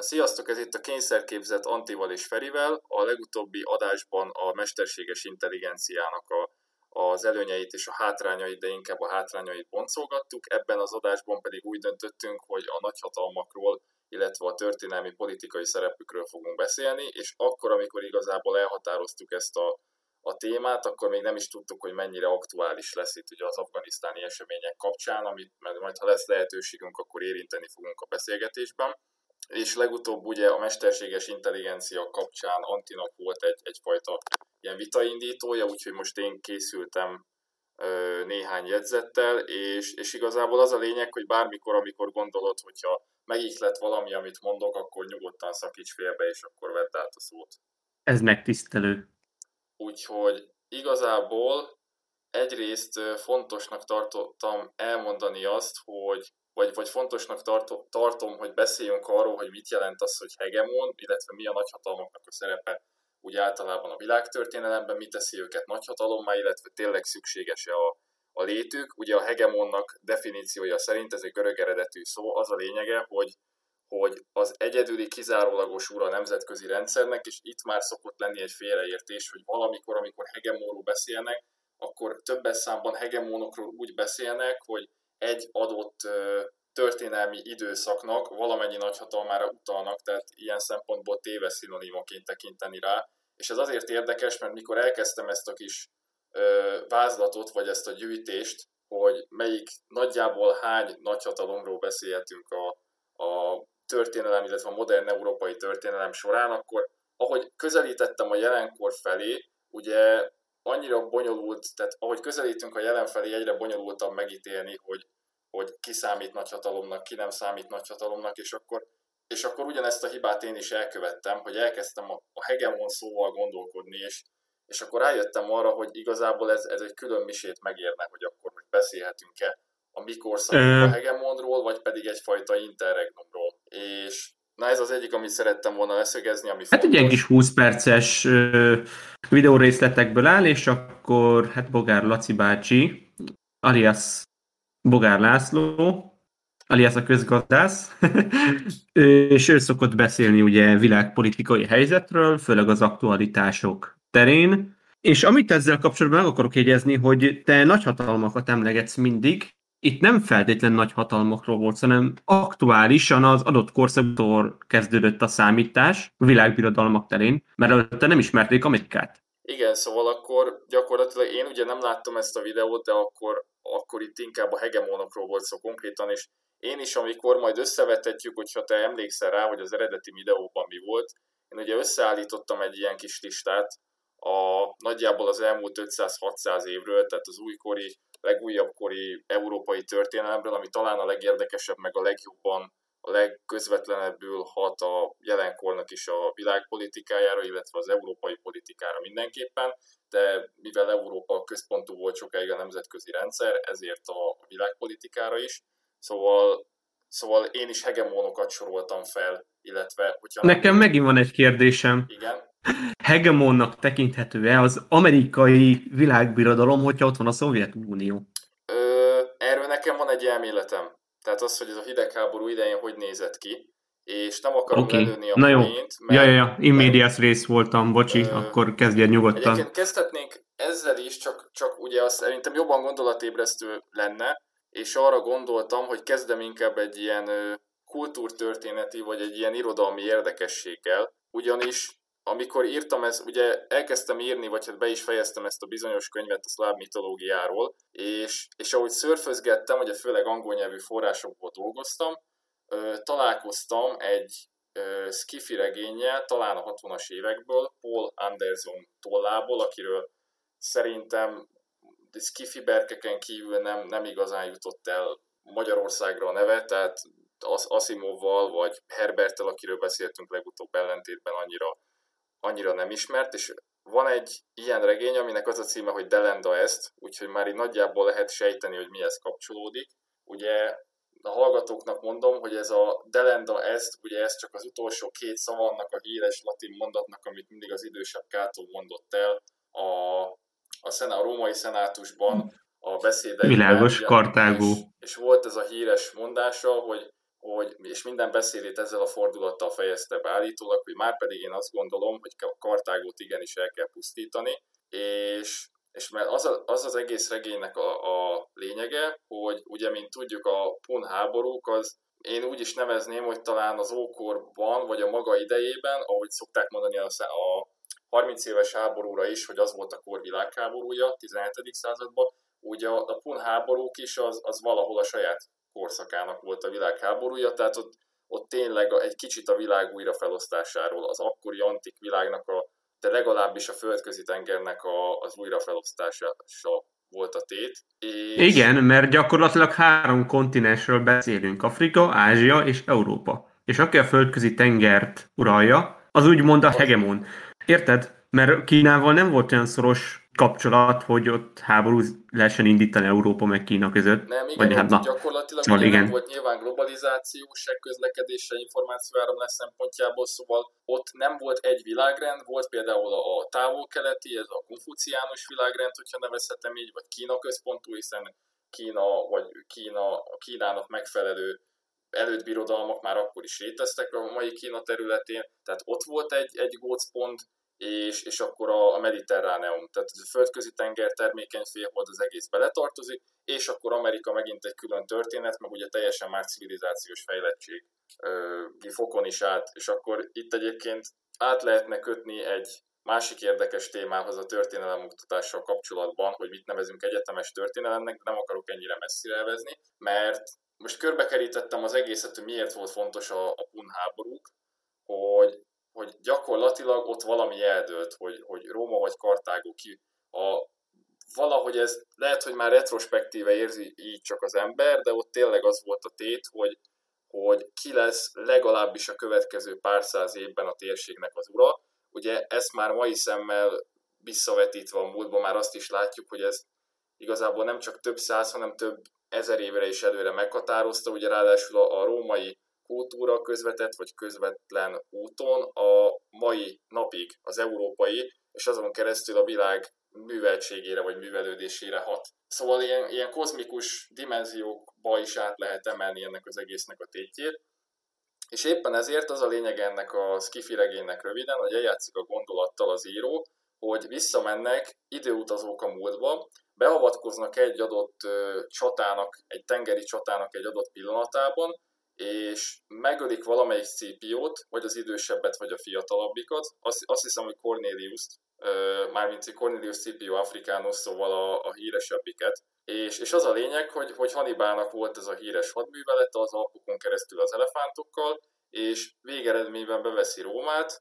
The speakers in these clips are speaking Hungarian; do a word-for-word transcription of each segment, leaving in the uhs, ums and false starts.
Sziasztok, ez itt a Kényszerképzett Antival és Ferivel. A legutóbbi adásban a mesterséges intelligenciának a, az előnyeit és a hátrányait, de inkább a hátrányait boncolgattuk. Ebben az adásban pedig úgy döntöttünk, hogy a nagyhatalmakról, illetve a történelmi politikai szerepükről fogunk beszélni, és akkor, amikor igazából elhatároztuk ezt a, a témát, akkor még nem is tudtuk, hogy mennyire aktuális lesz itt ugye az afganisztáni események kapcsán, amit majd ha lesz lehetőségünk, akkor érinteni fogunk a beszélgetésben. És legutóbb ugye a mesterséges intelligencia kapcsán Antinak volt egy, egyfajta ilyen vitaindítója, úgyhogy most én készültem ö, néhány jegyzettel, és, és igazából az a lényeg, hogy bármikor, amikor gondolod, hogyha megihlet valami, amit mondok, akkor nyugodtan szakíts félbe, és akkor vedd át a szót. Ez megtisztelő. Úgyhogy igazából egyrészt fontosnak tartottam elmondani azt, hogy Vagy, vagy fontosnak tartom, tartom, hogy beszéljünk arról, hogy mit jelent az, hogy hegemon, illetve mi a nagyhatalmaknak a szerepe úgy általában a világtörténelemben, mi teszi őket nagyhatalommá, illetve tényleg szükséges-e a, a létük. Ugye a hegemonnak definíciója szerint, ez egy görög eredetű szó, az a lényege, hogy, hogy az egyedüli kizárólagos ura a nemzetközi rendszernek, és itt már szokott lenni egy félreértés, hogy valamikor, amikor hegemonról beszélnek, akkor többes számban hegemonokról úgy beszélnek, hogy egy adott történelmi időszaknak valamennyi nagyhatalmára utalnak, tehát ilyen szempontból téves szinonimaként tekinteni rá. És ez azért érdekes, mert mikor elkezdtem ezt a kis vázlatot, vagy ezt a gyűjtést, hogy melyik nagyjából hány nagyhatalomról beszélhetünk a, a történelem, illetve a modern európai történelem során, akkor ahogy közelítettem a jelenkor felé, ugye annyira bonyolult, tehát ahogy közelítünk a jelen felé, egyre bonyolultabb megítélni, hogy, hogy ki számít nagyhatalomnak, ki nem számít nagyhatalomnak, és akkor, és akkor ugyanezt a hibát én is elkövettem, hogy elkezdtem a, a hegemon szóval gondolkodni, és, és akkor rájöttem arra, hogy igazából ez, ez egy külön misét megérne, hogy akkor most beszélhetünk-e a mi korszakunk a hegemonról, vagy pedig egyfajta interregnumról. És na ez az egyik, amit szerettem volna leszögezni, ami hát fontos. egy ilyen kis húsz perces uh, videórészletekből áll, és akkor hát Bogár Laci bácsi, alias Bogár László, alias a közgazdász, és ő szokott beszélni ugye világpolitikai helyzetről, főleg az aktualitások terén, és amit ezzel kapcsolatban meg akarok jegyezni, hogy te nagyhatalmakat emlegetsz mindig, itt nem feltétlen nagy hatalmakról volt, hanem aktuálisan az adott korszakból kezdődött a számítás a világbirodalmak terén, mert előtte nem ismerték Amerikát. Igen, szóval akkor gyakorlatilag én ugye nem láttam ezt a videót, de akkor, akkor itt inkább a hegemonokról volt szó konkrétan, és én is, amikor majd összevetetjük, hogyha te emlékszel rá, hogy az eredeti videóban mi volt, én ugye összeállítottam egy ilyen kis listát a nagyjából az elmúlt ötszáz-hatszáz évről, tehát az újkori, legújabb kori európai történelemről, ami talán a legérdekesebb, meg a legjobban, a legközvetlenebbül hat a jelenkornak is a világpolitikájára, illetve az európai politikára mindenképpen, de mivel Európa központú volt sokáig a nemzetközi rendszer, ezért a világpolitikára is. Szóval, szóval én is hegemonokat soroltam fel, illetve... Hogyha Nekem nem... megint van egy kérdésem. Igen? Hegemonnak tekinthető-e az amerikai világbirodalom, hogyha ott van a Szovjetunió? Ö, erről nekem van egy elméletem. Tehát az, hogy ez a hidegháború idején hogy nézett ki, és nem akarom okay. lelőni a poént, mert... Ja, ja, ja, in medias res voltam, bocsi, ö, akkor kezdjed nyugodtan. Egyébként kezdhetnénk ezzel is, csak, csak ugye azt szerintem jobban gondolatébresztő lenne, és arra gondoltam, hogy kezdem inkább egy ilyen ö, kultúrtörténeti, vagy egy ilyen irodalmi érdekességgel, ugyanis amikor írtam ezt, ugye elkezdtem írni, vagy hát be is fejeztem ezt a bizonyos könyvet a szláv mitológiáról, és, és ahogy szörfözgettem, ugye főleg angol nyelvű forrásokból dolgoztam, ö, találkoztam egy ö, sci-fi regénnyel, talán a hatvanas évekből, Paul Anderson tollából, akiről szerintem sci-fi berkeken kívül nem, nem igazán jutott el Magyarországra a neve, tehát Asimovval vagy Herberttel, akiről beszéltünk legutóbb ellentétben annyira annyira nem ismert, és van egy ilyen regény, aminek az a címe, hogy Delenda Est, úgyhogy már így nagyjából lehet sejteni, hogy mihez kapcsolódik. Ugye a hallgatóknak mondom, hogy ez a Delenda Est, ugye ez csak az utolsó két szava annak a híres latin mondatnak, amit mindig az idősebb Cato mondott el a, a, szená, a római szenátusban a beszédeiben. Világos, Kartágó. És, és volt ez a híres mondása, hogy hogy, és minden beszédét ezzel a fordulattal fejezte be állítólag, hogy már pedig én azt gondolom, hogy Kartágót igenis el kell pusztítani, és, és mert az, a, az az egész regénynek a, a lényege, hogy ugye, mint tudjuk, a pun háborúk az én úgy is nevezném, hogy talán az ókorban, vagy a maga idejében, ahogy szokták mondani a, a harminc éves háborúra is, hogy az volt a kor világháborúja, tizenhetedik században, ugye a, a pun háborúk is az, az valahol a saját korszakának volt a világháborúja, tehát ott, ott tényleg egy kicsit a világ újrafelosztásáról, az akkori antik világnak, a, de legalábbis a földközi tengernek a, az újrafelosztása volt a tét. És... Igen, mert gyakorlatilag három kontinensről beszélünk, Afrika, Ázsia és Európa. És aki a földközi tengert uralja, az úgymond a hegemon. Érted? Mert Kínával nem volt olyan szoros kapcsolat, hogy ott háború lehessen indítani Európa meg Kína között. Nem, igen, vagy, hát, na, gyakorlatilag szóval igen. Nem volt nyilván globalizáció, se közlekedés, se információáramlás szempontjából, szóval ott nem volt egy világrend, volt például a távol-keleti, ez a konfuciánus világrend, hogyha nevezhetem így, vagy Kína központú, hiszen Kína, vagy Kína, a Kínának megfelelő elődbirodalmak már akkor is léteztek a mai Kína területén, tehát ott volt egy, egy gócpont, És, és akkor a mediterráneum, tehát a földközi tenger termékeny félhold az egész beletartozik, és akkor Amerika megint egy külön történet, meg ugye teljesen más civilizációs fejlettség fokon is át, és akkor itt egyébként át lehetne kötni egy másik érdekes témához a történelem-oktatással kapcsolatban, hogy mit nevezünk egyetemes történelemnek, de nem akarok ennyire messzire elvezni, mert most körbekerítettem az egészet, hogy miért volt fontos a, a pun háborúk, hogy hogy gyakorlatilag ott valami eldőlt, hogy, hogy Róma vagy Kartágó ki. A, valahogy ez lehet, hogy már retrospektíve érzi így csak az ember, de ott tényleg az volt a tét, hogy, hogy ki lesz legalábbis a következő pár száz évben a térségnek az ura. Ugye ezt már mai szemmel visszavetítve a múltban már azt is látjuk, hogy ez igazából nem csak több száz, hanem több ezer évre is előre meghatározta, ugye ráadásul a, a római kultúra közvetett vagy közvetlen úton a mai napig az európai, és azon keresztül a világ műveltségére vagy művelődésére hat. Szóval ilyen, ilyen kozmikus dimenziókba is át lehet emelni ennek az egésznek a tétjét. És éppen ezért az a lényeg ennek a sci-fi regénynek röviden, hogy eljátszik a gondolattal az író, hogy visszamennek időutazók a múltba, beavatkoznak egy adott csatának, egy tengeri csatának egy adott pillanatában, és megölik valamelyik Scipiót, vagy az idősebbet, vagy a fiatalabbikat. Azt, azt hiszem, hogy Cornelius-t, mármint Cornelius Scipio Africanus, szóval a, a híresebbiket. És, és az a lényeg, hogy, hogy Hannibalnak volt ez a híres hadművelete az Alpokon keresztül az elefántokkal, és végeredményben beveszi Rómát,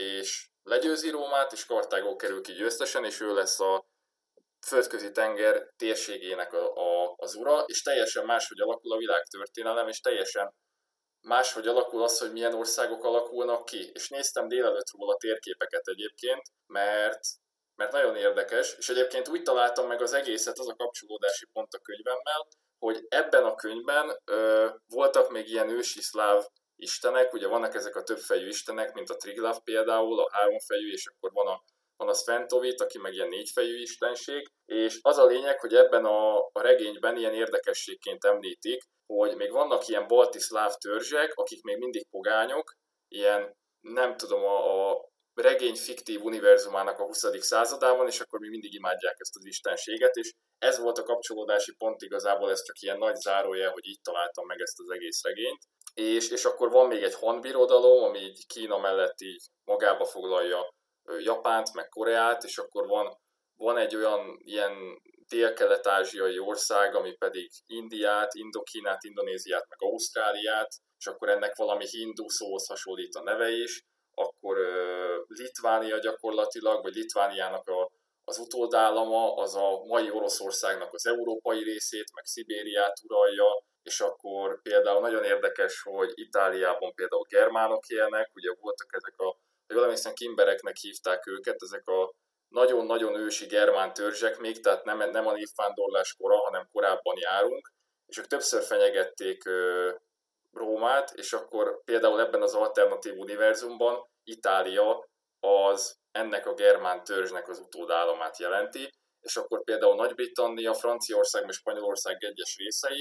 és legyőzi Rómát, és Kartágó kerül ki győztesen, és ő lesz a földközi tenger térségének a, a, az ura, és teljesen máshogy alakul a világtörténelem, és teljesen máshogy alakul az, hogy milyen országok alakulnak ki. És néztem délelőtt róla térképeket egyébként, mert, mert nagyon érdekes, és egyébként úgy találtam meg az egészet, az a kapcsolódási pont a könyvemmel, hogy ebben a könyvben ö, voltak még ilyen ősi szláv istenek, ugye vannak ezek a többfejű istenek, mint a Triglav például, a háromfejű, és akkor van a van a Sventovit, aki meg ilyen négyfejű istenség, és az a lényeg, hogy ebben a, a regényben ilyen érdekességként említik, hogy még vannak ilyen balti szláv törzsek, akik még mindig pogányok, ilyen, nem tudom, a, a regény fiktív univerzumának a huszadik századában, és akkor még mindig imádják ezt az istenséget, és ez volt a kapcsolódási pont igazából, ez csak ilyen nagy zárójel, hogy így találtam meg ezt az egész regényt. És, és akkor van még egy Han birodalom, ami így Kína mellett így magába foglalja Japánt, meg Koreát, és akkor van, van egy olyan ilyen dél-kelet-ázsiai ország, ami pedig Indiát, Indokínát, Indonéziát, meg Ausztráliát, és akkor ennek valami hindu szóhoz hasonlít a neve is, akkor uh, Litvánia gyakorlatilag, vagy Litvániának a, az utódállama, az a mai Oroszországnak az európai részét, meg Szibériát uralja, és akkor például nagyon érdekes, hogy Itáliában például germánok élnek, ugye voltak ezek a jól emlékszem, kimbereknek hívták őket, ezek a nagyon-nagyon ősi germán törzsek még, tehát nem, nem a névvándorlás kora, hanem korábban járunk, és ők többször fenyegették ö, Rómát, és akkor például ebben az alternatív univerzumban Itália az ennek a germán törzsnek az utódállamát jelenti, és akkor például Nagy-Britannia, Franciaország és Spanyolország egyes részei,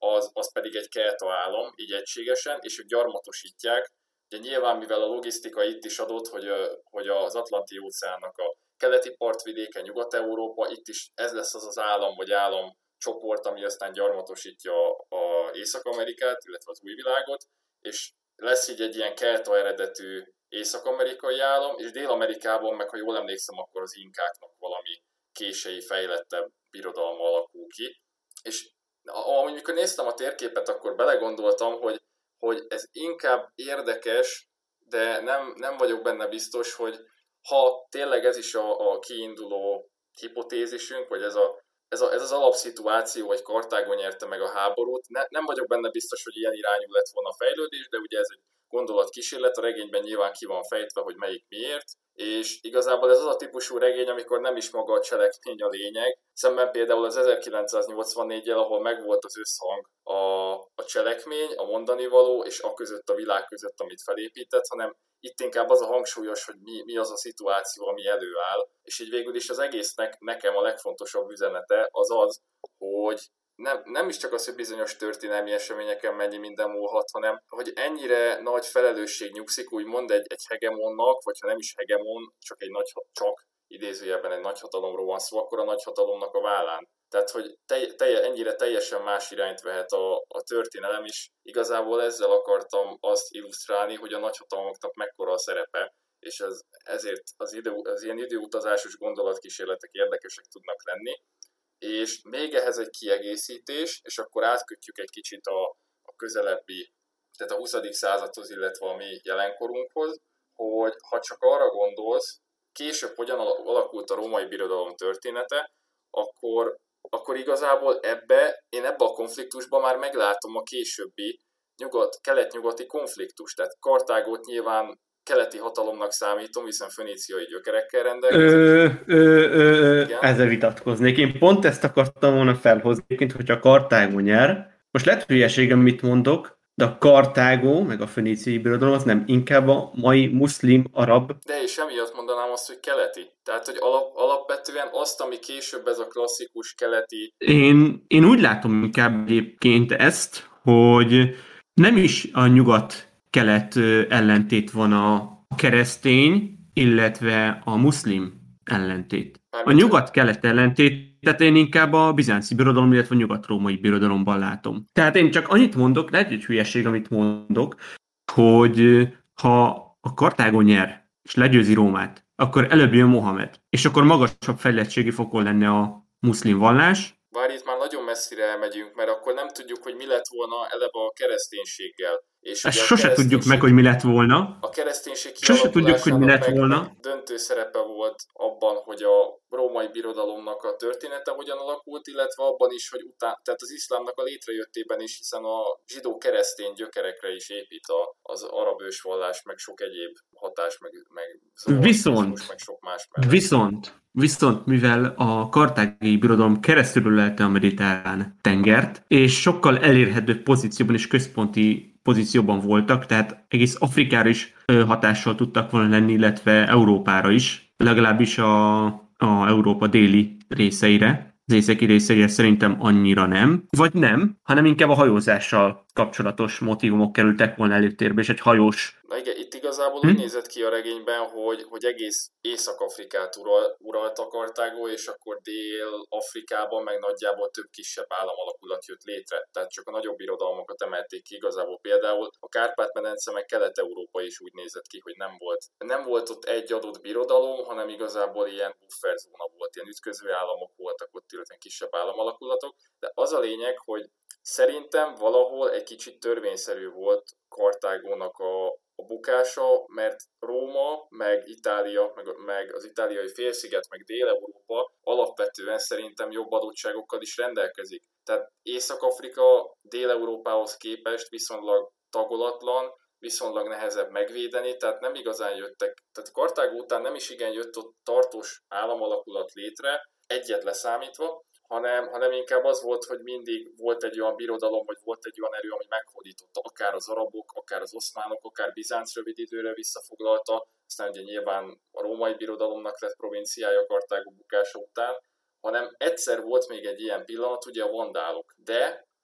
az, az pedig egy kelta állam, így egységesen, és ők gyarmatosítják. Ugye nyilván, mivel a logisztika itt is adott, hogy, hogy az Atlanti-óceánnak a keleti partvidéke, Nyugat-Európa, itt is ez lesz az az állam vagy államcsoport, ami aztán gyarmatosítja a Észak-Amerikát, illetve az új világot, és lesz így egy ilyen kelta eredetű észak-amerikai állam, és Dél-Amerikában meg, ha jól emlékszem, akkor az inkáknak valami késői fejlettebb birodalma alakul ki. És amikor néztem a térképet, akkor belegondoltam, hogy, hogy ez inkább érdekes, de nem, nem vagyok benne biztos, hogy ha tényleg ez is a, a kiinduló hipotézisünk, vagy ez, a, ez, a, ez az alapszituáció, hogy Kartágo nyerte meg a háborút, ne, nem vagyok benne biztos, hogy ilyen irányú lett volna a fejlődés, de ugye ez egy gondolatkísérlet, a regényben nyilván ki van fejtve, hogy melyik miért, és igazából ez az a típusú regény, amikor nem is maga a cselekmény a lényeg, szemben például az ezerkilencszáznyolcvannégyel, ahol megvolt az összhang a, a cselekmény, a mondani való, és a között a világ között, amit felépített, hanem itt inkább az a hangsúlyos, hogy mi, mi az a szituáció, ami előáll, és így végül is az egésznek nekem a legfontosabb üzenete az az, hogy Nem, nem is csak az, hogy bizonyos történelmi eseményeken mennyi minden múlhat, hanem hogy ennyire nagy felelősség nyugszik, úgymond egy, egy hegemonnak, vagy ha nem is hegemon, csak egy nagy, csak idézőjelben egy nagyhatalomról van szó, akkor a nagyhatalomnak a vállán. Tehát, hogy te, te, ennyire teljesen más irányt vehet a, a történelem is. Igazából ezzel akartam azt illusztrálni, hogy a nagyhatalmaknak mekkora a szerepe, és ez, ezért az, idő, az ilyen időutazásos gondolatkísérletek érdekesek tudnak lenni. És még ehhez egy kiegészítés, és akkor átkötjük egy kicsit a, a közelebbi, tehát a huszadik századhoz, illetve a mi jelenkorunkhoz, hogy ha csak arra gondolsz, később hogyan alakult a római birodalom története, akkor, akkor igazából ebbe, én ebbe a konfliktusban már meglátom a későbbi nyugat, kelet-nyugati konfliktust. Tehát Kartágót nyilván keleti hatalomnak számítom, hiszen föníciai gyökerekkel rendelkezik. Ö, ö, ö, ezzel vitatkoznék. Én pont ezt akartam volna felhozni, hogyha Kartágó nyer. Most lehet hülyeségem, mit mondok, de a Kartágó, meg a föníciai birodalom az nem inkább a mai muszlim, arab. De és emiatt mondanám azt, hogy keleti. Tehát, hogy alap, alapvetően azt, ami később ez a klasszikus keleti... Én, én úgy látom inkább egyébként ezt, hogy nem is a nyugat-kelet ellentét van a keresztény, illetve a muszlim ellentét. A nyugat-kelet ellentét, tehát én inkább a bizánci birodalom, illetve a nyugat-római birodalomban látom. Tehát én csak annyit mondok, lehet egy hülyeség, amit mondok, hogy ha a Kartágó nyer, és legyőzi Rómát, akkor előbb jön Mohamed, és akkor magasabb fejlettségi fokon lenne a muszlim vallás. Bár itt már nagyon messzire elmegyünk, mert akkor nem tudjuk, hogy mi lett volna eleve a kereszténységgel. És ezt sose kereszténység... tudjuk meg, hogy mi lett volna. A kereszténység sose tudjuk, hogy mi lett volna. Döntő szerepe volt abban, hogy a római birodalomnak a története hogyan alakult, illetve abban is, hogy után, tehát az iszlámnak a létrejöttében is, hiszen a zsidó-keresztény gyökerekre is épít az arab ősvallás, meg sok egyéb hatás, meg, meg, viszont, meg sok más mellett. Viszont, viszont, mivel a kartági birodalom keresztül ölelte a mediterrán tengert, és sokkal elérhetőbb pozícióban és központi pozícióban voltak, tehát egész Afrikára is hatással tudtak volna lenni, illetve Európára is, legalábbis a, a Európa déli részeire. Az északi részeire szerintem annyira nem. Vagy nem, hanem inkább a hajózással kapcsolatos motívumok kerültek volna előtérbe, és egy hajós... Na igen, itt igazából hm? úgy nézett ki a regényben, hogy, hogy egész Észak-Afrikát ural, uralta Kartágó, és akkor Dél-Afrikában meg nagyjából több kisebb államalakulat jött létre. Tehát csak a nagyobb birodalmakat emelték ki igazából. Például a Kárpát-medence meg Kelet-Európa is úgy nézett ki, hogy nem volt, nem volt ott egy adott birodalom, hanem igazából ilyen bufferzóna volt, ilyen ütköző államok voltak ott, illetve kisebb államalakulatok. De az a lényeg, hogy szerintem valahol egy kicsit törvényszerű volt Kartágónak a, a bukása, mert Róma, meg Itália, meg, meg az itáliai félsziget, meg Dél-Európa alapvetően szerintem jobb adottságokkal is rendelkezik. Tehát Észak-Afrika Dél-Európához képest viszonylag tagolatlan, viszonylag nehezebb megvédeni, tehát nem igazán jöttek, tehát Kartágó után nem is igen jött ott tartós államalakulat létre, egyet leszámítva, Hanem, hanem inkább az volt, hogy mindig volt egy olyan birodalom, vagy volt egy olyan erő, ami meghódította akár az arabok, akár az oszmánok, akár Bizánc rövid időre visszafoglalta, aztán ugye nyilván a római birodalomnak lett provinciája Kartágó bukása után, hanem egyszer volt még egy ilyen pillanat, ugye a vandálok. De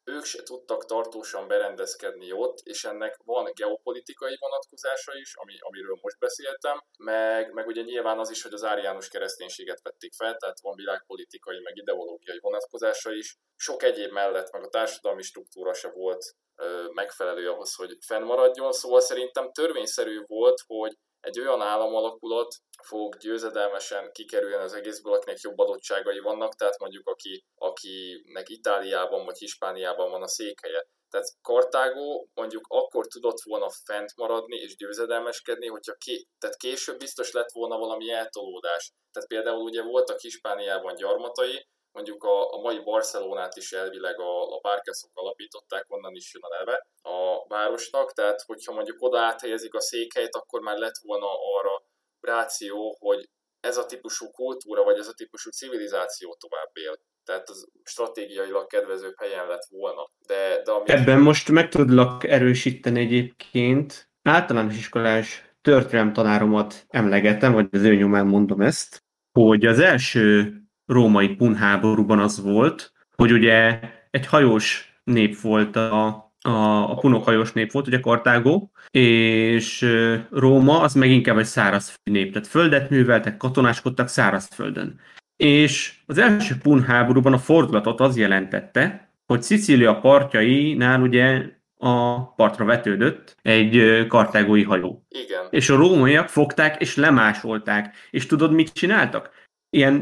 ők se tudtak tartósan berendezkedni ott, és ennek van geopolitikai vonatkozása is, ami, amiről most beszéltem, meg, meg ugye nyilván az is, hogy az áriánus kereszténységet vették fel, tehát van világpolitikai, meg ideológiai vonatkozása is. Sok egyéb mellett, meg a társadalmi struktúra se volt ö, megfelelő ahhoz, hogy fennmaradjon, szóval szerintem törvényszerű volt, hogy egy olyan államalakulat fog győzedelmesen kikerülni az egészből, akinek jobb adottságai vannak, tehát mondjuk aki, akinek Itáliában vagy Hispániában van a székhelye. Tehát Kartágó mondjuk akkor tudott volna fent maradni és győzedelmeskedni, hogyha ké, tehát később biztos lett volna valami eltolódás. Tehát például ugye voltak Hispániában gyarmatai, mondjuk a, a mai Barcelonát is elvileg a, a bárkászok alapították, onnan is jön a neve a városnak, tehát hogyha mondjuk oda áthelyezik a székhelyt, akkor már lett volna arra ráció, hogy ez a típusú kultúra, vagy ez a típusú civilizáció tovább él. Tehát az stratégiailag kedvezőbb helyen lett volna. De, de ami... Ebben most meg tudlak erősíteni egyébként. Általános iskolás történelem tanáromat emlegetem, vagy az ő nyomán mondom ezt, hogy az első római punháborúban az volt, hogy ugye egy hajós nép volt a, a, a punok hajós nép volt, ugye Kartágó, és Róma az meg inkább egy szárazföldi nép, tehát földet műveltek, katonáskodtak szárazföldön. És az első pun háborúban a fordulatot az jelentette, hogy Szicília partjainál ugye a partra vetődött egy kartágói hajó. Igen. És a rómaiak fogták és lemásolták. És tudod, mit csináltak? Ilyen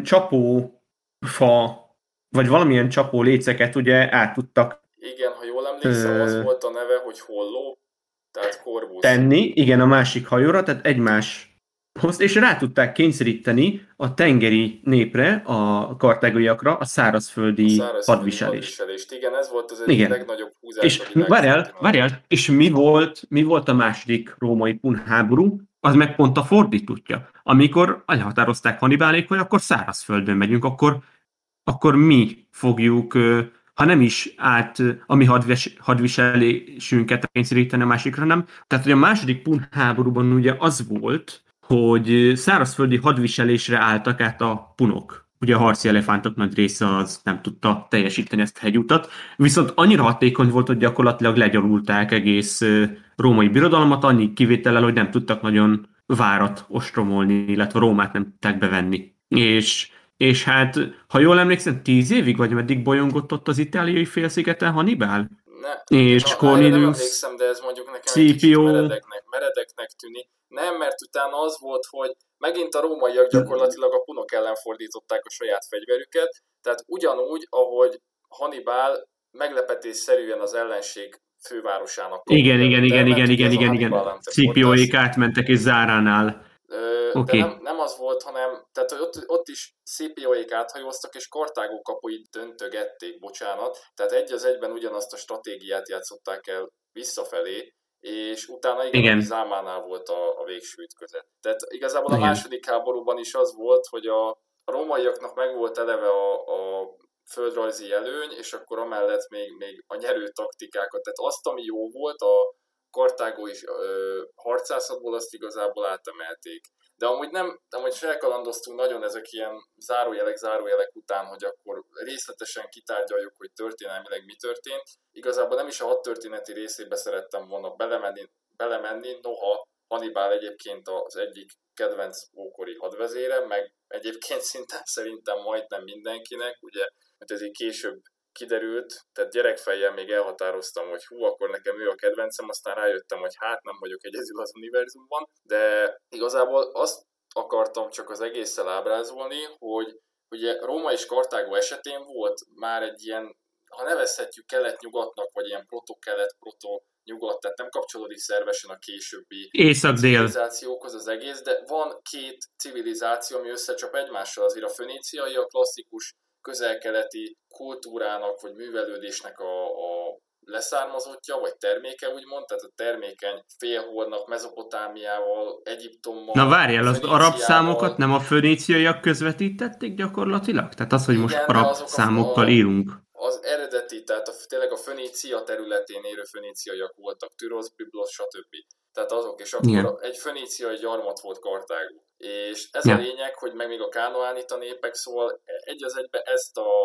csapófa, vagy valamilyen csapó léceket ugye át tudtak igen, ha jól emlékszem, ö... az volt a neve, hogy holló, tehát korvusz. Tenni, igen, a másik hajóra, tehát egymás és rá tudták kényszeríteni a tengeri népre, a kartágóiakra a szárazföldi, a szárazföldi hadviselést. hadviselést. Igen, ez volt az egyik legnagyobb húzás. És várjál, várjál, és mi volt, mi volt a második római punháború? Az meg pont a fordítottja. Amikor elhatározták Hannibálék, hogy akkor szárazföldön megyünk, akkor, akkor mi fogjuk, ha nem is át a mi hadvis, hadviselésünket kényszeríteni a másikra, nem. Tehát, hogy a második punháborúban ugye az volt, hogy szárazföldi hadviselésre álltak át a punok. Ugye a harci elefántok nagy része az nem tudta teljesíteni ezt a hegyutat, viszont annyira hatékony volt, hogy gyakorlatilag legyalulták egész római birodalmat, annyi kivétellel, hogy nem tudtak nagyon várat ostromolni, illetve Rómát nem tudták bevenni. És, és hát, ha jól emlékszem, tíz évig, vagy meddig bolyongott ott az itáliai félszigeten Hannibal? Ne, és na, Cornelius, nem emlékszem, de ez mondjuk nekem egy kicsit meredeknek, meredeknek tűnik. Nem, mert utána az volt, hogy megint a rómaiak gyakorlatilag a punok ellen fordították a saját fegyverüket, tehát ugyanúgy, ahogy Hannibal meglepetésszerűen az ellenség fővárosának. Igen, igen, igen, igen, igen, igen, igen. Scipióék átmentek és Záránál. Ö, okay. De nem, nem az volt, hanem tehát ott, ott is Scipióék áthajóztak, és Kartágó kapuit döntögették, bocsánat. Tehát egy az egyben ugyanazt a stratégiát játszották el visszafelé, és utána igen, igen. Zámánál volt a, a végső ütközet. Tehát igazából igen. A második háborúban is az volt, hogy a, a rómaiaknak meg volt eleve a, a földrajzi előny, és akkor amellett még, még a nyerő taktikákat. Tehát azt, ami jó volt, a Kartágó is ö, harcászatból, azt igazából átemelték. De amúgy nem, amúgy is elkalandoztunk nagyon ezek ilyen zárójelek, zárójelek után, hogy akkor részletesen kitárgyaljuk, hogy történelmileg mi történt. Igazából nem is a hadtörténeti részébe szerettem volna belemenni, belemenni, noha Hannibal egyébként az egyik kedvenc ókori hadvezére, meg egyébként szinte szerintem majdnem mindenkinek, ugye, mert ez így később kiderült, tehát gyerekfejjel még elhatároztam, hogy hú, akkor nekem ő a kedvencem, aztán rájöttem, hogy hát nem vagyok egyedül az univerzumban, de igazából azt akartam csak az egésszel ábrázolni, hogy ugye Róma és Kartágó esetén volt már egy ilyen, ha nevezhetjük kelet-nyugatnak, vagy ilyen proto-kelet, proto-nyugat, tehát nem kapcsolódik szervesen a későbbi civilizációkhoz az egész, de van két civilizáció, ami összecsap egymással, azért a föníciai, a klasszikus közel-keleti kultúrának vagy művelődésnek a, a leszármazottja, vagy terméke úgymond, tehát a termékeny félholdnak Mezopotámiával, Egyiptommal. Na várjál, az arab számokat nem a föníciaiak közvetítették gyakorlatilag? Tehát az, hogy igen, most arab számokkal a, írunk. Az eredeti, tehát a, tényleg a Fönícia területén élő föníciaiak voltak, Tyrosz, Biblos, stb. Tehát azok, és akkor igen. Egy föníciai gyarmat volt Kartágó. És ez ja. A lényeg, hogy meg még a kánoánita népek, szóval egy az egybe ezt a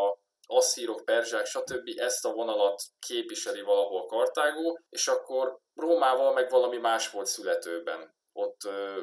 asszírok, perzsák, stb. Ezt a vonalat képviseli valahol Kartágó, és akkor Rómával meg valami más volt születőben. Ott,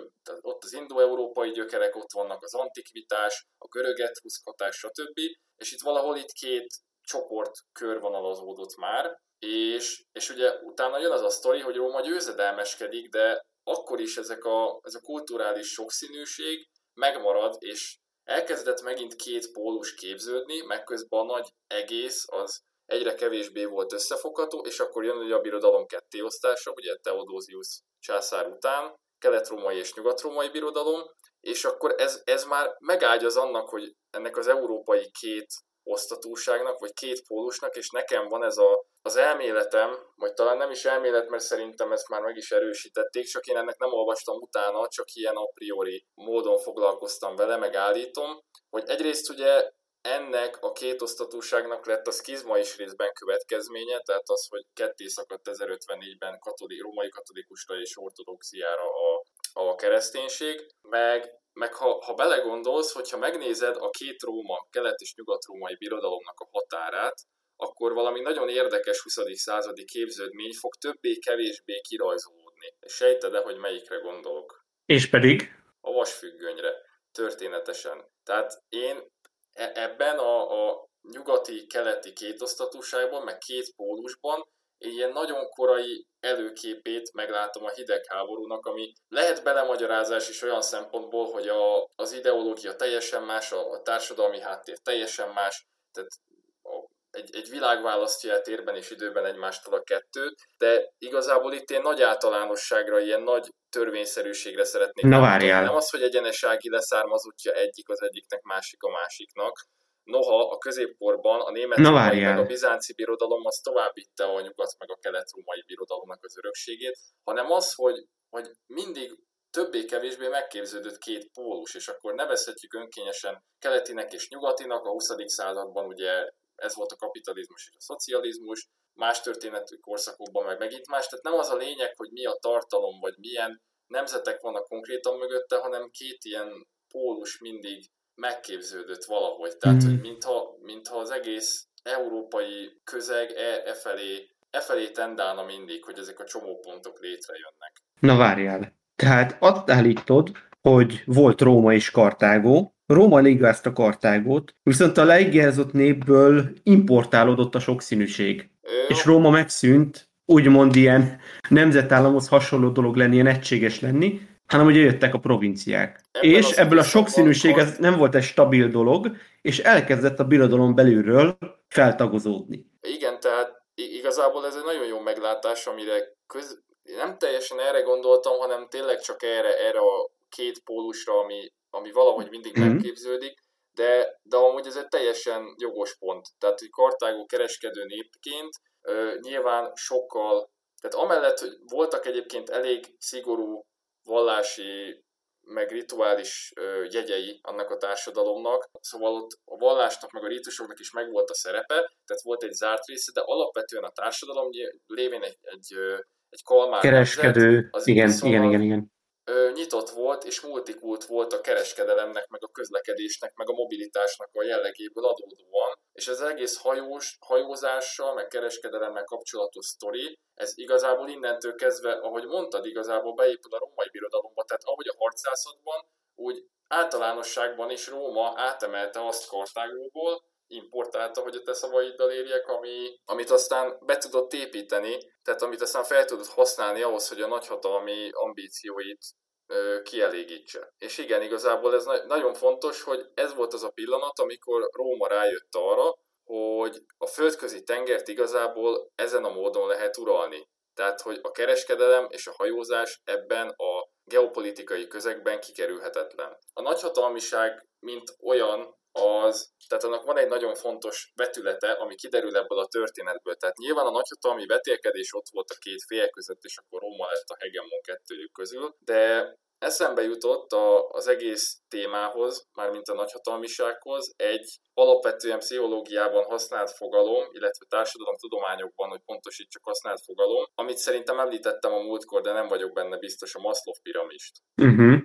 ott az indo-európai gyökerek, ott vannak az antikvitás, a görög etruszkatás, stb. És itt valahol itt két csoport körvonalazódott már, és, és ugye utána jön az a sztori, hogy Róma győzedelmeskedik, de akkor is ezek a, ez a kulturális sokszínűség megmarad, és elkezdett megint két pólus képződni, meg közben a nagy egész az egyre kevésbé volt összefogható, és akkor jön ugye a birodalom kettéosztása, ugye Theodosius császár után, kelet-római és nyugat-római birodalom, és akkor ez, ez már megágyaz annak, hogy ennek az európai két osztatóságnak, vagy két pólusnak, és nekem van ez a, az elméletem, vagy talán nem is elmélet, mert szerintem ezt már meg is erősítették, csak én ennek nem olvastam utána, csak ilyen a priori módon foglalkoztam vele, megállítom, hogy egyrészt ugye ennek a két osztatóságnak lett a szkizma is részben következménye, tehát az, hogy ketté szakadt ezerötvennégyben katolik, római katolikusra és ortodoxiára a, a kereszténység, meg Meg ha, ha belegondolsz, hogyha megnézed a két Róma, kelet- és nyugat-római birodalomnak a határát, akkor valami nagyon érdekes huszadik századi képződmény fog többé-kevésbé kirajzolódni. És sejted-e, hogy melyikre gondolok? És pedig? A vasfüggönyre, történetesen. Tehát én ebben a, a nyugati-keleti kétosztatúságban, meg két pólusban egy ilyen nagyon korai előképét meglátom a hidegháborúnak, ami lehet belemagyarázás is olyan szempontból, hogy a, az ideológia teljesen más, a, a társadalmi háttér teljesen más, tehát a, egy, egy világ választja el térben és időben egymástól a kettőt, de igazából itt én nagy általánosságra, ilyen nagy törvényszerűségre szeretnék. Na várjál. Nem az, hogy egyenesági leszármazottja egyik az egyiknek, másik a másiknak. Noha a középkorban a német meg a bizánci birodalom az tovább vitte a nyugat meg a kelet-római birodalomnak az örökségét, hanem az, hogy, hogy mindig többé-kevésbé megképződött két pólus, és akkor nevezhetjük önkényesen keletinek és nyugatinak, a huszadik században ugye ez volt a kapitalizmus és a szocializmus, más történetű korszakokban meg megint más, tehát nem az a lényeg, hogy mi a tartalom, vagy milyen nemzetek vannak konkrétan mögötte, hanem két ilyen pólus mindig megképződött valahogy. Tehát, mm. hogy mintha, mintha az egész európai közeg e, e, felé, e felé tendálna mindig, hogy ezek a csomópontok létrejönnek. Na várjál. Tehát azt állítod, hogy volt Róma és Kartágó, Róma légázta Kartágót, viszont a leigjázott népből importálódott a sokszínűség. Ö, és Róma megszűnt, úgymond ilyen nemzetállamhoz hasonló dolog lenni, ilyen egységes lenni, hanem ugye jöttek a provinciák. Ebben és ebből a sokszínűség ez nem volt egy stabil dolog, és elkezdett a birodalom belülről feltagozódni. Igen, tehát igazából ez egy nagyon jó meglátás, amire köz... nem teljesen erre gondoltam, hanem tényleg csak erre, erre a két pólusra, ami, ami valahogy mindig mm-hmm. megképződik, de, de amúgy ez egy teljesen jogos pont. Tehát, hogy Kartágó kereskedő népként ö, nyilván sokkal, tehát amellett, hogy voltak egyébként elég szigorú vallási, meg rituális ö, jegyei annak a társadalomnak, szóval ott a vallásnak, meg a rítusoknak is megvolt a szerepe, tehát volt egy zárt része, de alapvetően a társadalom lévén egy, egy, egy kalmár kereskedő, nemzet, az igen, szóval igen, igen, igen. Ö, nyitott volt, és multikult volt a kereskedelemnek, meg a közlekedésnek, meg a mobilitásnak a jellegéből adódóan, és ez egész hajós, hajózással, meg kereskedelemmel kapcsolatos sztori, ez igazából innentől kezdve, ahogy mondtad, igazából beépül a római birodalomba, tehát ahogy a harcászatban, úgy általánosságban is Róma átemelte azt Kartágóból, importálta, hogy a te szavaiddal érjek, ami, amit aztán be tudott építeni, tehát amit aztán fel tudott használni ahhoz, hogy a nagyhatalmi ambícióit ö, kielégítse. És igen, igazából ez na- nagyon fontos, hogy ez volt az a pillanat, amikor Róma rájött arra, hogy a földközi tengert igazából ezen a módon lehet uralni. Tehát, hogy a kereskedelem és a hajózás ebben a geopolitikai közegben kikerülhetetlen. A nagyhatalmiság, mint olyan, az, tehát annak van egy nagyon fontos vetülete, ami kiderül ebből a történetből. Tehát nyilván a nagyhatalmi vetélkedés ott volt a két fél között, és akkor Róma lett a hegemon kettőjük közül, de eszembe jutott a, az egész témához, mármint a nagyhatalmisághoz, egy alapvetően pszichológiában használt fogalom, illetve társadalomtudományokban, hogy pontosítsak használt fogalom, amit szerintem említettem a múltkor, de nem vagyok benne biztos, a Maslow piramist. Uh-huh.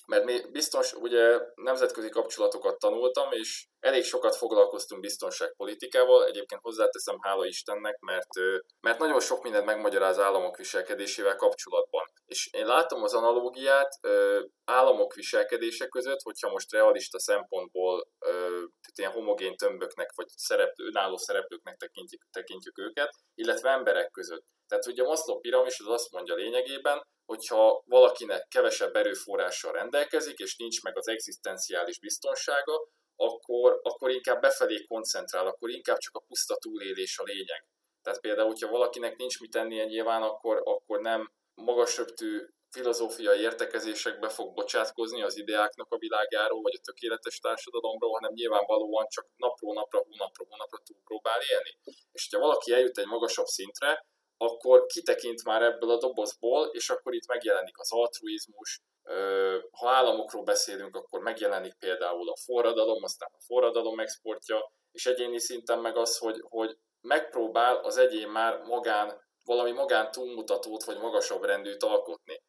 mert mi biztons, ugye nemzetközi kapcsolatokat tanultam, és elég sokat foglalkoztunk biztonságpolitikával, egyébként hozzáteszem, hála Istennek, mert, mert nagyon sok mindent megmagyaráz államok viselkedésével kapcsolatban. És én látom az analógiát államok viselkedése között, hogyha most realista szempontból tehát ilyen homogén tömböknek, vagy szereplő, önálló szereplőknek tekintjük, tekintjük őket, illetve emberek között. Tehát ugye a Maslow piramis az azt mondja lényegében, hogyha valakinek kevesebb erőforrással rendelkezik, és nincs meg az egzisztenciális biztonsága, akkor, akkor inkább befelé koncentrál, akkor inkább csak a puszta túlélés a lényeg. Tehát például, hogyha valakinek nincs mit tennie nyilván, akkor, akkor nem magasröptű filozófiai értekezésekbe fog bocsátkozni az ideáknak a világáról, vagy a tökéletes társadalomról, hanem nyilvánvalóan csak napról napra, hónapról hónapra túl próbál élni. És ha valaki eljut egy magasabb szintre, akkor kitekint már ebből a dobozból, és akkor itt megjelenik az altruizmus. Ha államokról beszélünk, akkor megjelenik például a forradalom, aztán a forradalom exportja, és egyéni szinten meg az, hogy, hogy megpróbál az egyén már magán, valami magán túlmutatót, vagy magasabb rendűt alkotni.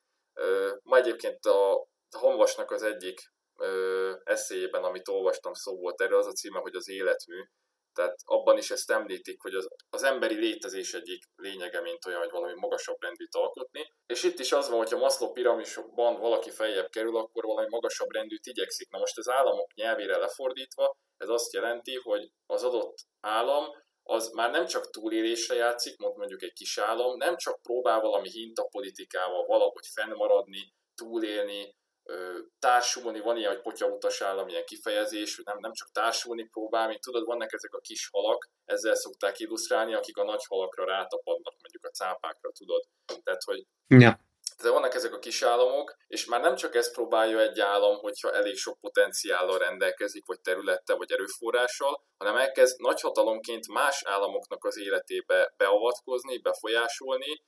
Ma egyébként a Hamvasnak az egyik eszéjében, amit olvastam, szó volt erről, az a címe, hogy az életmű. Tehát abban is ezt említik, hogy az, az emberi létezés egyik lényege, mint olyan, hogy valami magasabb rendűt alkotni. És itt is az van, hogyha Maslow piramisokban valaki feljebb kerül, akkor valami magasabb rendűt igyekszik. Na most az államok nyelvére lefordítva, ez azt jelenti, hogy az adott állam az már nem csak túlélésre játszik, mondjuk egy kis állam, nem csak próbál valami hintapolitikával valahogy fennmaradni, túlélni, társulni, van ilyen, hogy potyautas állam, ilyen kifejezés, hogy nem, nem csak társulni próbál, mint tudod, vannak ezek a kis halak, ezzel szokták illusztrálni, akik a nagy halakra rátapadnak, mondjuk a cápákra, tudod. Tehát, hogy ja. Tehát vannak ezek a kis államok, és már nem csak ezt próbálja egy állam, hogyha elég sok potenciállal rendelkezik, vagy területtel, vagy erőforrással, hanem elkezd nagyhatalomként más államoknak az életébe beavatkozni, befolyásolni,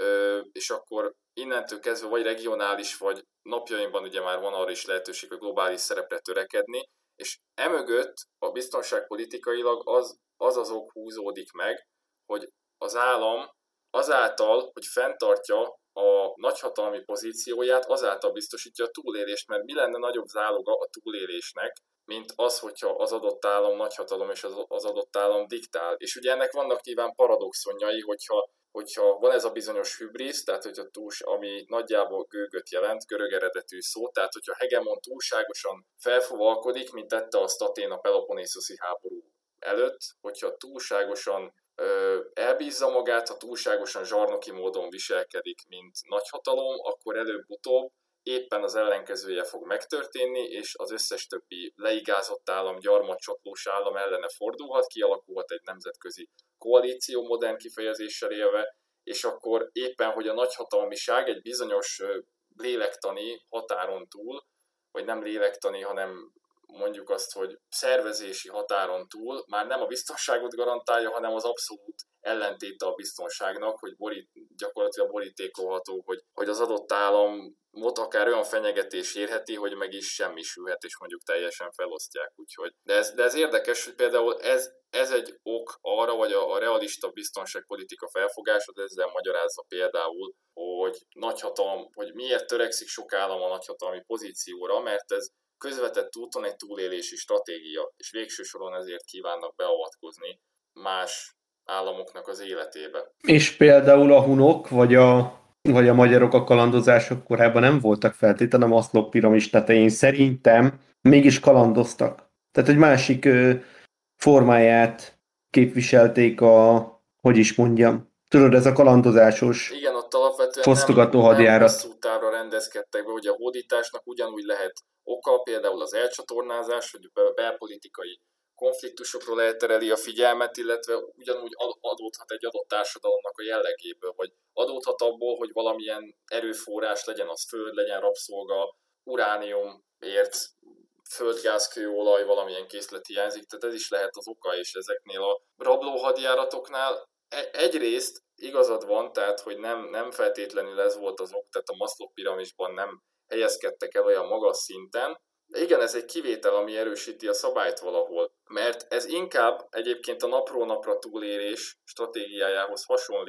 és akkor innentől kezdve vagy regionális, vagy napjainkban ugye már van arra is lehetőség, hogy globális szerepre törekedni, és emögött a biztonságpolitikailag az az, az ok húzódik meg, hogy az állam azáltal, hogy fenntartja a nagyhatalmi pozícióját, azáltal biztosítja a túlélést, mert mi lenne nagyobb záloga a túlélésnek, mint az, hogyha az adott állam nagyhatalom és az adott állam diktál. És ugye ennek vannak nyilván paradoxonjai, hogyha, hogyha van ez a bizonyos hübrisz, tehát hogyha túls, ami nagyjából gőgöt jelent, görög eredetű szó, tehát hogyha hegemon túlságosan felfogalkodik, mint tette azt Atén a Peloponnészoszi háború előtt, hogyha túlságosan ö, elbízza magát, ha túlságosan zsarnoki módon viselkedik, mint nagyhatalom, akkor előbb-utóbb éppen az ellenkezője fog megtörténni, és az összes többi leigázott állam, gyarmatcsatlós állam ellene fordulhat, kialakulhat egy nemzetközi koalíció modern kifejezéssel élve, és akkor éppen, hogy a nagyhatalmiság egy bizonyos lélektani határon túl, vagy nem lélektani, hanem mondjuk azt, hogy szervezési határon túl már nem a biztonságot garantálja, hanem az abszolút ellentéte a biztonságnak, hogy borít, gyakorlatilag borítékolható, hogy, hogy az adott államot akár olyan fenyegetés érheti, hogy meg is semmisülhet, és mondjuk teljesen felosztják. Úgyhogy. De, ez, de ez érdekes, hogy például ez, ez egy ok arra, vagy a, a realista biztonságpolitika felfogásod ezzel magyarázza például, hogy nagyhatalom, hogy miért törekszik sok állam a nagyhatalmi pozícióra, mert ez közvetett úton egy túlélési stratégia, és végső soron ezért kívánnak beavatkozni más államoknak az életébe. És például a hunok, vagy a, vagy a magyarok a kalandozások korában nem voltak feltétlenül a Maslow piramis tetején. Szerintem mégis kalandoztak. Tehát egy másik ö, formáját képviselték a, hogy is mondjam, tudod, ez a kalandozásos, igen, ott alapvetően fosztogató nem, hadjárat. nem hosszú távra rendezkedtek be, hogy a hódításnak ugyanúgy lehet oka, például az elcsatornázás, hogy belpolitikai konfliktusokról eltereli a figyelmet, illetve ugyanúgy adódhat egy adott társadalomnak a jellegéből, vagy adódhat abból, hogy valamilyen erőforrás legyen, az föld, legyen rabszolga, uránium, érc, földgáz, kőolaj, valamilyen készlet hiányzik, tehát ez is lehet az oka, és ezeknél a rablóhadjáratoknál egyrészt igazad van, tehát hogy nem, nem feltétlenül ez volt az ok, tehát a Maslow piramisban nem helyezkedtek el olyan magas szinten. De igen, ez egy kivétel, ami erősíti a szabályt valahol, mert ez inkább egyébként a napról napra túlélés stratégiájához hasonlít,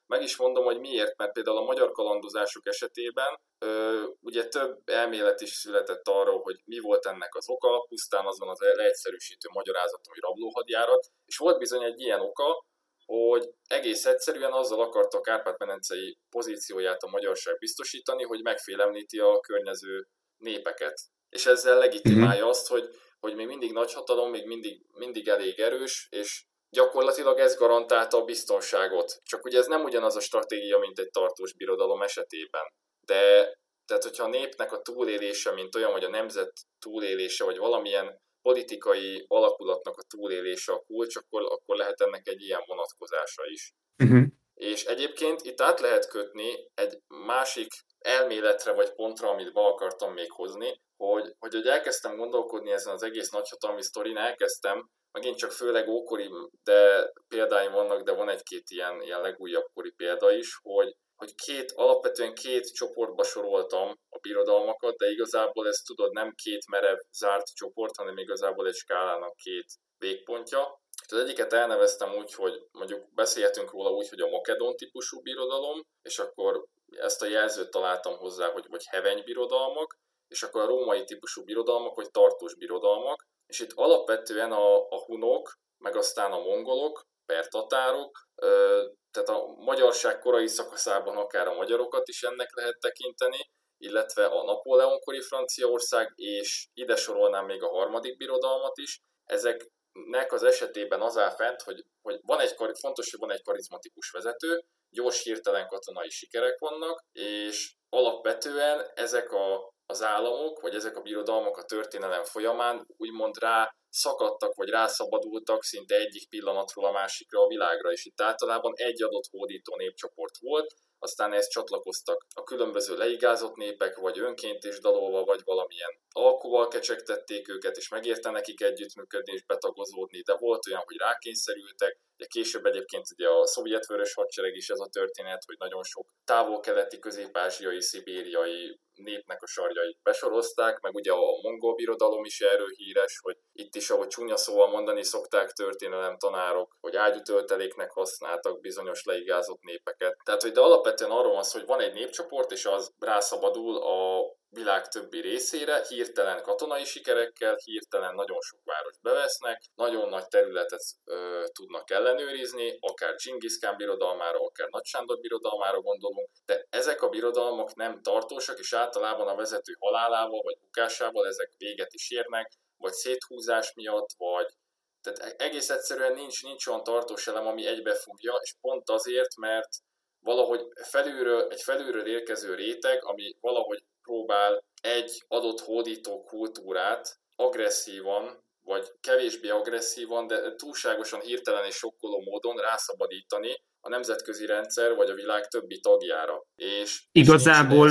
Meg is mondom, hogy miért, mert például a magyar kalandozások esetében ö, ugye több elmélet is született arról, hogy mi volt ennek az oka, pusztán azon az leegyszerűsítő magyarázaton, hogy rablóhadjárat, és volt bizony egy ilyen oka, hogy egész egyszerűen azzal akarta a Kárpát-medencei pozícióját a magyarság biztosítani, hogy megfélemlíti a környező népeket. És ezzel legitimálja azt, hogy, hogy még mindig nagyhatalom, még mindig, mindig elég erős, és gyakorlatilag ez garantálta a biztonságot. Csak ugye ez nem ugyanaz a stratégia, mint egy tartós birodalom esetében. De tehát, hogyha a népnek a túlélése, mint olyan, vagy a nemzet túlélése, vagy valamilyen politikai alakulatnak a túlélése a kulcs, akkor, akkor lehet ennek egy ilyen vonatkozása is. Uh-huh. És egyébként itt át lehet kötni egy másik elméletre vagy pontra, amit be akartam még hozni, hogy, hogy, hogy elkezdtem gondolkodni ezen az egész nagyhatalmi sztorin, elkezdtem, megint csak főleg ókori, de példáim vannak, de van egy-két ilyen, ilyen legújabb kori példa is, hogy, hogy két, alapvetően két csoportba soroltam a birodalmakat, de igazából ez tudod nem két merev zárt csoport, hanem igazából egy skálának két végpontja. Az egyiket elneveztem úgy, hogy mondjuk beszélhetünk róla úgy, hogy a makedón típusú birodalom, és akkor ezt a jelzőt találtam hozzá, hogy vagy heveny birodalmak, és akkor a római típusú birodalmak, vagy tartós birodalmak, és itt alapvetően a, a hunok, meg aztán a mongolok, per tatárok, tehát a magyarság korai szakaszában akár a magyarokat is ennek lehet tekinteni, illetve a Napóleon-kori Franciaország, és ide sorolnám még a harmadik birodalmat is. Ezeknek az esetében az áll fent, hogy, hogy van egy, fontos, hogy van egy karizmatikus vezető, gyors, hirtelen katonai sikerek vannak, és alapvetően ezek a, az államok, vagy ezek a birodalmak a történelem folyamán úgymond rá szakadtak, vagy rászabadultak szinte egyik pillanatról a másikra a világra, és itt általában egy adott hódító népcsoport volt, aztán ezt csatlakoztak a különböző leigázott népek, vagy önként is dalolva, vagy valamilyen alkuval kecsegtették őket, és megérte nekik együttműködni és betagozódni, de volt olyan, hogy rákényszerültek. Ugye később egyébként ugye a szovjet vörös hadsereg is ez a történet, hogy nagyon sok távol-keleti, közép-ázsiai, szibériai népnek a sarjait besorozták, meg ugye a mongol birodalom is erről híres, hogy itt is, ahogy csúnya szóval mondani szokták történelem tanárok, hogy ágyútölteléknek használtak bizonyos leigázott népeket. Tehát, hogy de alapvetően arról van szó, hogy van egy népcsoport, és az rászabadul a világ többi részére, hirtelen katonai sikerekkel, hirtelen nagyon sok várost bevesznek, nagyon nagy területet ö, tudnak ellenőrizni, akár Dzsingisz Kán birodalmára, akár Nagy Sándor birodalmára gondolunk, de ezek a birodalmak nem tartósak, és általában a vezető halálával vagy bukásával ezek véget is érnek, vagy széthúzás miatt, vagy tehát egész egyszerűen nincs, nincs olyan tartós elem, ami egybefogja, és pont azért, mert valahogy felülről, egy felülről érkező réteg, ami valahogy próbál egy adott hódító kultúrát agresszívan, vagy kevésbé agresszívan, de túlságosan hirtelen és sokkoló módon rászabadítani a nemzetközi rendszer, vagy a világ többi tagjára. És igazából,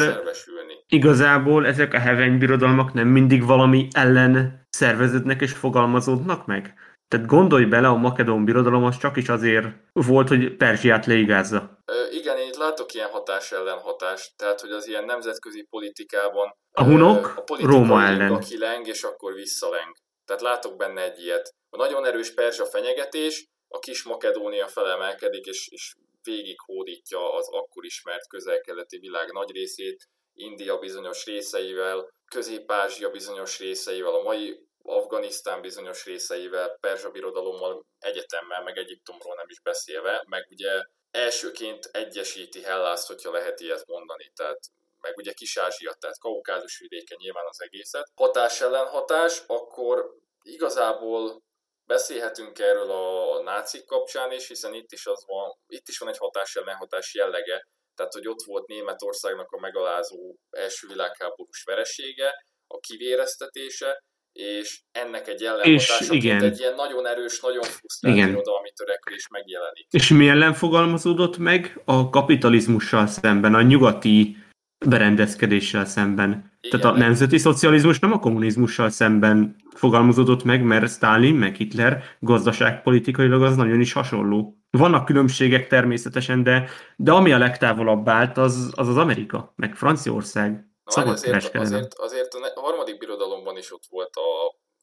igazából ezek a heveny birodalmak nem mindig valami ellen szerveződnek és fogalmazódnak meg? Tehát gondolj bele, a makedón birodalom az csak is azért volt, hogy Perzsiát leigázza. Ö, igen, én itt látok ilyen hatás ellen hatást, tehát hogy az ilyen nemzetközi politikában a hunok ö, a politika Róma ellen. A kileng, és akkor visszaleng. Tehát látok benne egy ilyet. A nagyon erős perzsa fenyegetés, a kis Makedónia felemelkedik, és, és végighódítja az akkor ismert közel-keleti világ nagy részét, India bizonyos részeivel, Közép-Ázsia bizonyos részeivel, a mai Afganisztán bizonyos részeivel, Perzsa birodalommal, egyetemmel, meg Egyiptomról nem is beszélve, meg ugye elsőként egyesíti Hellászt, hogyha lehet ilyet mondani, tehát meg ugye Kis-Ázsia, tehát Kaukázus vidéke nyilván az egészet. Hatás ellen hatás, akkor igazából beszélhetünk erről a nácik kapcsán is, hiszen itt is, az van, itt is van egy hatás ellen hatás jellege, tehát hogy ott volt Németországnak a megalázó első világháborús veresége, a kivéreztetése, és ennek egy ellenhatásaként egy ilyen nagyon erős, nagyon frusztrált irodalmi törekvés megjelenik. És mi ellen fogalmazódott meg? A kapitalizmussal szemben, a nyugati berendezkedéssel szemben. Igen, tehát a nemzeti szocializmus nem a kommunizmussal szemben fogalmazódott meg, mert Sztálin meg Hitler gazdaságpolitikailag az nagyon is hasonló. Vannak különbségek természetesen, de, de ami a legtávolabb állt, az az, az Amerika, meg Franciaország. Na, azért, azért, azért a harmadik birodalomban is ott volt a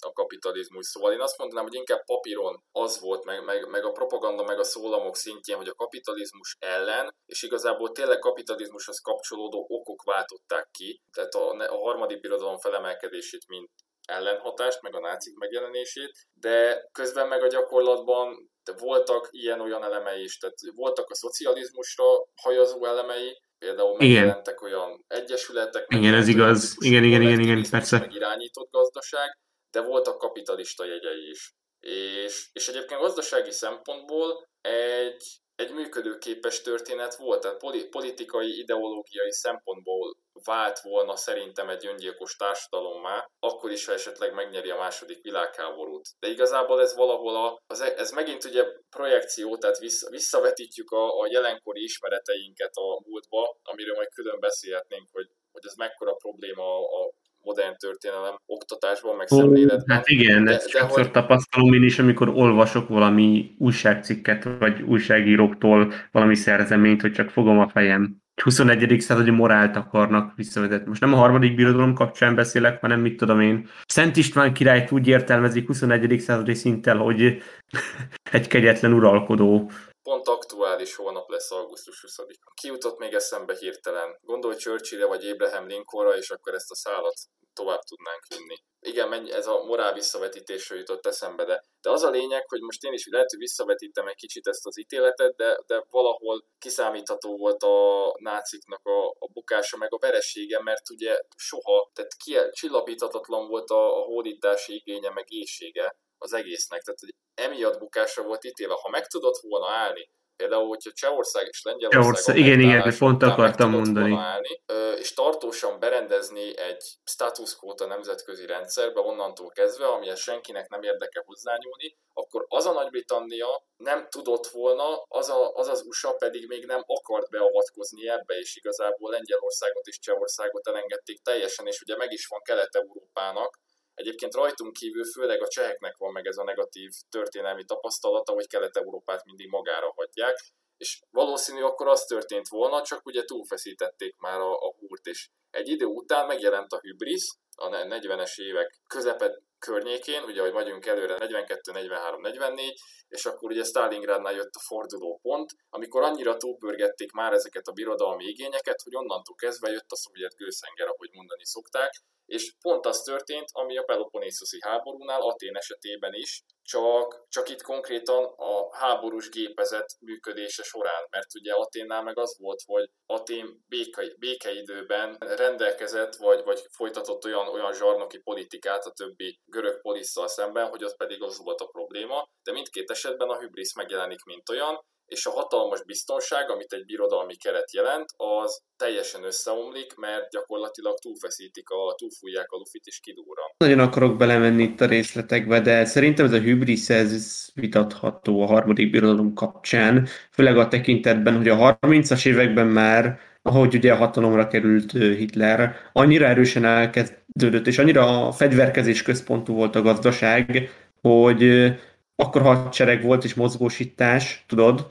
a kapitalizmus. Szóval én azt mondanám, hogy inkább papíron az volt, meg, meg, meg a propaganda, meg a szólamok szintjén, hogy a kapitalizmus ellen, és igazából tényleg kapitalizmushoz kapcsolódó okok váltották ki, tehát a, a harmadik birodalom felemelkedését, mint ellenhatást, meg a nácik megjelenését, de közben meg a gyakorlatban voltak ilyen-olyan elemei is, tehát voltak a szocializmusra hajazó elemei, például megjelentek igen. olyan egyesületek, igen, ez igaz. Igen, igen, igen, igen, persze. Meg irányított gazdaság, de voltak kapitalista jegyei is. És, és egyébként gazdasági szempontból egy, egy működőképes történet volt, tehát politikai, ideológiai szempontból vált volna szerintem egy öngyilkos társadalommá, akkor is, ha esetleg megnyeri a második világháborút. De igazából ez valahol, a, az, ez megint ugye projekció, tehát vissza, visszavetítjük a, a jelenkori ismereteinket a múltba, amiről majd külön beszélhetnénk, hogy, hogy ez mekkora probléma a modern történelem oktatásban, meg szemléletben. Hát igen, de, ezt sokszor hogy... tapasztalom én is, amikor olvasok valami újságcikket, vagy újságíróktól valami szerzeményt, hogy csak fogom a fejem. huszonegyedik századi morált akarnak visszavezetni. Most nem a harmadik birodalom kapcsán beszélek, hanem mit tudom én. Szent István királyt úgy értelmezik huszonegyedik századi szinttel, hogy egy kegyetlen uralkodó. Pont aktuális, holnap lesz augusztus huszadika. Ki jutott még eszembe hirtelen? Gondolj Churchillre vagy Abraham Lincolnra, és akkor ezt a szálat tovább tudnánk vinni. Igen, ez a morál visszavetítésről jutott eszembe, de, de az a lényeg, hogy most én is lehet, hogy visszavetítem egy kicsit ezt az ítéletet, de, de valahol kiszámítható volt a náciknak a, a bukása, meg a veresége, mert ugye soha, tehát ki, csillapíthatatlan volt a, a hódítási igénye, meg éhsége az egésznek, tehát hogy emiatt bukásra volt ítélve. Ha meg tudott volna állni, például, hogyha Csehország és Lengyelország igen, igen, pont akartam mondani. Állni, és tartósan berendezni egy status quo-t a nemzetközi rendszerbe onnantól kezdve, amihez senkinek nem érdeke hozzányúlni, akkor az a Nagy-Britannia nem tudott volna, az, a, az az u es á pedig még nem akart beavatkozni ebbe, és igazából Lengyelországot és Csehországot elengedték teljesen, és ugye meg is van Kelet-Európának. Egyébként rajtunk kívül főleg a cseheknek van meg ez a negatív történelmi tapasztalata, hogy Kelet-Európát mindig magára hagyják, és valószínű akkor az történt volna, csak ugye túlfeszítették már a, a húrt, és egy idő után megjelent a hübrisz, a negyvenes évek közepet környékén, ugye, hogy megyünk előre negyvenkettő, negyvenhárom, negyvennégy, és akkor ugye Stalingrádnál jött a forduló pont, amikor annyira túlpörgették már ezeket a birodalmi igényeket, hogy onnantól kezdve jött a szovjet gőzhenger, ahogy mondani szokták, és pont az történt, ami a Peloponnészoszi háborúnál, Atén esetében is, csak, csak itt konkrétan a háborús gépezet működése során, mert ugye Aténnál meg az volt, hogy Atén béke, békeidőben rendelkezett, vagy, vagy folytatott olyan, olyan zsarnoki politikát a többi görög polisszal szemben, hogy az pedig az volt a probléma, de mindkét esetben a hübrisz megjelenik mint olyan, és a hatalmas biztonság, amit egy birodalmi keret jelent, az teljesen összeomlik, mert gyakorlatilag túlfeszítik, a, túlfújják a lufit és kidúran. Nagyon akarok belemenni itt a részletekbe, de szerintem ez a hübrisz, ez vitatható a harmadik birodalom kapcsán, főleg a tekintetben, hogy a harmincas években már, ahogy ugye a hatalomra került Hitler, annyira erősen elkezdődött, és annyira a fegyverkezés központú volt a gazdaság, hogy akkor hadsereg volt és mozgósítás, tudod,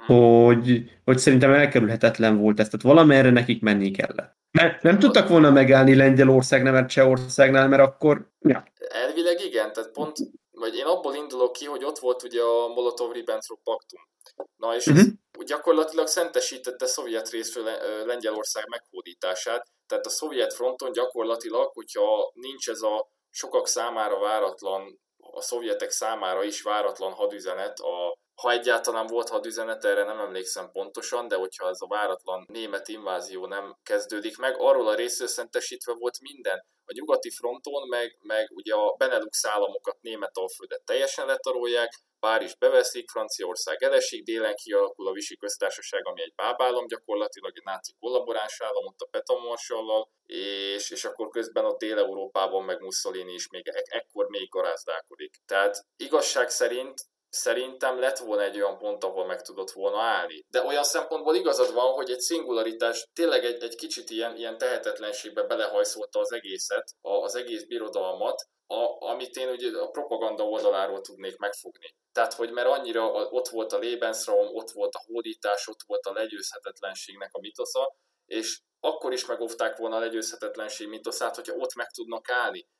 hogy, hogy szerintem elkerülhetetlen volt ez. Tehát valamerre nekik menni kellett. Nem, nem tudtak volna megállni Lengyelországnál, mert Csehországnál, mert akkor... Ja. Elvileg igen, tehát pont, vagy én abból indulok ki, hogy ott volt ugye a Molotov-Ribbentrop paktum. Na és uh-huh. ez gyakorlatilag szentesítette szovjet részről Lengyelország meghódítását, tehát a szovjet fronton gyakorlatilag, hogyha nincs ez a sokak számára váratlan, a szovjetek számára is váratlan hadüzenet, a, ha egyáltalán volt hadüzenet, erre nem emlékszem pontosan, de hogyha ez a váratlan német invázió nem kezdődik meg, arról a részről szentesítve volt minden. A nyugati fronton, meg, meg ugye a Benelux államokat, Németalföldet teljesen letarolják, Párizs beveszik, Franciaország elesik, délen kialakul a Vichy köztársaság, ami egy bábállam gyakorlatilag, egy náci kollaboráns állam, ott a Petain-Marshallal, és, és akkor közben a Dél-Európában meg Mussolini is még e- ekkor még garázdálkodik. Tehát igazság szerint szerintem lett volna egy olyan pont, ahol meg tudott volna állni. De olyan szempontból igazad van, hogy egy szingularitás tényleg egy, egy kicsit ilyen, ilyen tehetetlenségbe belehajszolta az egészet, az egész birodalmat, a, amit én ugye a propaganda oldaláról tudnék megfogni. Tehát, hogy mert annyira ott volt a Lebensraum, ott volt a hódítás, ott volt a legyőzhetetlenségnek a mitosza, és akkor is megóvták volna a legyőzhetetlenség mitoszát, hogyha ott meg tudnak állni.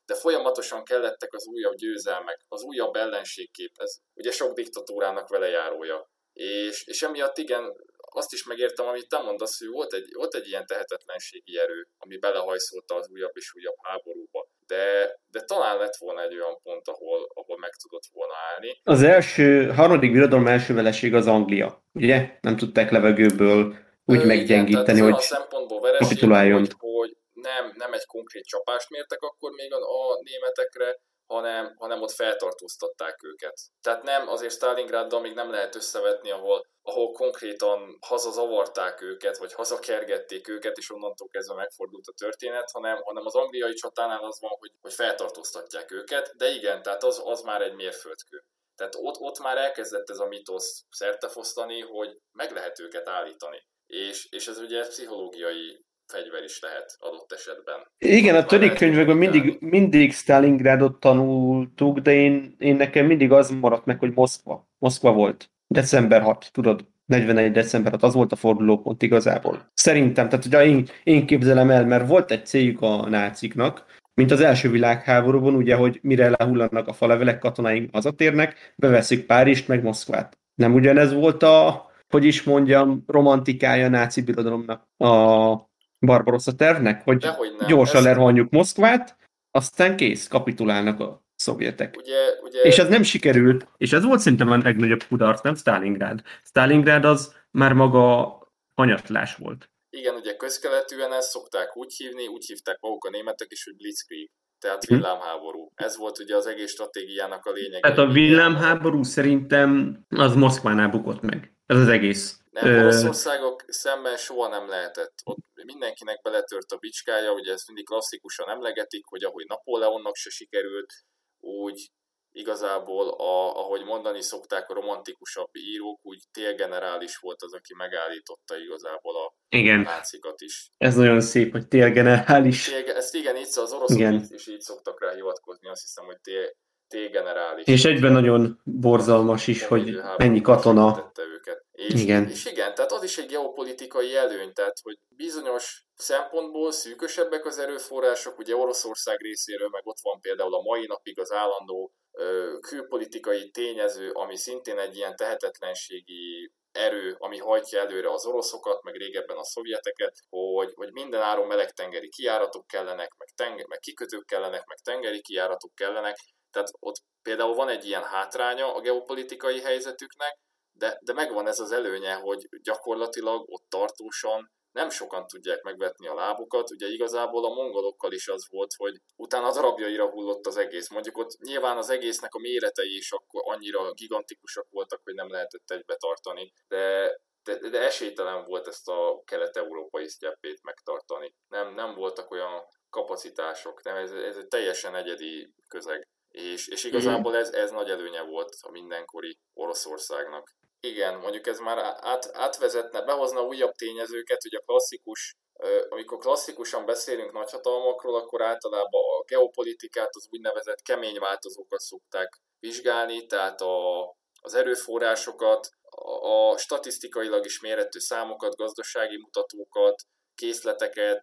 de folyamatosan kellettek az újabb győzelmek, az újabb ellenségkép, ez ugye sok diktatúrának vele járója. És, és emiatt igen, azt is megértem, amit te mondasz, hogy volt egy, volt egy ilyen tehetetlenségi erő, ami belehajszolta az újabb és újabb háborúba. De, de talán lett volna egy olyan pont, ahol, ahol meg tudott volna állni. Az első, harmadik birodalom első veleség az Anglia, ugye? Nem tudták levegőből úgy Ö, meggyengíteni, igen, hogy szempontból vereség, kapituláljon. hogy, hogy nem, nem egy konkrét csapást mértek akkor még a, a németekre, hanem, hanem ott feltartóztatták őket. Tehát nem, azért Stalingráddal még nem lehet összevetni, ahol, ahol konkrétan hazazavarták őket, vagy hazakergették őket, és onnantól kezdve megfordult a történet, hanem, hanem az angliai csatánál az van, hogy, hogy feltartóztatják őket, de igen, tehát az, az már egy mérföldkő. Tehát ott, ott már elkezdett ez a mitosz szertefosztani, hogy meg lehet őket állítani. És, és ez ugye pszichológiai fegyver is lehet adott esetben. Igen, a törekkönyvekben mindig, mindig Stalingrádot tanultuk, de én, én nekem mindig az maradt meg, hogy Moszkva. Moszkva volt. december hatodika, tudod, negyvenegy december hatodika, az volt a fordulópont igazából. Szerintem, tehát ugye én, én képzelem el, mert volt egy céljuk a náciknak, mint az első világháborúban, ugye, hogy mire lehullanak a falevelek, katonáink hazatérnek, beveszik Párizst, meg Moszkvát. Nem ugyanez volt a, hogy is mondjam, romantikája a náci birodalomnak, a Barbarossa tervnek, hogy gyorsan Ez... lerohanjuk Moszkvát, aztán kész, kapitulálnak a szovjetek. Ugye, ugye... És ez nem sikerült, és ez volt szerintem a legnagyobb kudarc, nem Stalingrád. Stalingrád az már maga hanyatlás volt. Igen, ugye közkeletűen ezt szokták úgy hívni, úgy hívták maguk a németek is, hogy Blitzkrieg, tehát villámháború. Ez volt ugye az egész stratégiának a lényege. Tehát a villámháború szerintem az Moszkvánál bukott meg. Ez az egész. Nem, Oroszországok szemben soha nem lehetett. Ott mindenkinek beletört a bicskája, ugye ezt mindig klasszikusan emlegetik, hogy ahogy Napóleonnak se sikerült, úgy igazából, a, ahogy mondani szokták a romantikusabb írók, úgy télgenerális volt az, aki megállította igazából a igen. nácikat is. Ez nagyon szép, hogy télgenerális. Tél, ezt igen, így az oroszok igen. is így szoktak rá hivatkozni, azt hiszem, hogy tél, télgenerális. És egyben nagyon borzalmas is, hogy mennyi katona. Őket. És, igen. és igen, tehát az is egy geopolitikai előny, tehát hogy bizonyos szempontból szűkösebbek az erőforrások, ugye Oroszország részéről meg ott van például a mai napig az állandó ö, külpolitikai tényező, ami szintén egy ilyen tehetetlenségi erő, ami hajtja előre az oroszokat, meg régebben a szovjeteket, hogy, hogy minden áron melegtengeri kijáratok kellenek, meg, tenger, meg kikötők kellenek, meg tengeri kijáratok kellenek, tehát ott például van egy ilyen hátránya a geopolitikai helyzetüknek, de, de megvan ez az előnye, hogy gyakorlatilag ott tartósan nem sokan tudják megvetni a lábukat. Ugye igazából a mongolokkal is az volt, hogy utána darabjaira hullott az egész. Mondjuk ott nyilván az egésznek a méretei is akkor annyira gigantikusak voltak, hogy nem lehetett egybe tartani, de, de, de esélytelen volt ezt a kelet-európai sztyeppét megtartani. Nem, nem voltak olyan kapacitások, nem, ez, ez egy teljesen egyedi közeg. És, és igazából ez, ez nagy előnye volt a mindenkori Oroszországnak. Igen, mondjuk ez már át, átvezetne, behozna újabb tényezőket, ugye a klasszikus, amikor klasszikusan beszélünk nagyhatalmakról, akkor általában a geopolitikát, az úgynevezett kemény változókat szokták vizsgálni, tehát a, az erőforrásokat, a, a statisztikailag is mérhető számokat, gazdasági mutatókat, készleteket,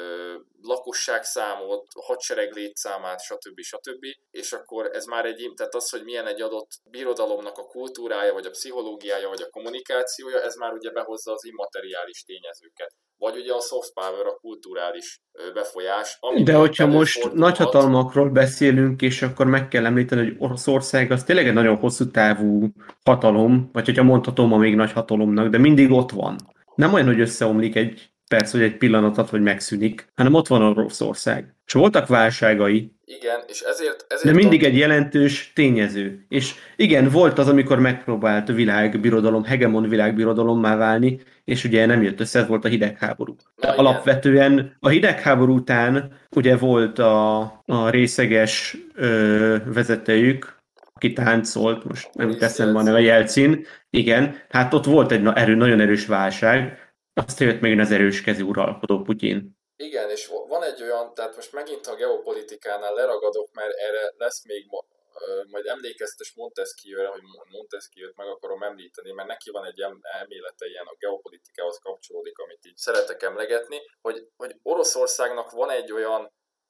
lakosságszámot, hadsereg létszámát, stb. stb. És akkor ez már egy, tehát az, hogy milyen egy adott birodalomnak a kultúrája, vagy a pszichológiája, vagy a kommunikációja, ez már ugye behozza az immateriális tényezőket. Vagy ugye a soft power, a kulturális befolyás. De hogyha most nagyhatalmakról beszélünk, és akkor meg kell említeni, hogy Oroszország az tényleg egy nagyon hosszú távú hatalom, vagy hogyha mondhatom ma még nagy hatalomnak, de mindig ott van. Nem olyan, hogy összeomlik egy persze, hogy egy pillanatot, vagy megszűnik, hanem ott van Oroszország. És voltak válságai. Igen, és ezért... ezért de mindig egy jelentős tényező. És igen, volt az, amikor megpróbált a világbirodalom, hegemon világbirodalommá válni, és ugye nem jött össze, ez volt a hidegháború. De Na, alapvetően a hidegháború után ugye volt a, a részeges ö, vezetőjük, aki táncolt, most nem teszem a neve, Jelcin. Igen, hát ott volt egy erő, nagyon erős válság, aztán jött megint az erős kezű uralkodó Putyin. Igen, és van egy olyan, tehát most megint a geopolitikánál leragadok, mert erre lesz még, majd emlékeztes Montesquieu-re, hogy Montesquieu-t meg akarom említeni, mert neki van egy elmélete, ilyen a geopolitikához kapcsolódik, amit így szeretek emlegetni, hogy, hogy Oroszországnak van egy olyan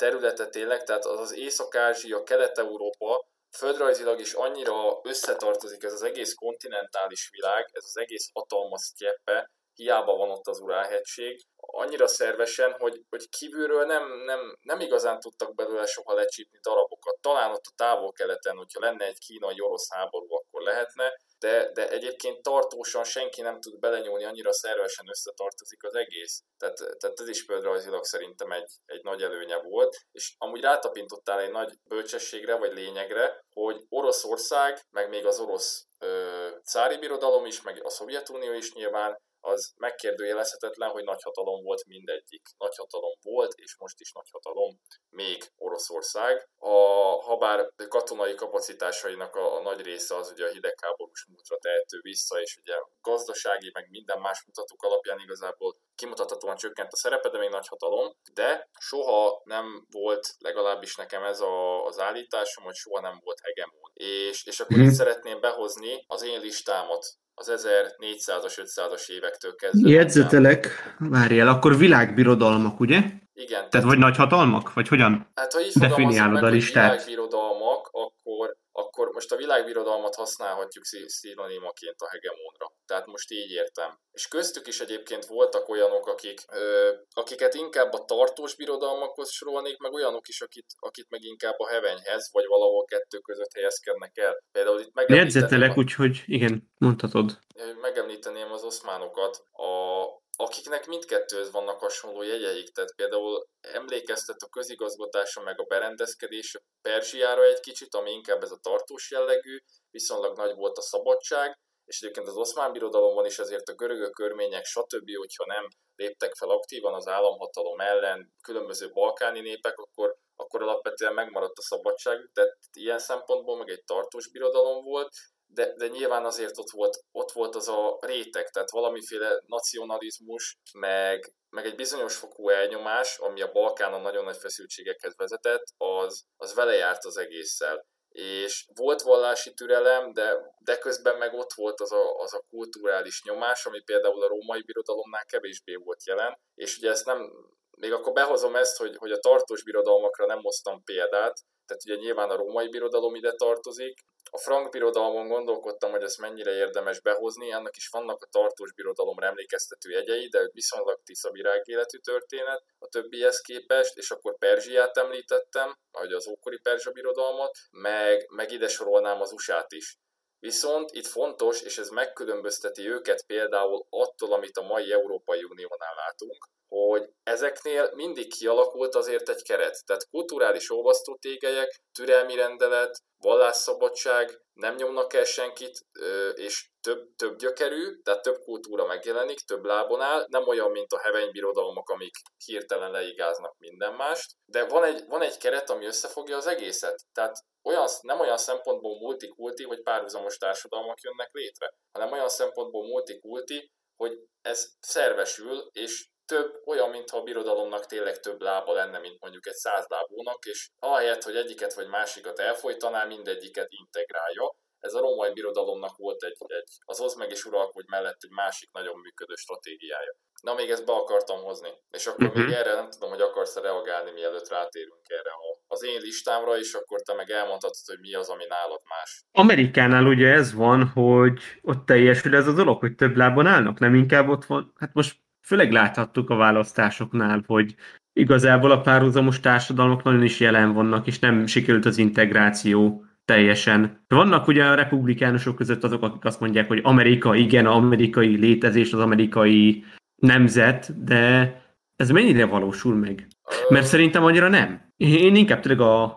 területe tényleg, tehát az az Észak-Ázsia, Kelet-Európa, földrajzilag is annyira összetartozik ez az egész kontinentális világ, ez az egész hatalmas sztyeppe, hiába van ott az Ural-hegység, annyira szervesen, hogy, hogy kívülről nem, nem, nem igazán tudtak belőle soha lecsípni darabokat. Talán ott a távol-keleten, hogyha lenne egy kínai-orosz háború, akkor lehetne, de, de egyébként tartósan senki nem tud belenyúlni, annyira szervesen összetartozik az egész. Tehát, tehát ez is földrajzilag szerintem egy, egy nagy előnye volt, és amúgy rátapintottál egy nagy bölcsességre, vagy lényegre, hogy Oroszország, meg még az orosz ö, cári birodalom is, meg a Szovjetunió is nyilván, az megkérdőjelezhetetlen, hogy nagyhatalom volt mindegyik. Nagyhatalom volt, és most is nagyhatalom, még Oroszország. A, habár katonai kapacitásainak a, a nagy része az ugye a hidegháborús múltra tehető vissza, és ugye gazdasági, meg minden más mutatók alapján igazából kimutathatóan csökkent a szerepe, de még nagyhatalom. De soha nem volt, legalábbis nekem ez a, az állításom, hogy soha nem volt hegemon. És, és akkor mm. itt szeretném behozni az én listámat az ezernégyszázas, ötszázas évektől kezdve. Jegyzetelek, várjál, akkor világbirodalmak, ugye? Igen. Tehát, tehát vagy nagyhatalmak? Vagy hogyan hát, ha így definiálod meg, a listát? Hogy világbirodalmak, akkor, akkor most a világbirodalmat használhatjuk szinonimaként a hegemónra. Tehát most így értem. És köztük is egyébként voltak olyanok, akik, ö, akiket inkább a tartós birodalmakhoz sorolnék, meg olyanok is, akit, akit meg inkább a hevenyhez, vagy valahol kettő között helyezkednek el. Például itt Jegyzetelek, úgyhogy igen, mondhatod. Megemlíteném az oszmánokat, a, akiknek mindkettőhöz vannak hasonló jegyeik, tehát például emlékeztet a közigazgatása meg a berendezkedés a Perzsiára egy kicsit, ami inkább ez a tartós jellegű, viszonylag nagy volt a szabadság, és egyébként az Oszmán Birodalomban is azért a görögök, örmények, stb., hogyha nem léptek fel aktívan az államhatalom ellen, különböző balkáni népek, akkor, akkor alapvetően megmaradt a szabadságuk, tehát ilyen szempontból meg egy tartós birodalom volt, de, de nyilván azért ott volt, ott volt az a réteg, tehát valamiféle nacionalizmus, meg, meg egy bizonyos fokú elnyomás, ami a Balkánon nagyon nagy feszültségekhez vezetett, az, az vele járt az egésszel. És volt vallási türelem, de, de közben meg ott volt az a, az a kulturális nyomás, ami például a római birodalomnál kevésbé volt jelen, és ugye ezt nem, még akkor behozom ezt, hogy, hogy a tartós birodalmakra nem hoztam példát, tehát ugye nyilván a római birodalom ide tartozik. A frank birodalmon gondolkodtam, hogy ezt mennyire érdemes behozni, annak is vannak a tartós birodalomra emlékeztető jegyei, de viszonylag tiszta virágéletű történet a többihez képest, és akkor Perzsiát említettem, ahogy az ókori perzsa birodalmat, meg, meg ide sorolnám az u es á-t is. Viszont itt fontos, és ez megkülönbözteti őket például attól, amit a mai Európai Uniónál látunk, hogy ezeknél mindig kialakult azért egy keret. Tehát kulturális olvasztótégelyek, türelmi rendelet, vallásszabadság, nem nyomnak el senkit, és több, több gyökerű, tehát több kultúra megjelenik, több lábon áll, nem olyan, mint a hevenybirodalmak, amik hirtelen leigáznak minden mást, de van egy, van egy keret, ami összefogja az egészet. Tehát olyan, nem olyan szempontból multikulti, hogy párhuzamos társadalmak jönnek létre, hanem olyan szempontból multikulti, hogy ez szervesül, és több olyan, mintha a birodalomnak tényleg több lába lenne, mint mondjuk egy százlábúnak, és ahelyett, hogy egyiket vagy másikat elfolytaná, mindegyiket integrálja. Ez a római birodalomnak volt egy, egy az oszd meg és uralkodj mellett egy másik nagyon működő stratégiája. Na, még ezt be akartam hozni. És akkor uh-huh. még erre nem tudom, hogy akarsz reagálni, mielőtt rátérünk erre a, az én listámra, és akkor te meg elmondhatod, hogy mi az, ami nálad más. Amerikánál ugye ez van, hogy ott teljesül ez a dolog, hogy több lábon állnak, nem inkább ott van. Hát most főleg láthattuk a választásoknál, hogy igazából a párhuzamos társadalmak nagyon is jelen vannak, és nem sikerült az integráció teljesen. Vannak ugye a republikánusok között azok, akik azt mondják, hogy Amerika, igen, amerikai létezés, az amerikai nemzet, de ez mennyire valósul meg? Mert szerintem annyira nem. Én inkább tényleg a,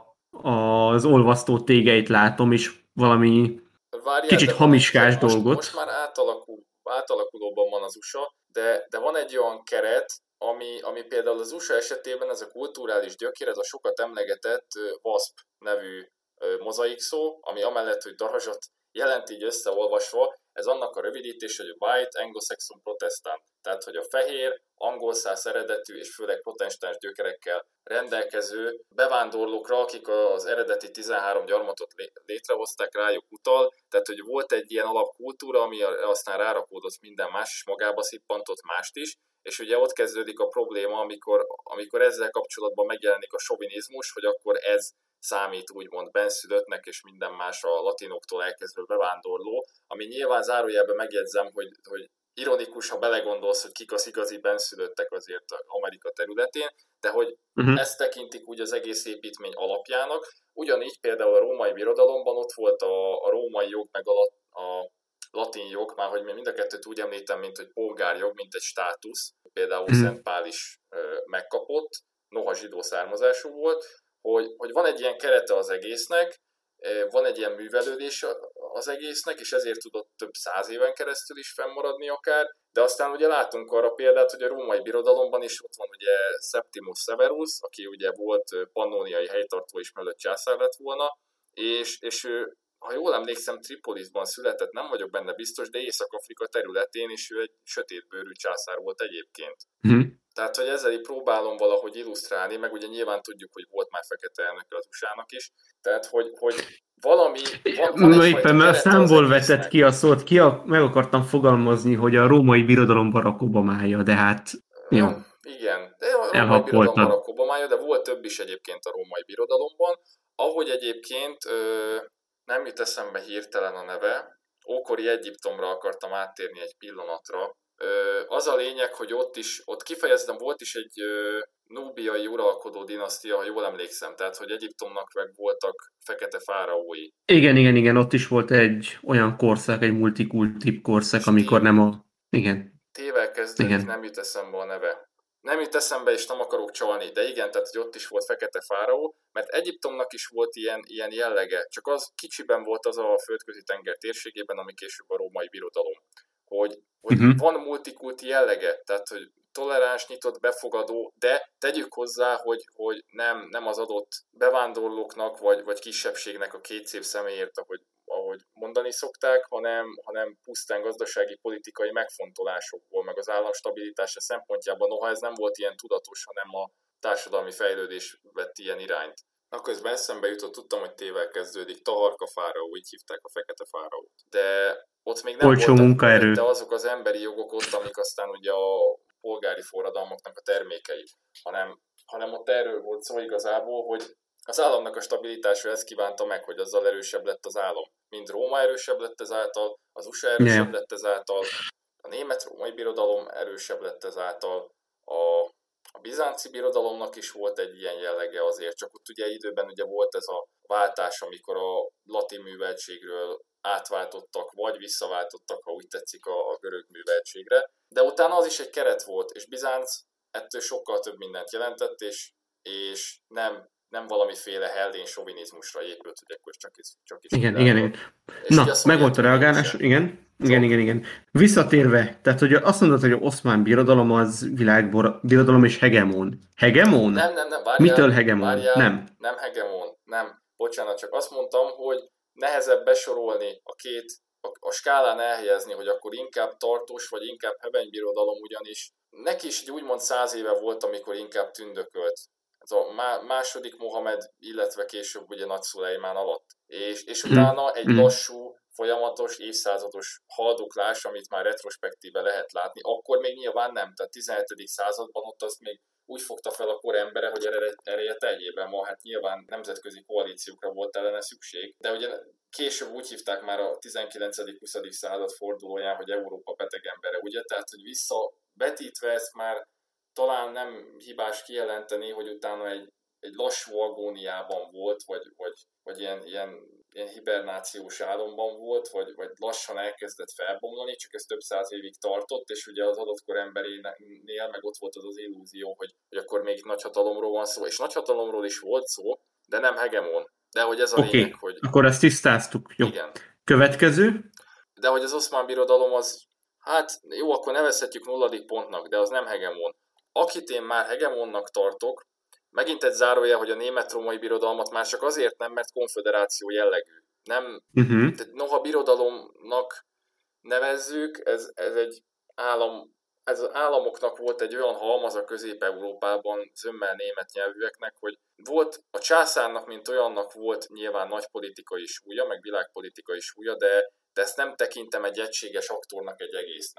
az olvasztó tégeit látom, és valami Várjál, kicsit hamiskás most, dolgot. Most már átalakul, átalakulóban van az u es á, de, de van egy olyan keret, ami, ami például az u es á esetében ez a kulturális gyökér, ez a sokat emlegetett vaszp nevű mozaik szó, ami amellett, hogy darazsat jelent így összeolvasva, ez annak a rövidítés, hogy White Anglo-Saxon Protestant, tehát hogy a fehér, angol-szász eredetű és főleg protestáns gyökerekkel rendelkező bevándorlókra, akik az eredeti tizenhárom gyarmatot létrehozták, rájuk utal, tehát hogy volt egy ilyen alapkultúra, ami aztán rárakódott minden más, és magába szippantott mást is, és ugye ott kezdődik a probléma, amikor, amikor ezzel kapcsolatban megjelenik a sovinizmus, hogy akkor ez számít úgymond benszülöttnek, és minden más a latinoktól elkezdve bevándorló, ami nyilván zárójelben megjegyzem, hogy, hogy ironikus, ha belegondolsz, hogy kik az igazi benszülöttek azért Amerika területén, de hogy uh-huh. ezt tekintik úgy az egész építmény alapjának. Ugyanígy például a római birodalomban ott volt a, a római jog, meg a, a latin jog, már hogy mind a kettőt úgy említem, mint hogy polgárjog, mint egy státusz, például uh-huh. Szent Pál is ö, megkapott, noha zsidó származású volt, hogy, hogy van egy ilyen kerete az egésznek, van egy ilyen művelődés az egésznek, és ezért tudott több száz éven keresztül is fennmaradni akár, de aztán ugye látunk arra példát, hogy a római birodalomban is ott van ugye Septimus Severus, aki ugye volt pannóniai helytartó is, mellett császár lett volna, és, és ő, ha jól emlékszem, Tripolisban született, nem vagyok benne biztos, de Észak-Afrika területén, és ő egy sötétbőrű császár volt egyébként. Mm. Tehát, hogy ezzel így próbálom valahogy illusztrálni, meg ugye nyilván tudjuk, hogy volt már fekete elnöke az u es á-nak is, tehát, hogy, hogy valami... Van, van éppen, mert a számból vetett ki a szót, ki a, meg akartam fogalmazni, hogy a római birodalom Barack Obamája, de hát... Jó. Igen, de a római birodalom Barack Obamája, de volt több is egyébként a római birodalomban, ahogy egyébként ö, nem jut eszembe hirtelen a neve, ókori Egyiptomra akartam áttérni egy pillanatra. Az a lényeg, hogy ott is, ott kifejezetten volt is egy núbiai uralkodó dinasztia, ha jól emlékszem, tehát, hogy Egyiptomnak meg voltak fekete fáraói. Igen, igen, igen, ott is volt egy olyan korszak, egy multikultív korszak, és amikor tév... nem a... Igen. Tével kezdődik, nem jut eszembe a neve. Nem jut eszembe, és nem akarok csalni, de igen, tehát, hogy ott is volt fekete fáraó, mert Egyiptomnak is volt ilyen, ilyen jellege, csak az kicsiben volt az a földközi tenger térségében, ami később a római birodalom. Hogy, hogy uh-huh. van multikulti jellege, tehát hogy toleráns, nyitott, befogadó, de tegyük hozzá, hogy, hogy nem, nem az adott bevándorlóknak vagy, vagy kisebbségnek a két szép személyért, ahogy, ahogy mondani szokták, hanem, hanem pusztán gazdasági, politikai megfontolásokból, meg az állam stabilitása szempontjában, noha ez nem volt ilyen tudatos, hanem a társadalmi fejlődés vett ilyen irányt. Na, közben eszembe jutott, tudtam, hogy tével kezdődik, Taharka fáraó, így hívták a fekete fáraót. De ott még nem olcsó munkaerő. De azok az emberi jogok ott, amik aztán ugye a polgári forradalmaknak a termékei, hanem, hanem ott erről volt szó igazából, hogy az államnak a stabilitása ezt kívánta meg, hogy azzal erősebb lett az állam. Mind Róma erősebb lett ezáltal, az u es á erősebb yeah. lett ezáltal, a német-római birodalom erősebb lett ezáltal, a A bizánci birodalomnak is volt egy ilyen jellege azért, csak ott ugye időben ugye volt ez a váltás, amikor a latin műveltségről átváltottak, vagy visszaváltottak, ha úgy tetszik, a, a görög műveltségre. De utána az is egy keret volt, és Bizánc ettől sokkal több mindent jelentett, és, és nem, nem valamiféle hellén sovinizmusra épült, hogy akkor csak is... Csak is igen, igen, igen. Na, meg volt a reagálás, igen. Igen, igen, igen. Visszatérve, tehát hogy azt mondod, hogy az Oszmán birodalom az világbirodalom és hegemon. Hegemon? Nem, nem, nem, várjál. Mitől hegemon? Várjál, nem. Nem hegemon, nem. Bocsánat, csak azt mondtam, hogy nehezebb besorolni a két, a, a skálán elhelyezni, hogy akkor inkább tartós, vagy inkább hevenybirodalom, ugyanis neki is úgymond száz éve volt, amikor inkább tündökölt. Ez a második Mohamed, illetve később ugye Nagy Szulejmán alatt. És, és utána egy lassú, folyamatos, évszázados haldoklás, amit már retrospektíve lehet látni, akkor még nyilván nem. Tehát tizenhetedik században ott azt még úgy fogta fel a kor embere, hogy ereje teljében ma, hát nyilván nemzetközi koalíciókra volt ellene szükség, de ugye később úgy hívták már a tizenkilencedik-huszadik század fordulóján, hogy Európa beteg embere, ugye? Tehát, hogy visszavetítve ezt már talán nem hibás kijelenteni, hogy utána egy, egy lassú agóniában volt, vagy, vagy, vagy ilyen, ilyen, ilyen hibernációs álomban volt, vagy, vagy lassan elkezdett felbomlani, csak ez több száz évig tartott, és ugye az adott kor emberénél meg ott volt az az illúzió, hogy, hogy akkor még nagyhatalomról van szó, és nagyhatalomról is volt szó, de nem hegemon. De hogy ez a okay. lényeg, hogy... akkor ezt tisztáztuk. Jó. Igen. Következő? De hogy az Oszmán birodalom az, hát jó, akkor nevezhetjük nulladik pontnak, de az nem hegemon. Akit én már hegemonnak tartok, megint egy zárójel, hogy a német-római birodalmat már csak azért nem, mert konföderáció jellegű. Nem, uh-huh. tehát noha birodalomnak nevezzük, ez, ez egy állam, ez az államoknak volt egy olyan halmaz a Közép-Európában, zömmel német nyelvűeknek, hogy volt a császárnak, mint olyannak volt nyilván nagy politikai súlya, meg világpolitikai súlya, de, de ezt nem tekintem egy egységes aktornak, egy egésznek.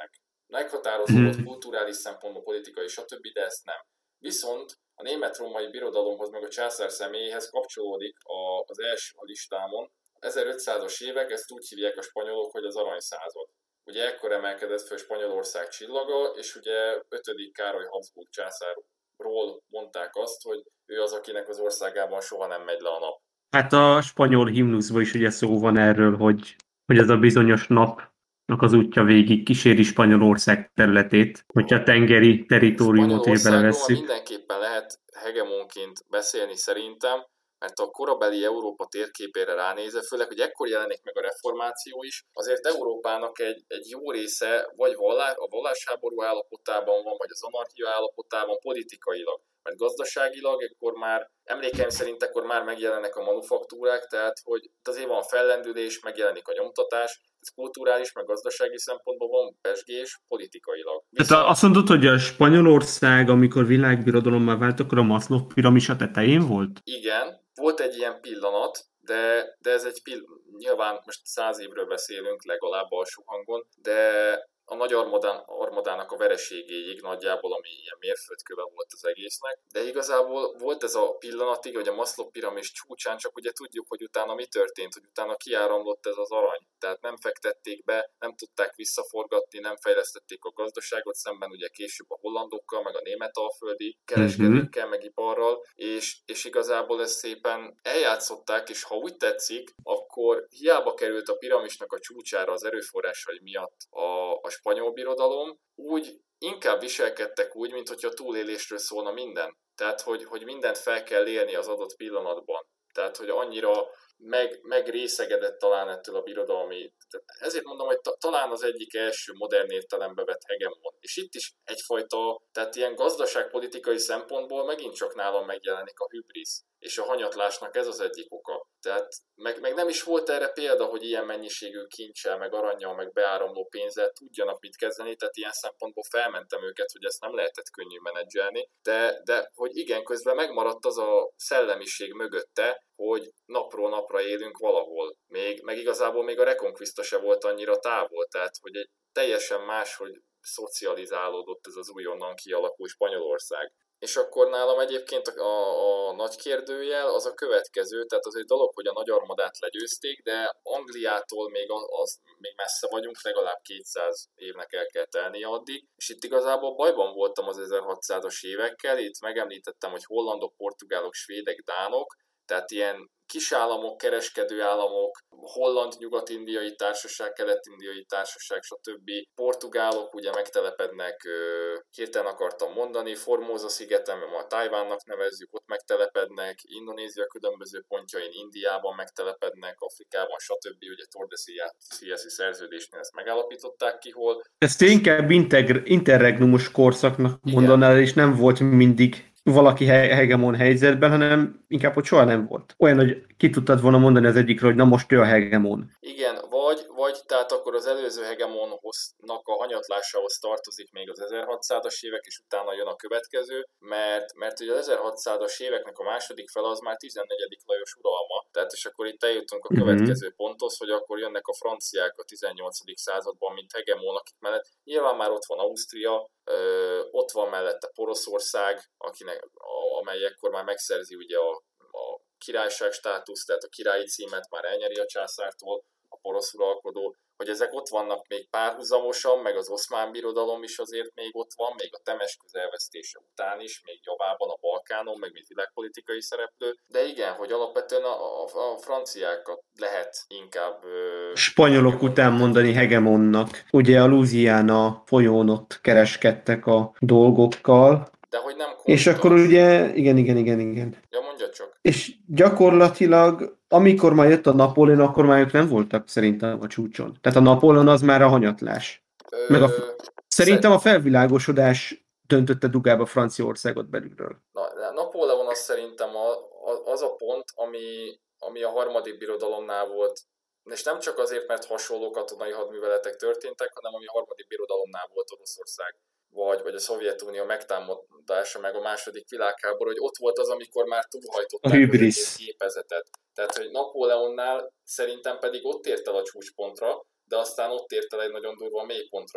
meghatározó volt kulturális szempontból, politikai, stb., de ezt nem. Viszont a német-római birodalomhoz, meg a császár személyéhez kapcsolódik a, az első a listámon. ezerötszázas évek, ezt úgy hívják a spanyolok, hogy az aranyszázad. Ugye ekkor emelkedett fel Spanyolország csillaga, és ugye ötödik Károly Habsburg császárról mondták azt, hogy ő az, akinek az országában soha nem megy le a nap. Hát a spanyol himnuszban is ugye szó van erről, hogy, hogy ez a bizonyos napnak az útja végig kíséri Spanyolország területét, hogyha a tengeri teritoriumot is belevesszük. Mindenképpen lehet hegemonként beszélni szerintem, mert a korabeli Európa térképére ránézve, főleg, hogy ekkor jelenik meg a reformáció is, azért Európának egy, egy jó része vagy vallás, a vallásháború állapotában van, vagy az anarchia állapotában politikailag. Mert gazdaságilag akkor már, emlékeim szerint akkor már megjelennek a manufaktúrák, tehát hogy azért van a fellendülés, megjelenik a nyomtatás, ez kulturális, meg gazdasági szempontból van pezsgés politikailag. Viszont... Tehát azt mondod, hogy a Spanyolország, amikor világbirodalommá vált, akkor a Maslow piramis a tetején volt? Igen, volt egy ilyen pillanat, de, de ez egy pillanat, nyilván most száz évről beszélünk legalább alsó hangon, de a nagy armadán, armadának a vereségéig nagyjából, ami ilyen mérföldköve volt az egésznek. De igazából volt ez a pillanatig, hogy a Maslow piramis csúcsán, csak ugye tudjuk, hogy utána mi történt, hogy utána kiáramlott ez az arany. Tehát nem fektették be, nem tudták visszaforgatni, nem fejlesztették a gazdaságot, szemben ugye később a hollandokkal, meg a németalföldi kereskedőkkel, mm-hmm. meg iparral, és, és igazából ezt szépen eljátszották, és ha úgy tetszik, akkor hiába került a piramisnak a csúcsára az erőforrásai miatt a, a spanyol birodalom, úgy inkább viselkedtek úgy, mint hogyha túlélésről szólna minden. Tehát, hogy, hogy mindent fel kell élni az adott pillanatban. Tehát, hogy annyira meg, megrészegedett talán ettől a birodalmi. Ezért mondom, hogy ta, talán az egyik első modern értelembe vett hegemon. És itt is egyfajta, tehát ilyen gazdaságpolitikai szempontból megint csak nálam megjelenik a hübrisz. És a hanyatlásnak ez az egyik oka. Tehát meg, meg nem is volt erre példa, hogy ilyen mennyiségű kincsel, meg arannyal, meg beáramló pénzzel tudjanak mit kezdeni, tehát ilyen szempontból felmentem őket, hogy ezt nem lehetett könnyű menedzselni, de, de hogy igen, közben megmaradt az a szellemiség mögötte, hogy napról napra élünk valahol. Még, meg igazából még a Reconquista se volt annyira távol, tehát hogy egy teljesen más, hogy szocializálódott ez az újonnan kialakult Spanyolország. És akkor nálam egyébként a, a, a nagy kérdőjel az a következő, tehát az egy dolog, hogy a nagy armadát legyőzték, de Angliától még, az, még messze vagyunk, legalább kétszáz évnek el kell telnie addig, és itt igazából bajban voltam az ezerhatszázas évekkel, itt megemlítettem, hogy hollandok, portugálok, svédek, dánok, tehát ilyen kisállamok, kereskedő államok, holland nyugat-indiai társaság, kelet-indiai társaság, stb. Portugálok ugye megtelepednek, hirtelen akartam mondani, Formosa szigeten, mert ma Tajvánnak nevezzük, ott megtelepednek, Indonézia különböző pontjain, Indiában megtelepednek, Afrikában, stb. Ugye Tordesillas-i szerződésnél ezt megállapították ki, hol. Ezt inkább integr- interregnumos korszaknak mondanál, és nem volt mindig valaki he- hegemon helyzetben, hanem inkább, hogy soha nem volt. Olyan, hogy ki tudtad volna mondani az egyikről, hogy na most ő a hegemon. Igen, vagy, vagy tehát akkor az előző hegemonnak a hanyatlásához tartozik még az ezerhatszázas évek, és utána jön a következő, mert, mert ugye az ezerhatszázas éveknek a második fele az már tizennegyedik Lajos uralma, tehát és akkor itt eljutunk a következő mm-hmm. ponthoz, hogy akkor jönnek a franciák a tizennyolcadik században, mint hegemon, akik mellett nyilván már ott van Ausztria, Ö, ott van mellette Poroszország, akinek, a, amely ekkor már megszerzi ugye a, a királyság státuszt, tehát a királyi címet már elnyeri a császártól, a porosz uralkodó, hogy ezek ott vannak még párhuzamosan, meg az Oszmán Birodalom is azért még ott van, még a Temesköz elvesztése után is, még javában a Balkánon, meg mint világpolitikai szereplő, de igen, hogy alapvetően a, a, a franciákat lehet inkább... Ö, spanyolok hegemon. Után mondani hegemonnak. Ugye a Louisiana folyón ott kereskedtek a dolgokkal. De hogy nem és akkor ugye, igen, igen, igen, igen. Ja, mondja csak. És gyakorlatilag, amikor már jött a Napóleon, akkor már ők nem voltak szerintem a csúcson. Tehát a Napóleon az már a hanyatlás. Ö... Meg a, szerintem a felvilágosodás döntötte dugába Franciaországot belülről. Na, Napóleon az szerintem a, a, az a pont, ami, ami a harmadik birodalomnál volt, és nem csak azért, mert hasonló katonai hadműveletek történtek, hanem ami a harmadik birodalomnál volt Oroszország, vagy, vagy a Szovjetunió megtámadása, meg a második világháború, hogy ott volt az, amikor már túlhajtották a hübrisz gépezetet. Tehát, hogy Napóleonnál szerintem pedig ott ért el a csúcspontra, de aztán ott ért el egy nagyon durva mélypontra is.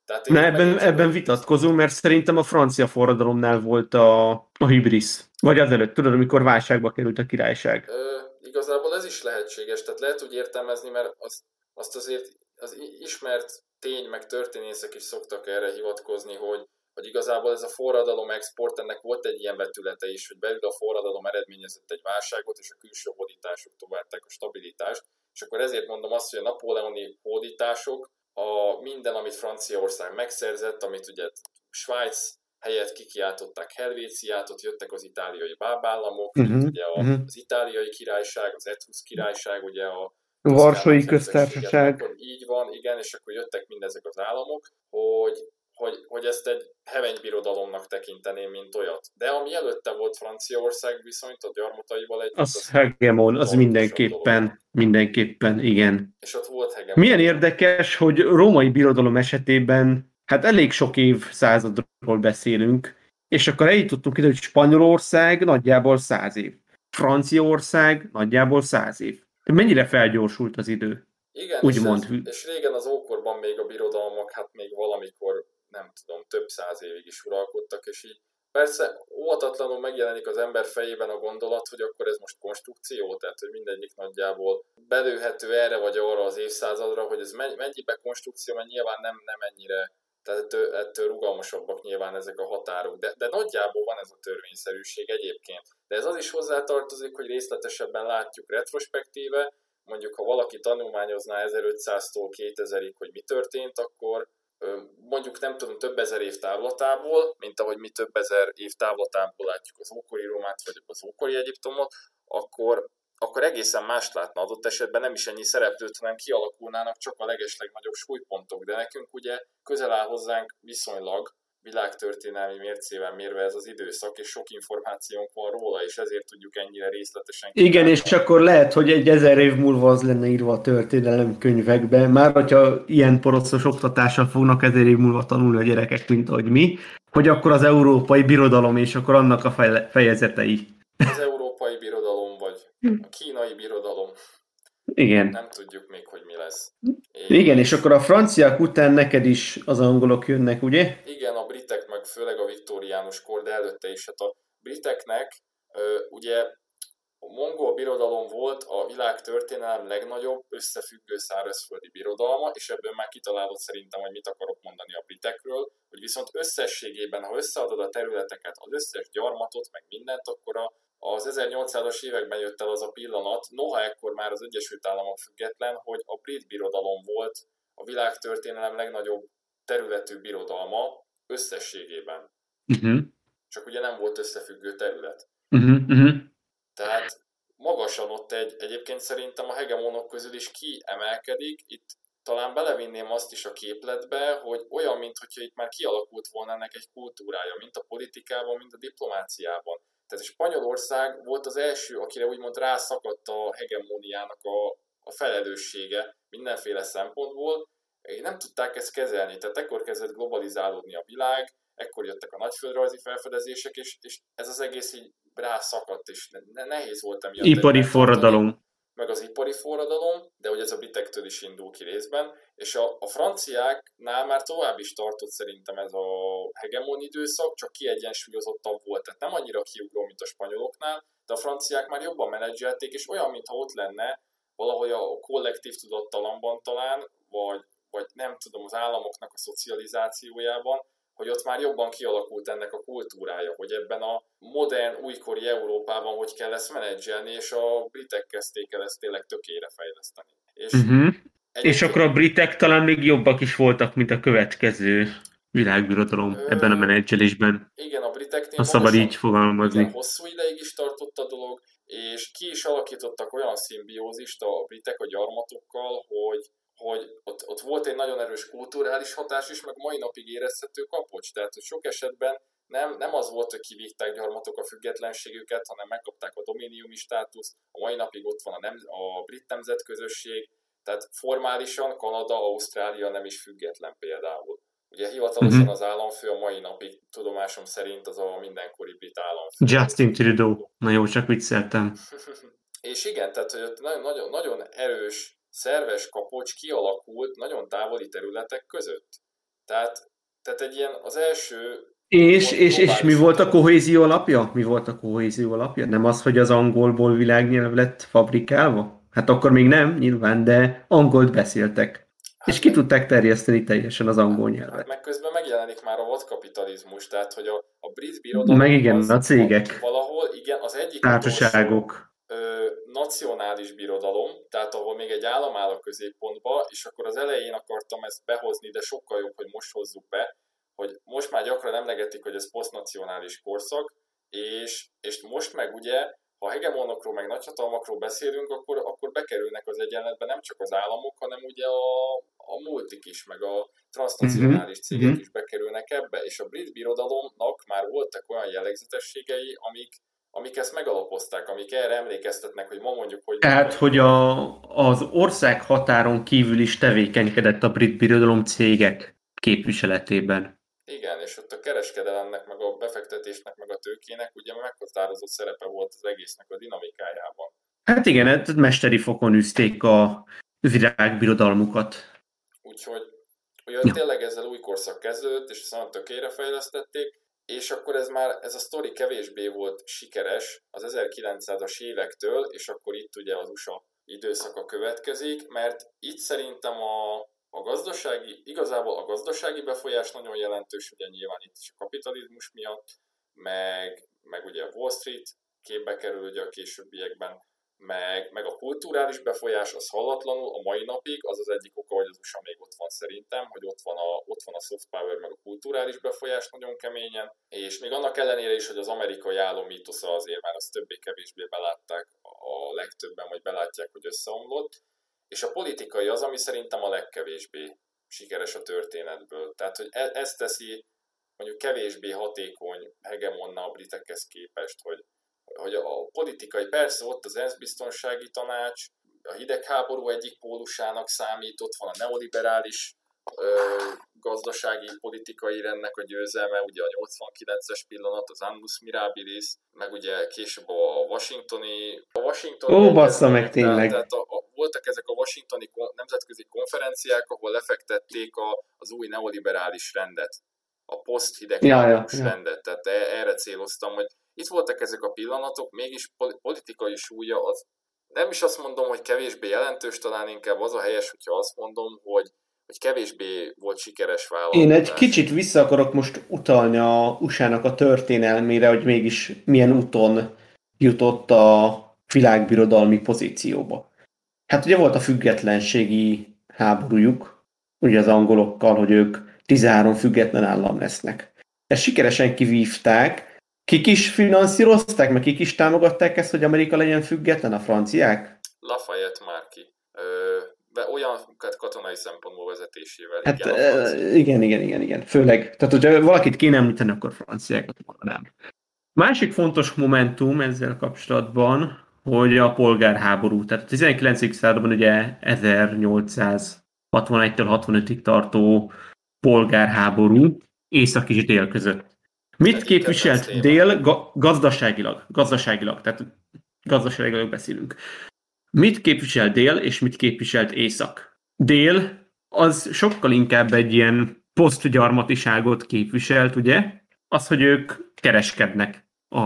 Tehát én Na itt ebben, megint csak ebben úgy... vitatkozom, mert szerintem a francia forradalomnál volt a, a hibris. Vagy azelőtt, tudod, amikor válságba került a királyság. Ö, igazából ez is lehetséges, tehát lehet úgy értelmezni, mert azt, azt azért az ismert tény, meg történészek is szoktak erre hivatkozni, hogy, hogy igazából ez a forradalom export, ennek volt egy ilyen vetülete is, hogy belül a forradalom eredményezett egy válságot, és a külső hódítások továbbták a stabilitást, és akkor ezért mondom azt, hogy a napóleoni hódítások, a minden, amit Franciaország megszerzett, amit ugye Svájc helyett kikiáltották Helvéciát, ott jöttek az itáliai bábállamok, mint Uh-huh, ugye uh-huh. az itáliai királyság, az Etrusz királyság, ugye a Toszkán Varsói nagyhercegséget, köztársaság. akkor így van, igen, és akkor jöttek mindezek az államok, hogy, hogy, hogy ezt egy hevenybirodalomnak tekinteném, mint olyat. De ami előtte volt Franciaország viszont a gyarmataival együtt, Az az hegemon, az tartósabb dolog volt. mindenképpen, mindenképpen, igen. És ott volt hegemon. Milyen érdekes, hogy római birodalom esetében hát elég sok évszázadról beszélünk, és akkor eljutottunk ide, hogy Spanyolország nagyjából száz év. Franciaország nagyjából száz év. Mennyire felgyorsult az idő? Igen, és, Úgymond. ez, és régen az ókorban még a birodalmak, hát még valamikor, nem tudom, több száz évig is uralkodtak, és így persze óvatatlanul megjelenik az ember fejében a gondolat, hogy akkor ez most konstrukció, tehát hogy mindegyik nagyjából belőhető erre vagy arra az évszázadra, hogy ez mennyibe konstrukció, mert nyilván nem, nem ennyire, tehát ettől, ettől rugalmasabbak nyilván ezek a határok, de, de nagyjából van ez a törvényszerűség egyébként. De ez az is hozzátartozik, hogy részletesebben látjuk retrospektíve, mondjuk ha valaki tanulmányozná ezerötszáztól kétezerig, hogy mi történt, akkor mondjuk nem tudom, több ezer év távlatából, mint ahogy mi több ezer év távlatából látjuk az ókori Rómát, vagy az ókori Egyiptomot, akkor, akkor egészen mást látna adott esetben, nem is ennyi szereplőt, hanem kialakulnának csak a legeslegnagyobb súlypontok, de nekünk ugye közel áll hozzánk viszonylag világtörténelmi mércével mérve ez az időszak, és sok információnk van róla, és ezért tudjuk ennyire részletesen Igen, és akkor lehet, hogy egy ezer év múlva az lenne írva a történelem könyvekbe, már hogyha ilyen poroszos oktatással fognak ezer év múlva tanulni a gyerekek, mint ahogy mi, hogy akkor az európai birodalom és akkor annak a fejezetei. Az európai birodalom, vagy a kínai birodalom. Igen. Nem tudjuk még, hogy mi lesz. Igen, és akkor a franciák után neked is az angolok jönnek, ugye? Igen, a britek, meg főleg a viktóriánus kor, de előtte is. Hát a briteknek ugye a mongol birodalom volt a világ történelem legnagyobb összefüggő szárazföldi birodalma, és ebből már kitalálod szerintem, hogy mit akarok mondani a britekről, hogy viszont összességében, ha összeadod a területeket, az összes gyarmatot, meg mindent, akkor a az ezernyolcszázas években jött el az a pillanat, noha ekkor már az Egyesült Államok független, hogy a brit birodalom volt a világtörténelem legnagyobb területű birodalma összességében. Uh-huh. Csak ugye nem volt összefüggő terület. Uh-huh. Uh-huh. Tehát magasan ott egy, egyébként szerintem a hegemonok közül is kiemelkedik. Itt talán belevinném azt is a képletbe, hogy olyan, mintha itt már kialakult volna ennek egy kultúrája, mint a politikában, mint a diplomáciában. Tehát Spanyolország volt az első, akire úgymond rászakadt a hegemóniának a, a felelőssége mindenféle szempontból, és nem tudták ezt kezelni, tehát ekkor kezdett globalizálódni a világ, ekkor jöttek a nagyföldrajzi felfedezések, és, és ez az egész így rászakadt, és ne, nehéz volt emiatt. Ipari forradalom. Meg az ipari forradalom, de hogy ez a britektől is indul ki részben, és a, a franciáknál már tovább is tartott szerintem ez a hegemon időszak, csak kiegyensúlyozottabb volt, tehát nem annyira kiugró, mint a spanyoloknál, de a franciák már jobban menedzselték, és olyan, mintha ott lenne valahogy a kollektív tudattalamban talán, vagy, vagy nem tudom, az államoknak a szocializációjában, hogy ott már jobban kialakult ennek a kultúrája, hogy ebben a modern, újkori Európában hogy kell ezt menedzselni, és a britek kezdték el ezt tényleg tökére fejleszteni. És, uh-huh. és akkor a britek talán még jobbak is voltak, mint a következő világbirodalom ö... ebben a menedzselésben. Igen, a briteknél ha szabad így fogalmazni. Igen, hosszú ideig is tartott a dolog, és ki is alakítottak olyan szimbiózist a britek a gyarmatokkal, hogy hogy ott, ott volt egy nagyon erős kulturális hatás is, meg mai napig érezhető kapocs. Tehát, hogy sok esetben nem, nem az volt, hogy kivívták gyarmatok a függetlenségüket, hanem megkapták a dominiumi státuszt. A mai napig ott van a, nem, a brit nemzetközösség, tehát formálisan Kanada, Ausztrália nem is független például. Ugye hivatalosan uh-huh. az államfő a mai napig, tudomásom szerint az a mindenkori brit államfő. Justin Trudeau. Na jó, csak vicceltem. És igen, tehát hogy ott nagyon, nagyon, nagyon erős szerves kapocs kialakult nagyon távoli területek között. Tehát, tehát egy ilyen az első... És, és, és mi volt a kohézió alapja? Mi volt a kohézió alapja? Nem az, hogy az angolból világnyelv lett fabrikálva? Hát akkor még nem, nyilván, de angolt beszéltek. Hát és ki meg, tudták terjeszteni teljesen az angol nyelvet. Hát meg közben megjelenik már a vadkapitalizmus, tehát hogy a, a brit birodalom meg igen, az a cégek. valahol, igen, az egyik társaságok. Ö, nacionális birodalom, tehát ahol még egy állam áll a középpontba, és akkor az elején akartam ezt behozni, de sokkal jobb, hogy most hozzuk be, hogy most már gyakran emlegetik, hogy ez posztnacionális korszak, és, és most meg ugye, ha hegemonokról meg nagyhatalmakról beszélünk, akkor, akkor bekerülnek az egyenletbe nem csak az államok, hanem ugye a, a multik is, meg a transznacionális uh-huh. cégek uh-huh. is bekerülnek ebbe, és a brit birodalomnak már voltak olyan jellegzetességei, amik, amik ezt megalapozták, amik erre emlékeztetnek, hogy ma mondjuk, hogy... Tehát, hogy a, az ország határon kívül is tevékenykedett a brit birodalom cégek képviseletében. Igen, és ott a kereskedelemnek, meg a befektetésnek, meg a tőkének ugye meghatározott szerepe volt az egésznek a dinamikájában. Hát igen, mesteri fokon üzték a virágbirodalmukat. Úgyhogy ugye ja. tényleg ezzel új korszak kezdődött, és aztán tökére fejlesztették, és akkor ez már, ez a sztori kevésbé volt sikeres az ezerkilencszázas évektől, és akkor itt ugye az u es á időszaka következik, mert itt szerintem a, a gazdasági, igazából a gazdasági befolyás nagyon jelentős, ugye nyilván itt is a kapitalizmus miatt, meg, meg ugye a Wall Street képbe kerül ugye a későbbiekben, meg, meg a kulturális befolyás az hallatlanul a mai napig, az az egyik oka, hogy az u es á még ott van szerintem, hogy ott van, a, ott van a soft power, meg a kulturális befolyás nagyon keményen, és még annak ellenére is, hogy az amerikai álom mítosza azért már azt többé-kevésbé belátták a legtöbben, vagy belátják, hogy összeomlott, és a politikai az, ami szerintem a legkevésbé sikeres a történetből. Tehát, hogy ez, ez teszi mondjuk kevésbé hatékony hegemonna a britekhez képest, hogy hogy a politikai, persze ott az ENSZ biztonsági tanács, a hidegháború egyik pólusának számít, ott van a neoliberális ö, gazdasági politikai rendnek a győzelme, ugye a nyolcvankilences pillanat, az Annus Mirabilis, meg ugye később a washingtoni... A washingtoni Ó, bassza meg tényleg! Tehát a, a, voltak ezek a washingtoni kon, nemzetközi konferenciák, ahol lefektették a, az új neoliberális rendet, a poszt-hidegháborús ja, ja, ja. rendet, tehát erre céloztam, hogy itt voltak ezek a pillanatok, mégis politikai súlya az, nem is azt mondom, hogy kevésbé jelentős, talán inkább az a helyes, hogyha azt mondom, hogy, hogy kevésbé volt sikeres vállalkozás. Én egy kicsit vissza akarok most utalni a u es á-nak a történelmére, hogy mégis milyen úton jutott a világbirodalmi pozícióba. Hát ugye volt a függetlenségi háborújuk, ugye az angolokkal, hogy ők tizenhárom független állam lesznek. Ezt sikeresen kivívták. Kik is finanszírozták, meg kik is támogatták ezt, hogy Amerika legyen független, a franciák? Lafayette már ki. Ö, olyan katonai szempontból vezetésével. Hát igen, igen, igen, igen, igen. Főleg. Tehát, hogyha valakit kéne említeni, akkor franciákat mondanám. Másik fontos momentum ezzel kapcsolatban, hogy a polgárháború. Tehát a tizenkilencedik században ugye ezernyolcszázhatvanegytől hatvanötig tartó polgárháború észak és dél között. Mit képviselt dél ga- gazdaságilag? Gazdaságilag, tehát gazdaságilag beszélünk. Mit képvisel dél, és mit képviselt észak? Dél az sokkal inkább egy ilyen posztgyarmatiságot képviselt, ugye? Az, hogy ők kereskednek a,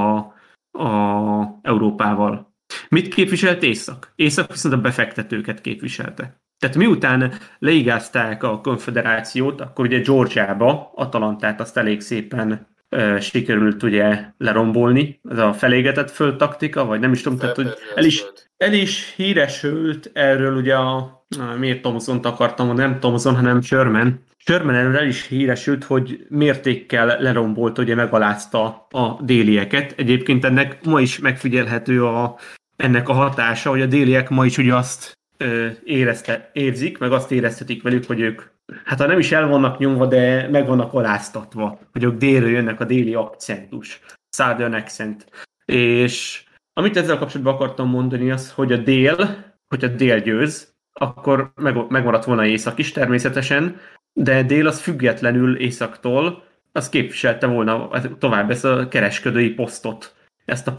a Európával. Mit képviselt észak? Észak viszont a befektetőket képviselte. Tehát miután leigázták a konfederációt, akkor ugye Georgiába, Atalantát azt elég szépen uh, sikerült ugye lerombolni. Ez a felégetett föld taktika, vagy nem is tudom, tehát hogy el is, el is híresült erről ugye a, miért Thomson-t akartam mondani, nem Thomson, hanem Sherman. Sherman erről el is híresült, hogy mértékkel lerombolt, ugye megalázta a délieket. Egyébként ennek ma is megfigyelhető a, ennek a hatása, hogy a déliek ma is ugye azt érezte, érzik, meg azt éreztetik velük, hogy ők, hát ha nem is el vannak nyomva, de meg vannak aláztatva, hogy ők délről jönnek, a déli akcentus, Southern accent. És amit ezzel kapcsolatban akartam mondani az, hogy a dél, hogyha dél győz, akkor meg, megmaradt volna észak is természetesen, de dél az függetlenül északtól, az képviselte volna tovább ezt a kereskedői posztot, ezt a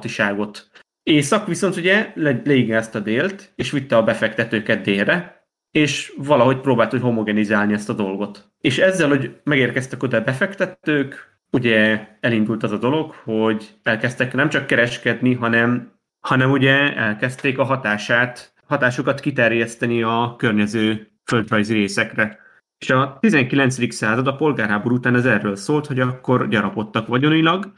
posztgyarmatiságot. Észak viszont ugye le, leigázta délt, és vitte a befektetőket délre, és valahogy próbált, hogy homogenizálni ezt a dolgot. És ezzel, hogy megérkeztek oda a befektetők, ugye elindult az a dolog, hogy elkezdtek nem csak kereskedni, hanem, hanem ugye elkezdték a hatását, hatásukat kiterjeszteni a környező földrajzi részekre. És a tizenkilencedik század a polgárháború után ez erről szólt, hogy akkor gyarapodtak vagyonilag,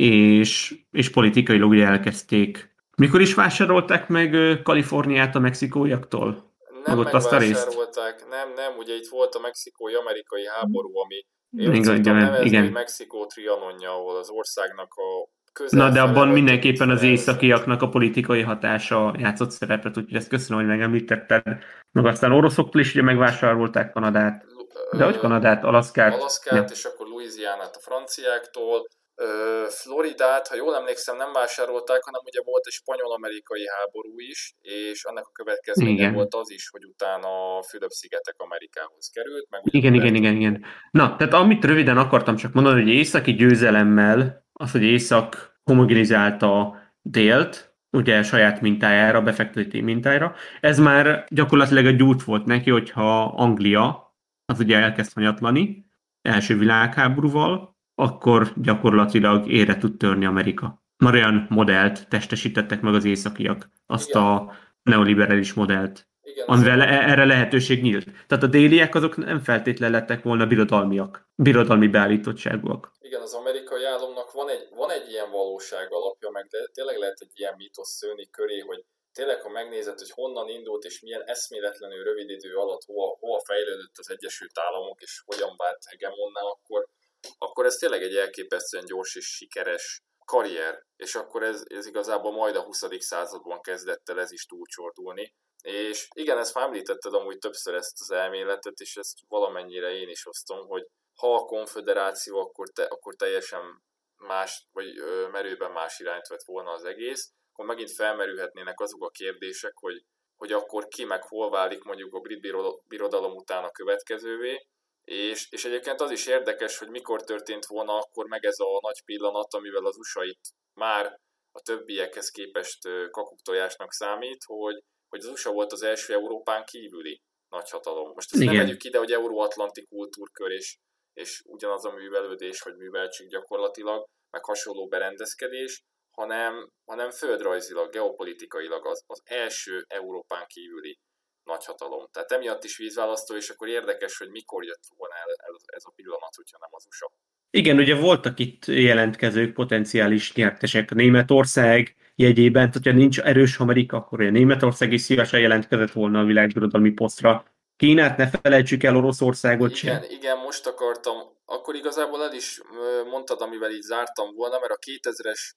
és, és politikailag ugye elkezdték. Mikor is vásárolták meg ö, Kaliforniát a mexikóiaktól? Meg Nem ott azt a részt? megvásárolták, nem, nem, ugye itt volt a mexikói-amerikai háború, ami én úgy Igen, szoktam igen, nevezni, hogy igen. Mexikó trianonja, ahol az országnak a Na, közel de fele abban vagy több mint mindenképpen az fele elveszett. északiaknak a politikai hatása játszott szerepet, úgyhogy ezt köszönöm, hogy megemlítetted. Meg aztán oroszoktól is ugye megvásárolták Kanadát. Lu- De hogy ö, Kanadát, Alaszkát? Alaszkát, Ja. és akkor Louisianát a franciáktól, Ö, Floridát, ha jól emlékszem, nem vásárolták, hanem ugye volt egy spanyol-amerikai háború is, és annak a következménye Igen. volt az is, hogy utána a Fülöp-szigetek Amerikához került, meg ugye Igen, igen, igen, Puerto igen. Na, tehát amit röviden akartam csak mondani, hogy északi győzelemmel, az, hogy észak homogenizálta délt, ugye saját mintájára, befektetői mintájára, ez már gyakorlatilag egy út volt neki, hogyha Anglia, az ugye elkezd hanyatlani, első világháborúval, akkor gyakorlatilag ére tud törni Amerika. Már olyan modellt testesítettek meg az északiak, azt Igen, a neoliberális modellt, igen, az, amivel e- erre lehetőség nyílt. Tehát a déliek azok nem feltétlenül lettek volna birodalmiak, birodalmi beállítottságúak. igen, az amerikai államnak van egy, van egy ilyen valóság alapja, meg de tényleg lehet egy ilyen mítosz szőni köré, hogy tényleg, ha megnézed, hogy honnan indult, és milyen eszméletlenül rövid idő alatt hova, hova fejlődött az Egyesült Államok, és hogyan vált hegemonná, akkor, akkor ez tényleg egy elképesztően gyors és sikeres karrier, és akkor ez, ez igazából majd a huszadik században kezdett el ez is túlcsordulni. És igen, ezt már említetted amúgy többször ezt az elméletet, és ezt valamennyire én is osztom, hogy ha a konföderáció, akkor, te, akkor teljesen más, vagy ö, merőben más irányt vett volna az egész, akkor megint felmerülhetnének azok a kérdések, hogy, hogy akkor ki meg hol válik mondjuk a brit birodalom után a következővé, és, és egyébként az is érdekes, hogy mikor történt volna akkor meg ez a nagy pillanat, amivel az u es á itt már a többiekhez képest kakuktojásnak számít, hogy, hogy az u es á volt az első Európán kívüli nagyhatalom. Most ezt nem Igen. vegyük ide, hogy euróatlanti kultúrkör és, és ugyanaz a művelődés vagy műveltség gyakorlatilag, meg hasonló berendezkedés, hanem, hanem földrajzilag, geopolitikailag az, az első Európán kívüli nagyhatalom. Tehát emiatt is vízválasztó, és akkor érdekes, hogy mikor jött volna el, el ez a pillanat, hogyha nem az u es á. Igen, ugye voltak itt jelentkezők, potenciális nyertesek. Németország jegyében, tehát ha nincs erős Amerika, akkor ugye Németország is szívesen jelentkezett volna a világbirodalmi posztra. Kínát ne felejtsük el, Oroszországot Igen, se. igen, most akartam, akkor igazából el is mondtad, amivel így zártam volna, mert a kétezres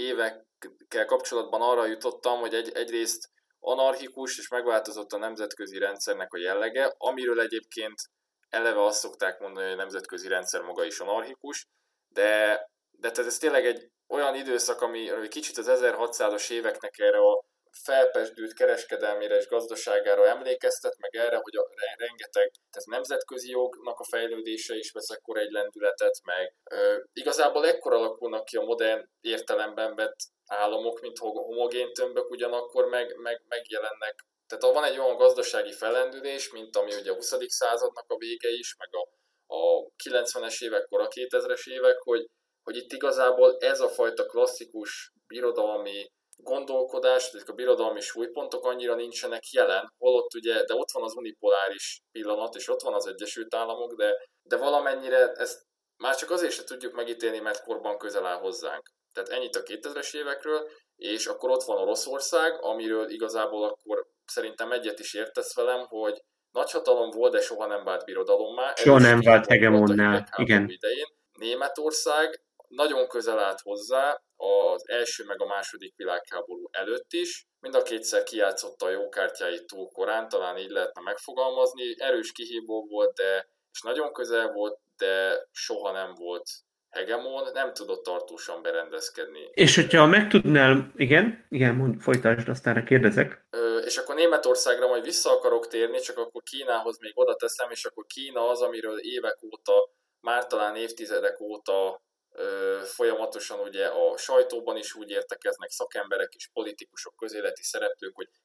évekkel kapcsolatban arra jutottam, hogy egy, egyrészt anarchikus és megváltozott a nemzetközi rendszernek a jellege, amiről egyébként eleve azt szokták mondani, hogy a nemzetközi rendszer maga is anarchikus, de, de tehát ez tényleg egy olyan időszak, ami, ami kicsit az ezerhatszázas éveknek erre a felpesdült kereskedelmére és gazdaságára emlékeztet, meg erre, hogy a rengeteg tehát nemzetközi jognak a fejlődése is vesz ekkor egy lendületet, meg ö, igazából ekkor alakulnak ki a modern értelemben vett államok, mint homogén tömbök, ugyanakkor meg, meg, megjelennek. Tehát van egy olyan gazdasági fellendülés, mint ami ugye a huszadik századnak a vége is, meg a, a kilencvenes évekkor, a kétezres évek, hogy, hogy itt igazából ez a fajta klasszikus birodalmi gondolkodás, ezek a birodalmi súlypontok annyira nincsenek jelen, holott ugye, de ott van az unipoláris pillanat, és ott van az Egyesült Államok, de, de valamennyire ezt már csak azért se tudjuk megítélni, mert korban közel áll hozzánk. Tehát ennyit a kétezres évekről, és akkor ott van Oroszország, amiről igazából akkor szerintem egyet is értesz velem, hogy nagyhatalom volt, de soha nem vált birodalommá. Soha nem vált Volt a hegemonnál. hidegháború Igen. idején. Németország nagyon közel állt hozzá az első meg a második világháború előtt is. Mind a kétszer kijátszotta a jó kártyáit túl korán, talán így lehetne megfogalmazni. Erős kihívó volt, de és nagyon közel volt, de soha nem volt hegemon, nem tudott tartósan berendezkedni. És hogyha meg tudnál, igen, igen, mondj, folytasd, aztán kérdezek. Ö, és akkor Németországra majd vissza akarok térni, csak akkor Kínához még oda teszem, és akkor Kína az, amiről évek óta, már talán évtizedek óta ö, folyamatosan ugye a sajtóban is úgy értekeznek szakemberek és politikusok, közéleti szereplők, hogy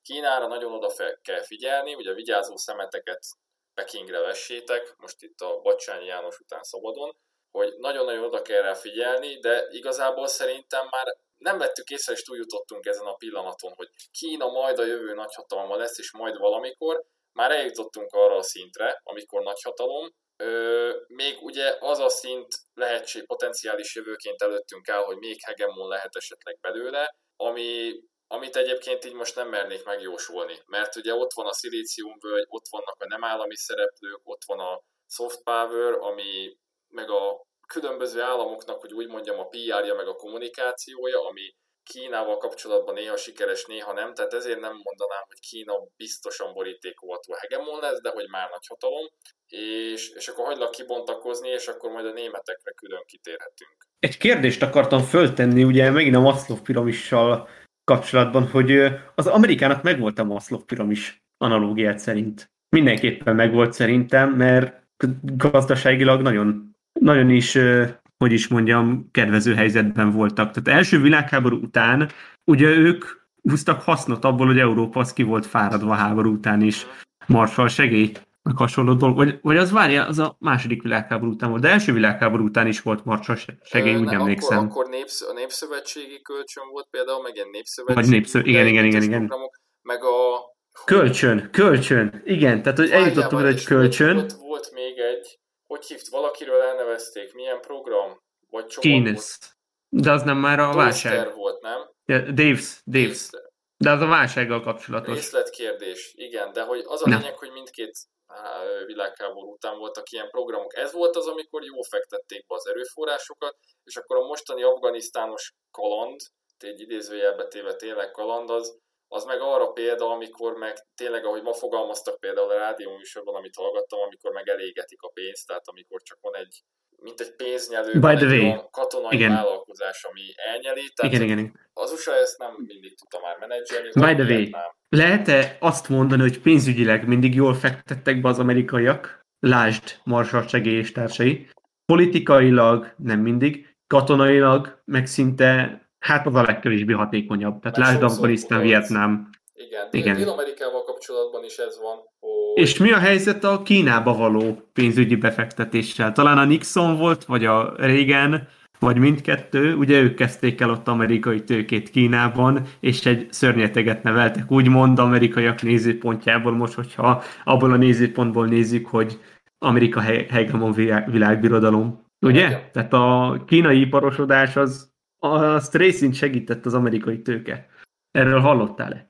Kínára nagyon oda fel kell figyelni, ugye a vigyázó szemeteket Pekingre vessétek, most itt a Bacsányi János után szabadon, hogy nagyon-nagyon oda kell rá figyelni, de igazából szerintem már nem vettük észre, és túljutottunk ezen a pillanaton, hogy Kína majd a jövő nagyhatalma lesz, és majd valamikor már eljutottunk arra a szintre, amikor nagyhatalom. Ö, még ugye az a szint lehetség, potenciális jövőként előttünk áll, hogy még hegemon lehet esetleg belőle, ami, amit egyébként így most nem mernék megjósolni, mert ugye ott van a szilíciumvölgy, ott vannak a nem állami szereplők, ott van a soft power, ami meg a különböző államoknak, hogy úgy mondjam, a pé er-ja meg a kommunikációja, ami Kínával kapcsolatban néha sikeres, néha nem, tehát ezért nem mondanám, hogy Kína biztosan borítékolható hegemon lesz, de hogy már nagy hatalom, és, és akkor hagylak kibontakozni, és akkor majd a németekre külön kitérhetünk. Egy kérdést akartam föltenni, ugye megint a Maslow piramissal kapcsolatban, hogy az Amerikának megvolt a Maslow piramis analógiát szerint. Mindenképpen megvolt szerintem, mert gazdaságilag nagyon, nagyon is, hogy is mondjam, kedvező helyzetben voltak. Tehát első világháború után ugye ők húztak hasznot abból, hogy Európa az ki volt fáradva a háború után is. Marshall segély, meg hasonló dolog. Vagy, vagy az várja, az a második világháború után volt, de első világháború után is volt Marshall segély, úgy emlékszem. Akkor, akkor népsz, a népszövetségi kölcsön volt például, meg ilyen népszövetségi... Vagy népszö... igen, igen, igen, igen. Meg a... Kölcsön, kölcsön, igen, tehát hogy eljutottunk oda egy kölcsön. Volt, volt még egy, hogy hívt, valakiről elnevezték, milyen program? Vagy csomag Keynes. De az nem már a Toaster válság. volt, nem? Yeah, Daves, Daves. De az a válsággal kapcsolatos. Részletkérdés, igen, de hogy az a lényeg, no. hogy mindkét világháború után voltak ilyen programok. Ez volt az, amikor jól fektették be az erőforrásokat, és akkor a mostani afganisztános kaland, egy idézőjelbe téve tényleg kaland, az, az meg arra példa, amikor meg tényleg, ahogy ma fogalmaztak például a rádióműsorban, amit hallgattam, amikor meg elégetik a pénzt, tehát amikor csak van egy, mint egy pénznyelő, By the egy way. olyan katonai igen. vállalkozás, ami elnyeli, tehát igen, igen. az u es á ezt nem mindig tudta már menedzselni. By the way, lehet-e azt mondani, hogy pénzügyileg mindig jól fektettek be az amerikaiak? Lásd Marshall segély és társai. Politikailag nem mindig, katonailag meg szinte, hát az a legkevésbé hatékonyabb. Tehát lásd Afganisztán, Vietnám. Igen, Igen. Dél-Amerikával kapcsolatban is ez van. Hogy... És mi a helyzet a Kínába való pénzügyi befektetéssel? Talán a Nixon volt, vagy a Reagan, vagy mindkettő, ugye ők kezdték el ott amerikai tőkét Kínában, és egy szörnyeteget neveltek, úgymond amerikaiak nézőpontjából, most, hogyha abból a nézőpontból nézzük, hogy Amerika hegemon világbirodalom. Ugye? Igen. Tehát a kínai iparosodás az, azt részint segített az amerikai tőke. Erről hallottál-e?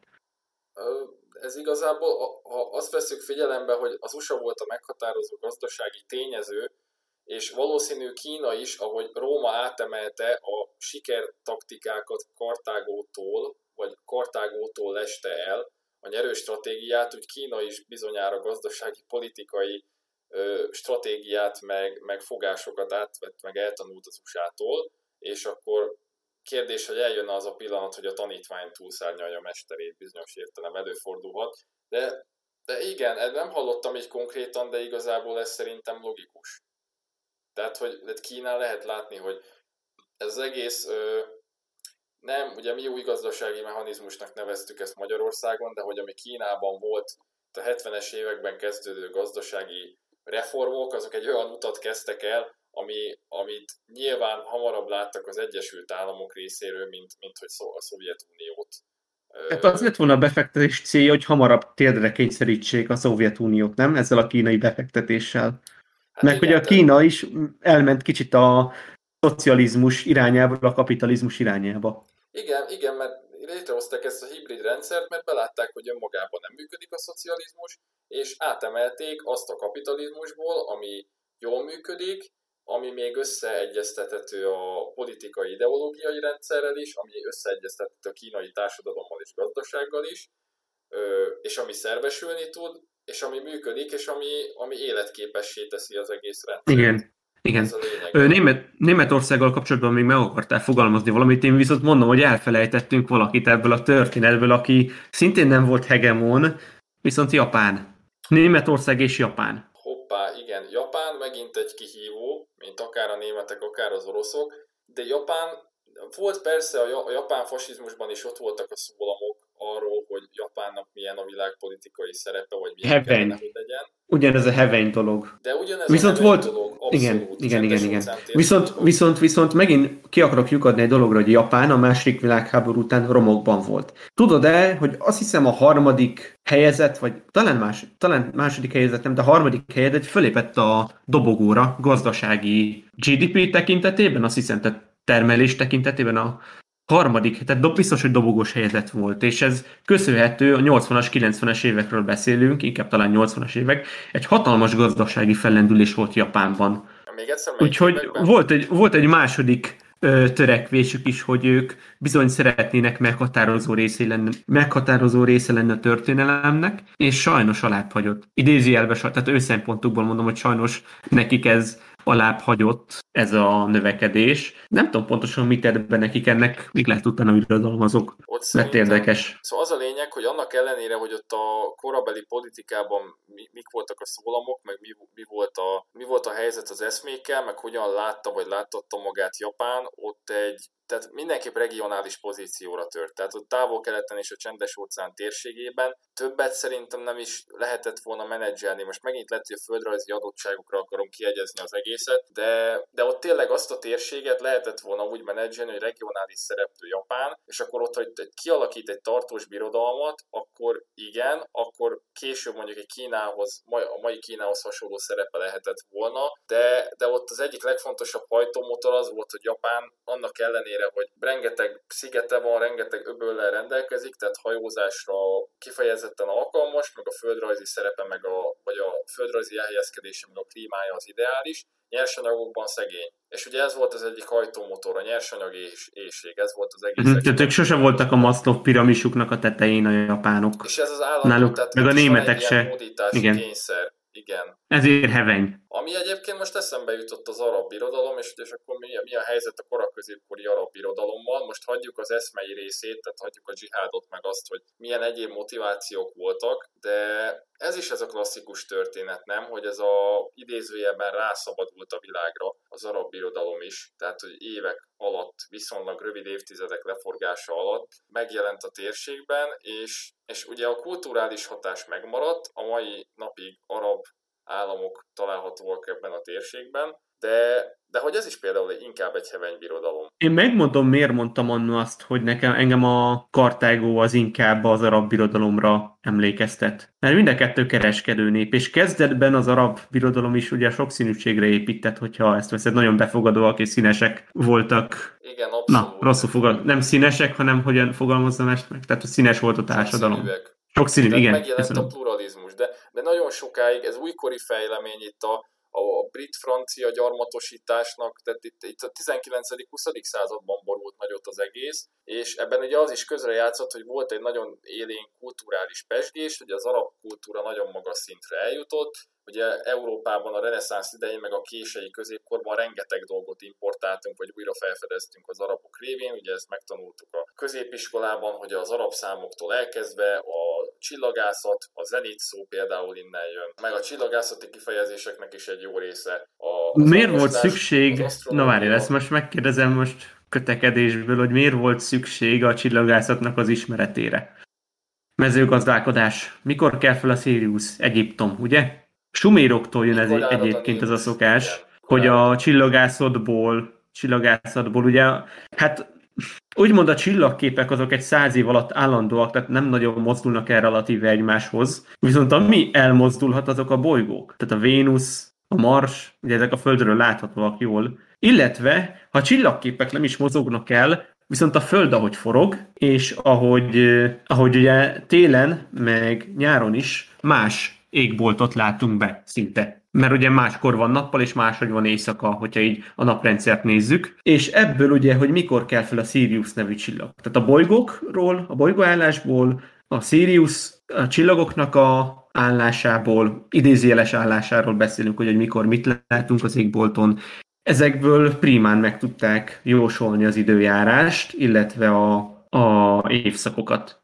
Ez igazából, ha azt veszük figyelembe, hogy az u es á volt a meghatározó gazdasági tényező, és valószínű Kína is, ahogy Róma átemelte a sikertaktikákat Kartágótól, vagy Kartágótól leste el a nyerő stratégiát, úgy Kína is bizonyára gazdasági, politikai ö, stratégiát, meg, meg fogásokat átvett, meg eltanult az u es á-tól, és akkor kérdés, hogy eljön az a pillanat, hogy a tanítvány túlszárnyalja a mesterét, bizonyos értelem előfordulhat, de, de igen, nem hallottam így konkrétan, de igazából ez szerintem logikus. Tehát, hogy Kínán lehet látni, hogy ez az egész ö, nem, ugye mi új gazdasági mechanizmusnak neveztük ezt Magyarországon, de hogy ami Kínában volt a hetvenes években kezdődő gazdasági reformok, azok egy olyan utat kezdtek el, ami, amit nyilván hamarabb láttak az Egyesült Államok részéről, mint, mint hogy a Szovjetuniót. Hát az lett volna a befektetés célja, hogy hamarabb térdre kényszerítsék a Szovjetuniót, nem? Ezzel a kínai befektetéssel. Hát meg hogy a Kína is elment kicsit a szocializmus irányába, a kapitalizmus irányába. Igen, igen, mert létrehozták ezt a hibrid rendszert, mert belátták, hogy önmagában nem működik a szocializmus, és átemelték azt a kapitalizmusból, ami jól működik, ami még összeegyeztethető a politikai ideológiai rendszerrel is, ami összeegyeztethető a kínai társadalommal és gazdasággal is, és ami szervesülni tud, és ami működik, és ami, ami életképessé teszi az egész rendszert. Igen. Igen. Német, Németországgal kapcsolatban még meg akartál fogalmazni valamit, én viszont mondom, hogy elfelejtettünk valakit ebből a történetből, aki szintén nem volt hegemon, viszont Japán. Németország és Japán. Hoppá, igen, Japán megint egy kihívó, mint akár a németek, akár az oroszok, de Japán, volt persze a japán fasizmusban is ott voltak a szólamok arról, hogy Japánnak milyen a világpolitikai szerepe, vagy milyen Heveny. kellene, hogy legyen. Ugyanez a heveny dolog. De ugyanez viszont a heveny volt, dolog, abszolút. igen, igen, igen, igen. Csendes-óceán Viszont, térségben. viszont, viszont megint ki akarok lyukadni egy dologra, hogy Japán a második világháború után romokban volt. Tudod-e, hogy azt hiszem a harmadik helyezett, vagy talán, más, talán második helyezett, nem, de a harmadik helyezett fölépett a dobogóra gazdasági gé dé pé tekintetében, azt hiszem, tehát termelés tekintetében a harmadik, tehát biztos, hogy dobogós helyzet volt, és ez köszönhető, a nyolcvanas, kilencvenes évekről beszélünk, inkább talán nyolcvanas évek, egy hatalmas gazdasági fellendülés volt Japánban. Még egyszer Úgyhogy volt egy, volt egy második ö, törekvésük is, hogy ők bizony szeretnének meghatározó része lenni, meghatározó része lenni a történelemnek, és sajnos alább hagyott. Idézőjelben, tehát ő szempontokból mondom, hogy sajnos nekik ez alább hagyott ez a növekedés. Nem tudom pontosan, mit tett be nekik ennek, még lehet utána irodalmazok, mert érdekes. Szóval az a lényeg, hogy annak ellenére, hogy ott a korabeli politikában mi, mik voltak a szólamok, meg mi, mi, volt a, mi volt a helyzet az eszmékkel, meg hogyan látta vagy láttatta magát Japán, ott egy tehát mindenképp regionális pozícióra tört. Tehát ott távol-keleten és a Csendes-óceán térségében többet szerintem nem is lehetett volna menedzselni. Most megint lehet, hogy a földrajzi adottságokra akarom kiegyezni az egészet, de, de ott tényleg azt a térséget lehetett volna úgy menedzselni, hogy regionális szereplő Japán, és akkor ott, hogy kialakít egy tartós birodalmat, akkor igen, akkor később mondjuk egy Kínához, a mai Kínához hasonló szerepe lehetett volna, de, de ott az egyik legfontosabb hajtómotor az volt, hogy Japán annak ellenére, hogy rengeteg szigete van, rengeteg öböllel rendelkezik, tehát hajózásra kifejezetten alkalmas, meg a földrajzi szerepe, meg a, vagy a földrajzi elhelyezkedése, meg a klímája az ideális, nyersanyagokban szegény. És ugye ez volt az egyik hajtómotor, a nyersanyag és éhség, ez volt az egész. Tehát ők sosem voltak a Maslow piramisuknak a tetején a japánok. És ez az állandó, náluk, tehát meg a németek se. Módítási Igen. Kényszer. Igen. Ezért heveny. Ami egyébként most eszembe jutott az arab birodalom, és, és akkor mi, mi a helyzet a koraközépkori arab birodalommal. Most hagyjuk az eszmei részét, tehát hagyjuk a dzsihádot, meg azt, hogy milyen egyéb motivációk voltak, de ez is ez a klasszikus történet, nem? Hogy ez a idézőjelben rászabadult a világra az arab birodalom is, tehát hogy évek alatt, viszonylag rövid évtizedek leforgása alatt megjelent a térségben, és, és ugye a kulturális hatás megmaradt, a mai napig arab államok találhatóak ebben a térségben, de, de hogy ez is például inkább egy heveny birodalom. Én megmondom, miért mondtam annól azt, hogy nekem engem a Kartágó az inkább az arab birodalomra emlékeztet. Mert mind a kettő kereskedő nép, és kezdetben az arab birodalom is ugye sokszínűségre épített, hogyha ezt veszed, nagyon befogadóak és színesek voltak. Igen, abszolút. Na, rosszul fogad. Nem színesek, hanem hogyan fogalmazzam ezt meg? Tehát színes volt a társadalom. Sokszínű, igen. Megjelent köszönöm. a pluralizmus, de, de nagyon sokáig ez újkori fejlemény itt a a brit-francia gyarmatosításnak, tehát itt, itt a tizenkilencedik-huszadik században borult nagyot az egész, és ebben ugye az is közrejátszott, hogy volt egy nagyon élénk kulturális pezsgés, hogy az arab kultúra nagyon magas szintre eljutott, ugye Európában a reneszánsz idején, meg a késői középkorban rengeteg dolgot importáltunk, vagy újra felfedeztünk az arabok révén, ugye ezt megtanultuk a középiskolában, hogy az arab számoktól elkezdve a csillagászat, a zenit szó például innen jön, meg a csillagászati kifejezéseknek is egy jó része. A, miért volt szükség, na várj, ezt most megkérdezem most kötekedésből, hogy miért volt szükség a csillagászatnak az ismeretére? Mezőgazdálkodás. Mikor kell fel a Sirius? Egyiptom, ugye? Suméroktól jön ez egyébként ez a szokás, igen, hogy a csillagászatból, csillagászatból ugye, hát úgymond a csillagképek azok egy száz év alatt állandóak, tehát nem nagyon mozdulnak el relatíve egymáshoz, viszont ami elmozdulhat, azok a bolygók, tehát a Vénusz, a Mars, ugye ezek a Földről láthatóak jól, illetve ha csillagképek nem is mozognak el, viszont a Föld ahogy forog, és ahogy, ahogy ugye télen, meg nyáron is más égboltot látunk be szinte. Mert ugye máskor van nappal, és máshogy van éjszaka, hogyha így a naprendszert nézzük. És ebből ugye, hogy mikor kell fel a Sirius nevű csillag. Tehát a bolygókról, a bolygóállásból, a Sirius a csillagoknak a állásából, idézőjeles állásáról beszélünk, hogy, hogy mikor mit látunk az égbolton. Ezekből primán meg tudták jósolni az időjárást, illetve a, a évszakokat.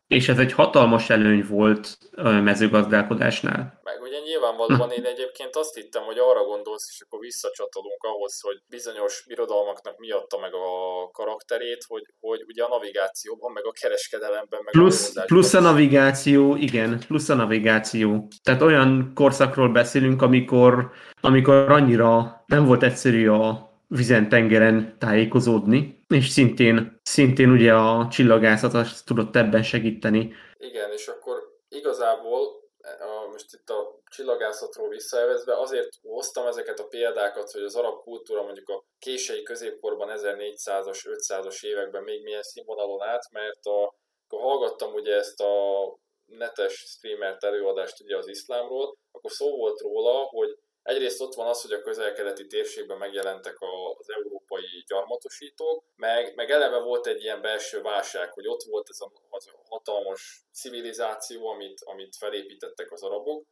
És ez egy hatalmas előny volt a mezőgazdálkodásnál. Meg ugye nyilvánvalóan én egyébként azt hittem, hogy arra gondolsz, és akkor visszacsatolunk ahhoz, hogy bizonyos birodalmaknak miatta meg a karakterét, hogy, hogy ugye a navigációban, meg a kereskedelemben, meg Plusz, a hajózásban plusz a is. navigáció, igen, plusz a navigáció. Tehát olyan korszakról beszélünk, amikor, amikor annyira nem volt egyszerű a vizen, tengeren tájékozódni, és szintén, szintén ugye a csillagászat azt tudott ebben segíteni. Igen, és akkor igazából a, most itt a csillagászatról visszaelvezve azért hoztam ezeket a példákat, hogy az arab kultúra mondjuk a késői középkorban ezernégyszázas, ötszázas években még milyen színvonalon állt, mert a, akkor hallgattam ugye ezt a netes streamert előadást ugye az iszlámról, akkor szó volt róla, hogy egyrészt ott van az, hogy a közel-keleti térségben megjelentek az európai gyarmatosítók, meg, meg eleve volt egy ilyen belső válság, hogy ott volt ez a, az a hatalmas civilizáció, amit, amit felépítettek az arabok,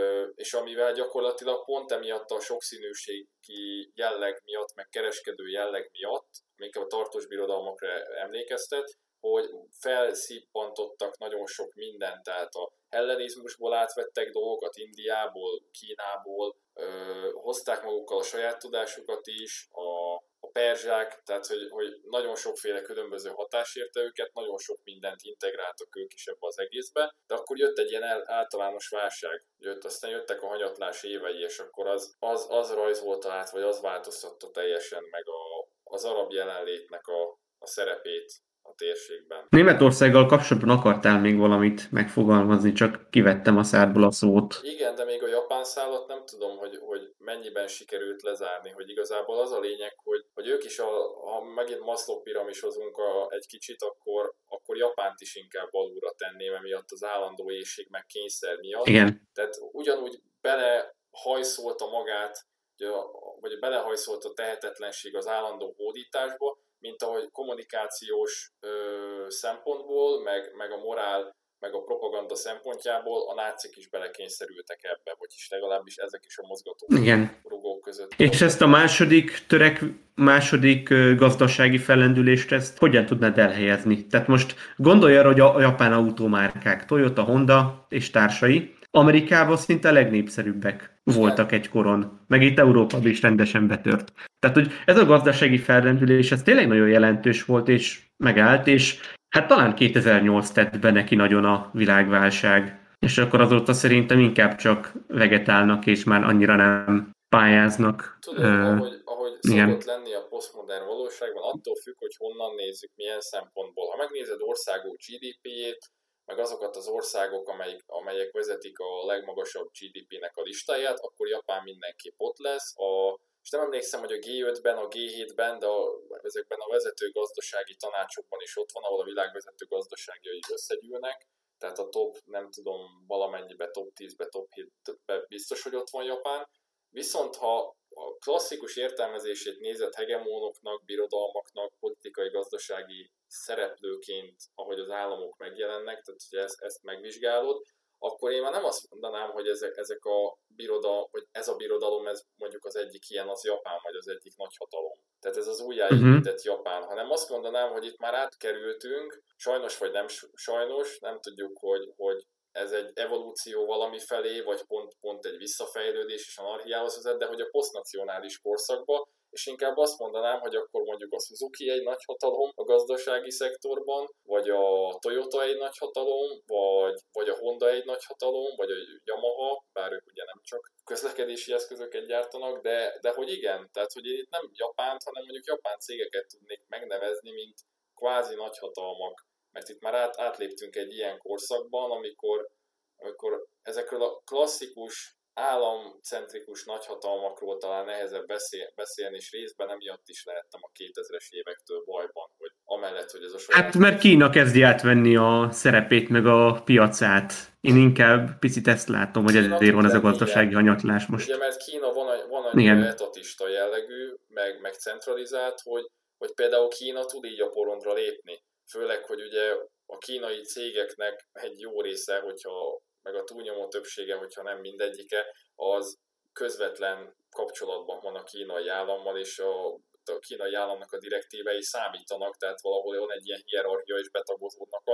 és amivel gyakorlatilag pont emiatt a sokszínűségi jelleg miatt, meg kereskedő jelleg miatt, inkább a tartós birodalmakra emlékeztet, hogy felszippantottak nagyon sok mindent, tehát a hellenizmusból átvettek dolgokat, Indiából, Kínából, ö, hozták magukkal a saját tudásukat is, a, a perzsák, tehát hogy, hogy nagyon sokféle különböző hatás érte őket, nagyon sok mindent integráltak ők is ebbe az egészbe, de akkor jött egy ilyen általános válság, jött, aztán jöttek a hanyatlás évei, és akkor az, az, az rajzolta át, vagy az változtatta teljesen meg a, az arab jelenlétnek a, a szerepét a térségben. Németországgal kapcsolatban akartál még valamit megfogalmazni, csak kivettem a szádból a szót. Igen, de még a japán szállat nem tudom, hogy, hogy mennyiben sikerült lezárni, hogy igazából az a lényeg, hogy, hogy ők is, a, ha megint Maslow piramisozunk a, egy kicsit, akkor, akkor Japánt is inkább alulra tenném, emiatt az állandó éhség meg kényszer miatt. Igen. Tehát ugyanúgy belehajszolta magát, vagy belehajszolt a tehetetlenség az állandó hódításba, mint ahogy kommunikációs ö, szempontból, meg, meg a morál, meg a propaganda szempontjából a nácik is belekényszerültek ebbe, vagyis legalábbis ezek is a mozgató rugók között. És ezt a második törek, második gazdasági fellendülést, ezt hogyan tudnád elhelyezni? Tehát most gondolj arra, hogy a japán automárkák, Toyota, Honda és társai Amerikában szinte a legnépszerűbbek voltak igen. Egykoron, meg itt Európában is rendesen betört. Tehát, hogy ez a gazdasági fellendülés, ez tényleg nagyon jelentős volt, és megállt, és hát talán kétezer-nyolc tett be neki nagyon a világválság. És akkor azóta szerintem inkább csak vegetálnak, és már annyira nem pályáznak. Tudod, uh, ahogy, ahogy szokott lenni a posztmodern valóságban, attól függ, hogy honnan nézzük, milyen szempontból. Ha megnézed országok gé dé pé-jét, meg azokat az országok, amelyik, amelyek vezetik a legmagasabb gé dé pé-nek a listáját, akkor Japán mindenképp ott lesz. A, és nem emlékszem, hogy a gé ötben, a gé hétben, de a, ezekben a vezető gazdasági tanácsokban is ott van, ahol a világ vezető gazdaságjai összegyűlnek. Tehát a top, nem tudom, valamennyibe, top tízbe, top hétbe biztos, hogy ott van Japán. Viszont ha a klasszikus értelmezését nézett hegemónoknak, birodalmaknak, politikai-gazdasági szereplőként, ahogy az államok megjelennek, tehát hogy ezt, ezt megvizsgálod, akkor én már nem azt mondanám, hogy ezek, ezek a birodalom, hogy ez a birodalom, ez mondjuk az egyik ilyen, az Japán, vagy az egyik nagyhatalom. Tehát ez az újjáépített uh-huh. Japán, hanem azt mondanám, hogy itt már átkerültünk, sajnos vagy nem sajnos, nem tudjuk, hogy, hogy ez egy evolúció valami felé, vagy pont, pont egy visszafejlődés és anarchiához vezet, de hogy a posztnacionális korszakba, és inkább azt mondanám, hogy akkor mondjuk a Suzuki egy nagy hatalom a gazdasági szektorban, vagy a Toyota egy nagy hatalom, vagy, vagy a Honda egy nagy hatalom, vagy a Yamaha, bár ők ugye nem csak közlekedési eszközöket gyártanak, de, de hogy igen, tehát hogy én itt nem Japánt, hanem mondjuk japán cégeket tudnék megnevezni, mint kvázi nagyhatalmak. Mert itt már át, átléptünk egy ilyen korszakban, amikor, amikor ezekről a klasszikus, államcentrikus nagyhatalmakról talán nehezebb beszél, beszélni, és részben emiatt is lehettem a kétezres évektől bajban, hogy amellett, hogy ez a saját... Hát mert Kína kezdi átvenni a szerepét, meg a piacát. Én inkább picit ezt látom, hogy Kína ezért van ez a gazdasági hanyatlás most. Ugye, mert Kína van, van annyira etatista jellegű, meg, meg centralizált, hogy, hogy például Kína tud így a porondra lépni. Főleg, hogy ugye a kínai cégeknek egy jó része, hogyha, meg a túlnyomó többsége, hogyha nem mindegyike, az közvetlen kapcsolatban van a kínai állammal, és a, a kínai államnak a direktívei számítanak, tehát valahol van egy ilyen hierarchia, és betagozódnak alá.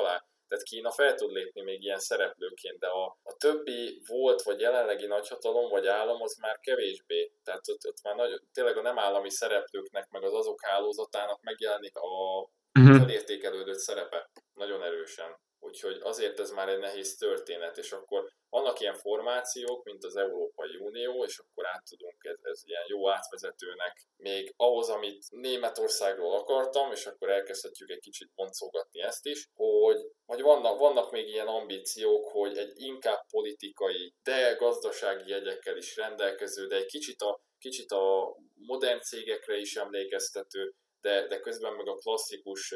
Tehát Kína fel tud lépni még ilyen szereplőként, de a, a többi volt, vagy jelenlegi nagyhatalom, vagy állam, az már kevésbé. Tehát ott, ott már nagy, tényleg a nem állami szereplőknek, meg az azok hálózatának megjelenik a Uh-huh. felértékelődött szerepe nagyon erősen. Úgyhogy azért ez már egy nehéz történet, és akkor vannak ilyen formációk, mint az Európai Unió, és akkor át tudunk, ez, ez ilyen jó átvezetőnek még ahhoz, amit Németországról akartam, és akkor elkezdhetjük egy kicsit boncolgatni ezt is, hogy, hogy vannak, vannak még ilyen ambíciók, hogy egy inkább politikai, de gazdasági jegyekkel is rendelkező, de egy kicsit a, kicsit a modern cégekre is emlékeztető, De, de közben meg a klasszikus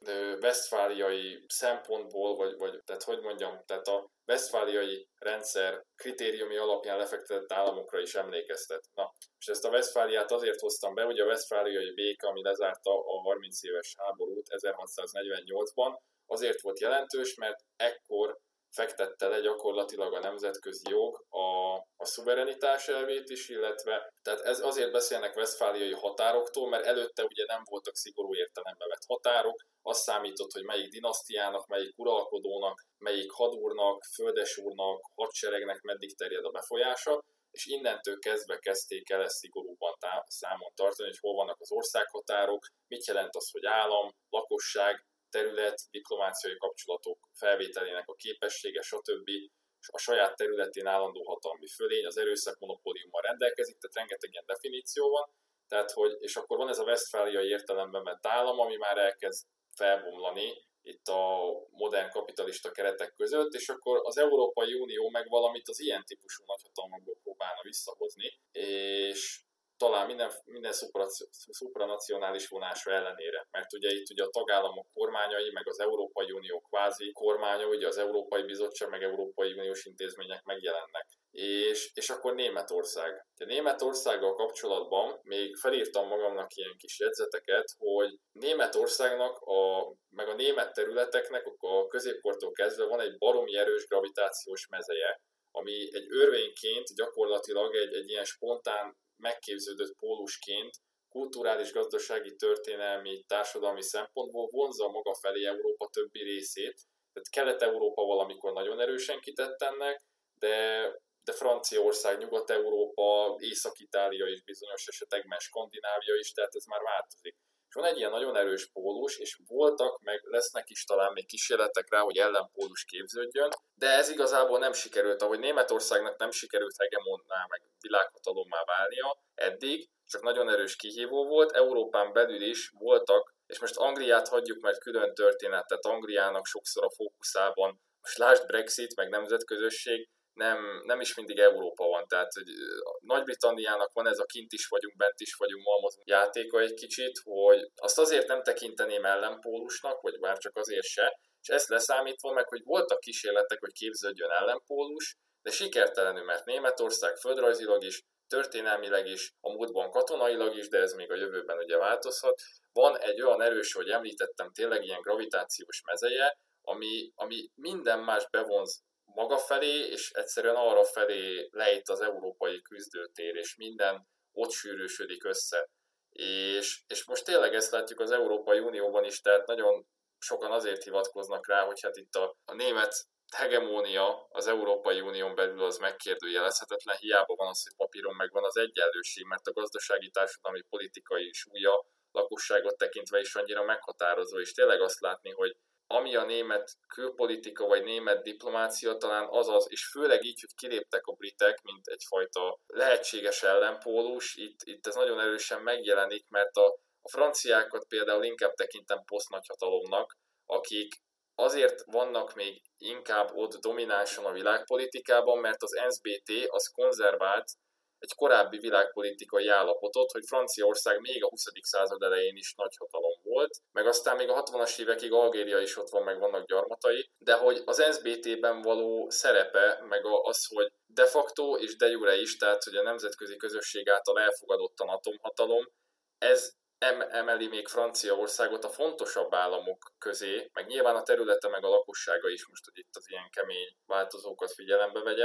westfáliai szempontból, vagy, vagy tehát hogy mondjam, tehát a westfáliai rendszer kritériumi alapján lefektetett államokra is emlékeztet. Na, és ezt a Westfáliát azért hoztam be, hogy a westfáliai béke, ami lezárta a harminc éves háborút ezerhatszáznegyvennyolcban, azért volt jelentős, mert ekkor fektette le gyakorlatilag a nemzetközi jog a, a szuverenitás elvét is, illetve tehát ez azért beszélnek westfáliai határoktól, mert előtte ugye nem voltak szigorú értelembe vett határok, az számított, hogy melyik dinasztiának, melyik uralkodónak, melyik hadúrnak, földesúrnak, hadseregnek meddig terjed a befolyása, és innentől kezdve kezdték el ezt szigorúban tá- számon tartani, hogy hol vannak az országhatárok, mit jelent az, hogy állam, lakosság, terület, diplomáciai kapcsolatok felvételének a képessége, stb. A saját területén állandó hatalmi fölény, az erőszak monopóliummal rendelkezik, tehát rengeteg ilyen definíció van, tehát, hogy, és akkor van ez a westfáliai értelemben vett állam, ami már elkezd felbomlani itt a modern kapitalista keretek között, és akkor az Európai Unió meg valamit az ilyen típusú nagyhatalmakból próbálna visszahozni, és talán minden, minden szupranacionális vonása ellenére, mert ugye itt ugye a tagállamok kormányai, meg az Európai Unió kvázi kormánya, ugye az Európai Bizottság, meg Európai Uniós intézmények megjelennek. És, és akkor Németország. A Németországgal kapcsolatban még felírtam magamnak ilyen kis jegyzeteket, hogy Németországnak, a, meg a német területeknek a középkortól kezdve van egy baromi erős gravitációs mezeje, ami egy örvényként gyakorlatilag egy, egy ilyen spontán megképződött pólusként kulturális, gazdasági, történelmi, társadalmi szempontból vonzza maga felé Európa többi részét. Tehát Kelet-Európa valamikor nagyon erősen kitett ennek, de, de Franciaország, Nyugat-Európa, Észak-Itália is bizonyos esetekben, Skandinávia is, tehát ez már változik. És van egy ilyen nagyon erős pólus, és voltak, meg lesznek is talán még kísérletek rá, hogy ellenpólus képződjön, de ez igazából nem sikerült, ahogy Németországnak nem sikerült hegemonná, meg világhatalommá válnia eddig, csak nagyon erős kihívó volt, Európán belül is voltak, és most Angliát hagyjuk, mert külön történet, tehát Angliának sokszor a fókuszában, most lásd Brexit, meg nemzetközösség, nem, nem is mindig Európa van, tehát hogy Nagy-Britanniának van ez a kint is vagyunk, bent is vagyunk, malmazunk játéka egy kicsit, hogy azt azért nem tekinteném ellenpólusnak, vagy bár csak azért se, és ezt leszámítva meg, hogy voltak kísérletek, hogy képződjön ellenpólus, de sikertelenül, mert Németország földrajzilag is, történelmileg is, a múltban katonailag is, de ez még a jövőben ugye változhat. Van egy olyan erős, hogy említettem, tényleg ilyen gravitációs mezeje, ami, ami minden más bevonz maga felé, és egyszerűen arra felé lejt az európai küzdőtér, és minden ott sűrűsödik össze. És, és most tényleg ezt látjuk az Európai Unióban is, tehát nagyon sokan azért hivatkoznak rá, hogy hát itt a, a német hegemónia az Európai Unión belül az megkérdőjelezhetetlen, hiába van az, hogy papíron megvan az egyenlőség, mert a gazdasági, társadalmi, politikai súlya lakosságot tekintve is annyira meghatározó, és tényleg azt látni, hogy ami a német külpolitika vagy német diplomácia talán az az, és főleg így, hogy kiléptek a britek, mint egyfajta lehetséges ellenpólus, itt, itt ez nagyon erősen megjelenik, mert a, a franciákat például inkább tekintem posztnagyhatalomnak, akik azért vannak még inkább ott dominánsan a világpolitikában, mert az en es bé té az konzervált egy korábbi világpolitikai állapotot, hogy Franciaország még a huszadik század elején is nagyhatalom volt, meg aztán még a hatvanas évekig Algéria is ott van, meg vannak gyarmatai, de hogy az en es bé té-ben való szerepe, meg az, hogy de facto és de jure is, tehát hogy a nemzetközi közösség által elfogadottan atomhatalom, ez emeli még Franciaországot a fontosabb államok közé, meg nyilván a területe, meg a lakossága is, most, hogy itt az ilyen kemény változókat figyelembe vegyem,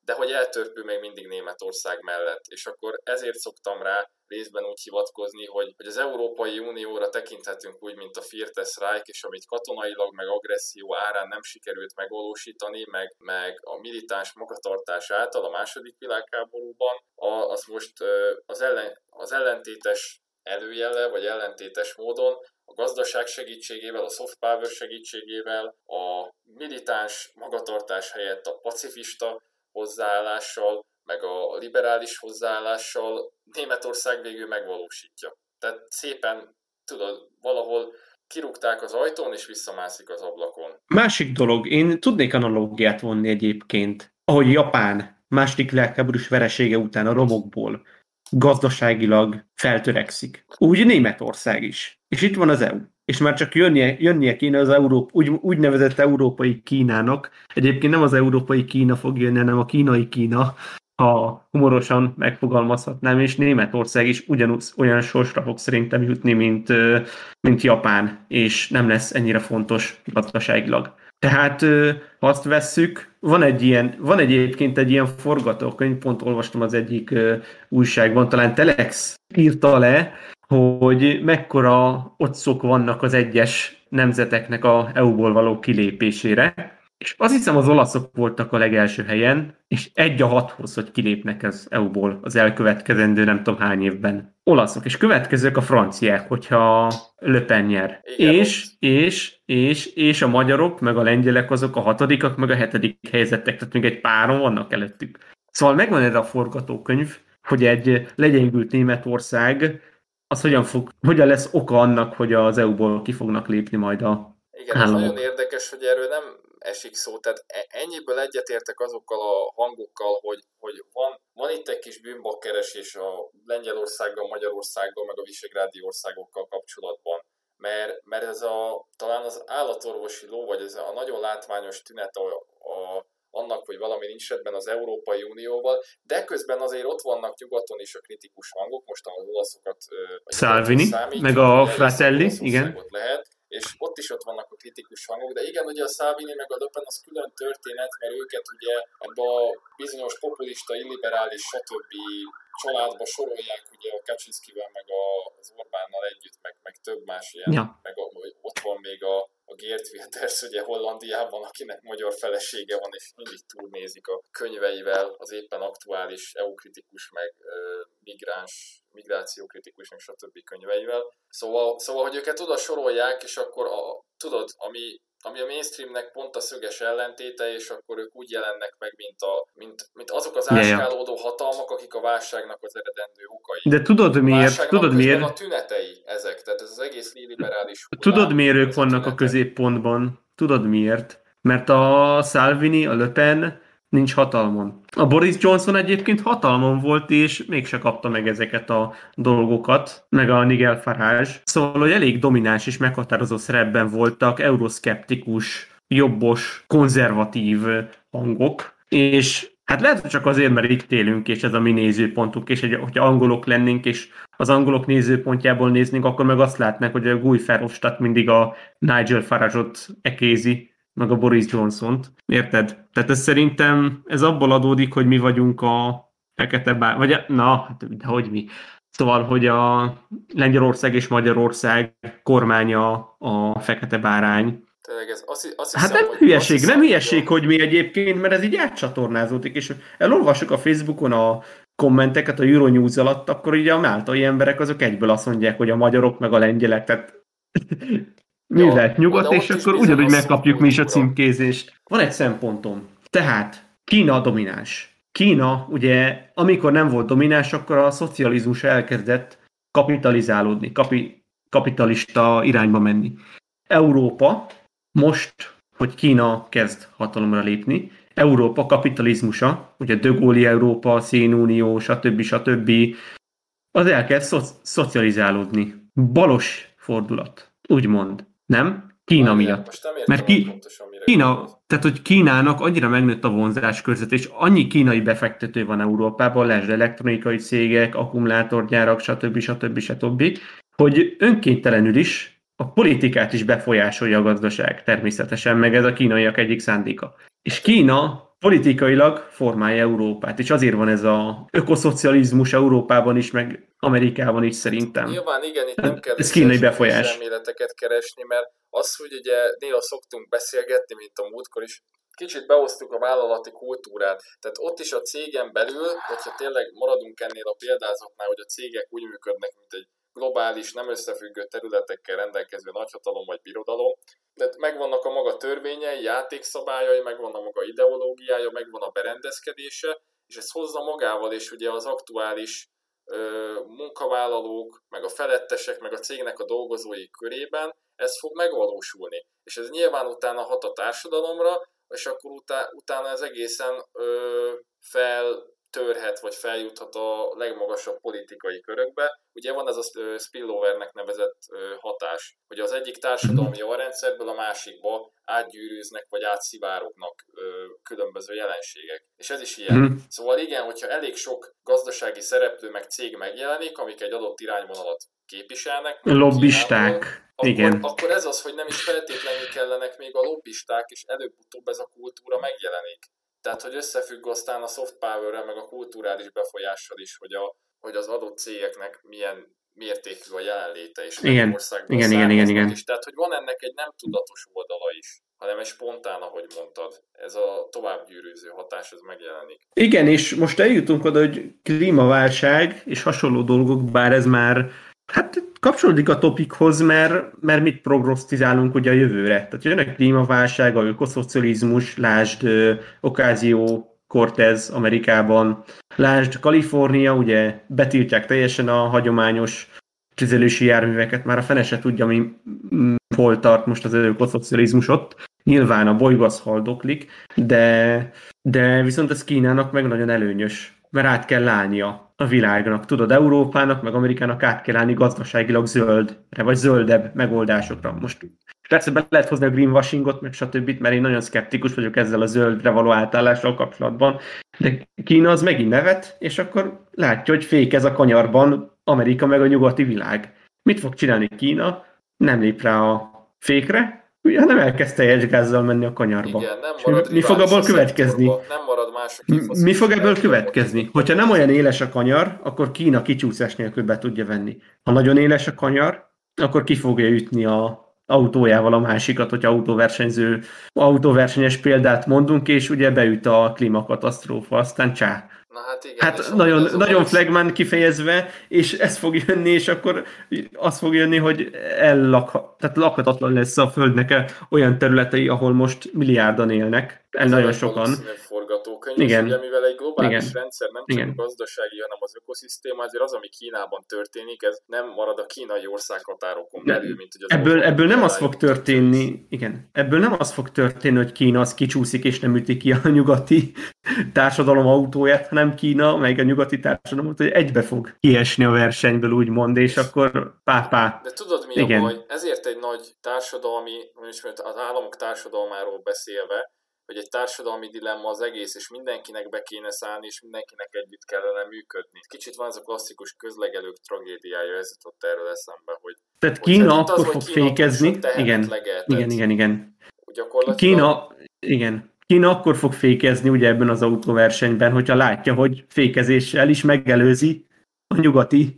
de hogy eltörpül még mindig Németország mellett. És akkor ezért szoktam rá részben úgy hivatkozni, hogy, hogy az Európai Unióra tekinthetünk úgy, mint a Vierte Reich, és amit katonailag meg agresszió árán nem sikerült megvalósítani, meg, meg a militáns magatartás által a második világháborúban, az most az, ellen, az ellentétes előjele, vagy ellentétes módon a gazdaság segítségével, a soft power segítségével, a militáns magatartás helyett a pacifista hozzáállással, meg a liberális hozzáállással Németország végül megvalósítja. Tehát szépen, tudod, valahol kirúgták az ajtón, és visszamászik az ablakon. Másik dolog, én tudnék analógiát vonni egyébként, ahogy Japán második világháborús veresége után a romokból gazdaságilag feltörekszik. Úgy Németország is. És itt van az é u. És már csak jönnie, jönnie kéne az Európa, úgy, úgynevezett európai Kínának. Egyébként nem az európai Kína fog jönni, hanem a kínai Kína, ha humorosan megfogalmazhatnám, és Németország is ugyanúgy olyan sorsra fog szerintem jutni, mint, mint Japán, és nem lesz ennyire fontos gazdaságilag. Tehát, ha azt vesszük, van egy ilyen, van egyébként egy ilyen forgatókönyv, pont olvastam az egyik újságban, talán Telex írta le, hogy mekkora otcok vannak az egyes nemzeteknek a é u-ból való kilépésére, és azt hiszem az olaszok voltak a legelső helyen, és egy a hathoz, hogy kilépnek az é u-ból az elkövetkezendő nem tudom hány évben. Olaszok, és következők a franciák, hogyha Le Pen nyer. És, és, és, és a magyarok, meg a lengyelek azok a hatodikak, meg a hetedik helyzetek, tehát még egy páron vannak előttük. Szóval megvan ez a forgatókönyv, hogy egy legyengült Németország, az hogyan, fog, hogyan lesz oka annak, hogy az é u-ból ki fognak lépni majd a Igen, ez nagyon érdekes, hogy erről nem esik szó, tehát ennyiből egyetértek azokkal a hangokkal, hogy, hogy van, van itt egy kis bűnbakkeresés a Lengyelországgal, Magyarországgal, meg a visegrádi országokkal kapcsolatban. Mert, mert ez a, talán az állatorvosi ló, vagy ez a nagyon látványos tünet a, a, annak, hogy valami nincs rendben az Európai Unióval, de közben azért ott vannak nyugaton is a kritikus hangok, most az olaszokat Salvini, meg a Fratelli, igen. Lehet, és ott is ott vannak a kritikus hangok, de igen, ugye a Salvini meg a Le Pen az külön történet, mert őket ugye ebbe a bizonyos populista, illiberális, stb. Családba sorolják ugye a Kaczynszkivel, meg az Orbánnal együtt, meg, meg több más ilyen, ja. meg a, ott van még a, a Geert Wilders ugye Hollandiában, akinek magyar felesége van, és mindig túlnézik a könyveivel az éppen aktuális é u-kritikus, meg ö, migráns, migrációkritikus, meg stb. Könyveivel. Szóval, szóval, hogy őket oda sorolják, és akkor a, tudod, ami ami a mainstreamnek pont a szöges ellentéte, és akkor ők úgy jelennek meg, mint, a, mint, mint azok az áskálódó hatalmak, akik a válságnak az eredendő okai. De tudod miért? Tudod miért? A tünetei ezek, tehát ez az egész liberális hullám. Tudod miért ők vannak a, a középpontban? Tudod miért? Mert a Salvini, a Le Pen nincs hatalmon. A Boris Johnson egyébként hatalmon volt, és mégse kapta meg ezeket a dolgokat, meg a Nigel Farage. Szóval, hogy elég domináns és meghatározó szerepben voltak euroszkeptikus, jobbos, konzervatív hangok, és hát lehet, hogy csak azért, mert itt élünk, és ez a mi nézőpontunk, és hogyha angolok lennénk, és az angolok nézőpontjából néznénk, akkor meg azt látnánk, hogy a Guy Verhofstadt mindig a Nigel Farage-ot ekézi, meg a Boris Johnson-t. Érted? Tehát ez szerintem ez abból adódik, hogy mi vagyunk a fekete bár... Vagy a... Na, de hogy mi? Szóval, hogy a Lengyelország és Magyarország kormánya a fekete bárány. Tényleg ez azt, azt hát hiszem, nem hülyeség, hiszem, nem hülyeség, hogy, hogy mi egyébként, mert ez így átcsatornázódik, és elolvassuk a Facebookon a kommenteket a Euronews alatt, akkor így a máltai emberek azok egyből azt mondják, hogy a magyarok meg a lengyelek, tehát mi ja, lehet nyugat, és akkor ugyanúgy megkapjuk mi is a címkézést. Van egy szempontom. Tehát Kína domináns. Kína, ugye, amikor nem volt domináns, akkor a szocializmus elkezdett kapitalizálódni, kapi, kapitalista irányba menni. Európa most, hogy Kína kezd hatalomra lépni, Európa kapitalizmusa, ugye de Gaulle Európa, Szénunió, stb. stb. Az elkezd szo- szocializálódni. Balos fordulat, úgymond. Nem? Kína Várjál, miatt. Most nem értem, mert ki, pontosan, mire Kína, gondolsz. tehát hogy Kínának annyira megnőtt a vonzáskörzet, és annyi kínai befektető van Európában, lásd elektronikai cégek, akkumulátorgyárak, stb. stb. stb., hogy önkéntelenül is a politikát is befolyásolja a gazdaság természetesen, meg ez a kínaiak egyik szándéka. És Kína politikailag formálja Európát, és azért van ez a ökoszocializmus Európában is, meg Amerikában is szerintem. Nyilván igen, itt nem Hát kell ez kínai összeesküvés befolyás. elméleteket keresni, mert az, hogy ugye néha szoktunk beszélgetni, mint a múltkor is, kicsit beosztjuk a vállalati kultúrát. Tehát ott is a cégen belül, hogyha tényleg maradunk ennél a példázatnál, hogy a cégek úgy működnek, mint egy globális, nem összefüggő területekkel rendelkező nagyhatalom vagy birodalom, de megvannak a maga törvényei, játékszabályai, megvan a maga ideológiája, megvan a berendezkedése, és ez hozza magával, és ugye az aktuális munkavállalók, meg a felettesek, meg a cégnek a dolgozói körében ez fog megvalósulni. És ez nyilván utána hat a társadalomra, és akkor utá, utána ez egészen ö, feltörhet, vagy feljuthat a legmagasabb politikai körökbe. Ugye van ez a spillovernek nevezett ö, hatás, hogy az egyik társadalmi alrendszerből a másikba átgyűrűznek, vagy átszivárognak ö, különböző jelenségek. És ez is ilyen. Mm. Szóval igen, hogyha elég sok gazdasági szereplő meg cég megjelenik, amik egy adott irányvonalat képviselnek. Lobbisták. Akkor, igen. akkor ez az, hogy nem is feltétlenül kellenek még a lobbisták, és előbb-utóbb ez a kultúra megjelenik. Tehát, hogy összefügg aztán a soft power-rel, meg a kulturális befolyással is, hogy, a, hogy az adott cégeknek milyen mértékű a jelenléte, és igen. országban igen, igen, igen, igen. is. Tehát, hogy van ennek egy nem tudatos oldala is, hanem egy spontán, ahogy mondtad. Ez a továbbgyűrűző hatás, ez megjelenik. Igen, és most eljutunk oda, hogy klímaválság és hasonló dolgok, bár ez már hát kapcsolódik a topikhoz, mert, mert mit prognosztizálunk ugye a jövőre. Tehát jön a klímaválság, a ökoszocializmus, lásd Ocasio-Cortez Amerikában, lásd Kalifornia, ugye betiltják teljesen a hagyományos tüzelési járműveket, már a fene se tudja, mi, hol tart most az ökoszocializmus ott. Nyilván a bolygó az haldoklik, de, de viszont ez Kínának meg nagyon előnyös, mert át kell állnia a világnak. Tudod, Európának, meg Amerikának át kell állni gazdaságilag zöldre, vagy zöldebb megoldásokra. Most persze be lehet hozni a greenwashingot, meg stb., mert én nagyon szkeptikus vagyok ezzel a zöldre való átállással kapcsolatban, de Kína az megint nevet, és akkor látja, hogy fékez a kanyarban Amerika meg a nyugati világ. Mit fog csinálni Kína? Nem lép rá a fékre, hanem elkezd teljes gázzal menni a kanyarba. Igen, nem marad mi fog abból következni? Nem marad más, mi fog ebből következni? Hogyha nem olyan éles a kanyar, akkor Kína kicsúszás nélkül be tudja venni. Ha nagyon éles a kanyar, akkor ki fogja ütni a autójával a másikat, hogy autóversenyző, autóversenyes példát mondunk, és ugye beüt a klímakatasztrófa, aztán csá. Na hát igen, hát nagyon, nagyon flagman kifejezve, és ez fog jönni, és akkor az fog jönni, hogy ellakhat, tehát lakhatatlan lesz a Földnek olyan területei, ahol most milliárdan élnek, el nagyon sokan. Forgatókönyv, igen. Ugye, mivel egy globális igen. rendszer nem csak igen. a gazdasági, hanem az ökoszisztéma, ezért az, ami Kínában történik, ez nem marad a kínai országhatárokon belül, mint hogy az Ebből, ebből nem az fog történni, történik. igen, ebből nem az fog történni, hogy Kína az kicsúszik és nem üti ki a nyugati társadalom autóját, hanem Kína, meg a nyugati társadalom, hogy egybe fog kiesni a versenyből, úgymond, és akkor pá-pá. De tudod, mi igen. a baj? Ezért egy nagy társadalmi, az államok társadalmáról beszélve, hogy egy társadalmi dilemma az egész, és mindenkinek be kéne szállni, és mindenkinek együtt kellene működni. Kicsit van ez a klasszikus közlegelők tragédiája, ez jutott erről eszembe, hogy... Tehát Kína akkor az, fog Kína fékezni, igen, igen, igen, igen. Kína, igen. Kína akkor fog fékezni ugye ebben az autóversenyben, hogyha látja, hogy fékezéssel is megelőzi a nyugati,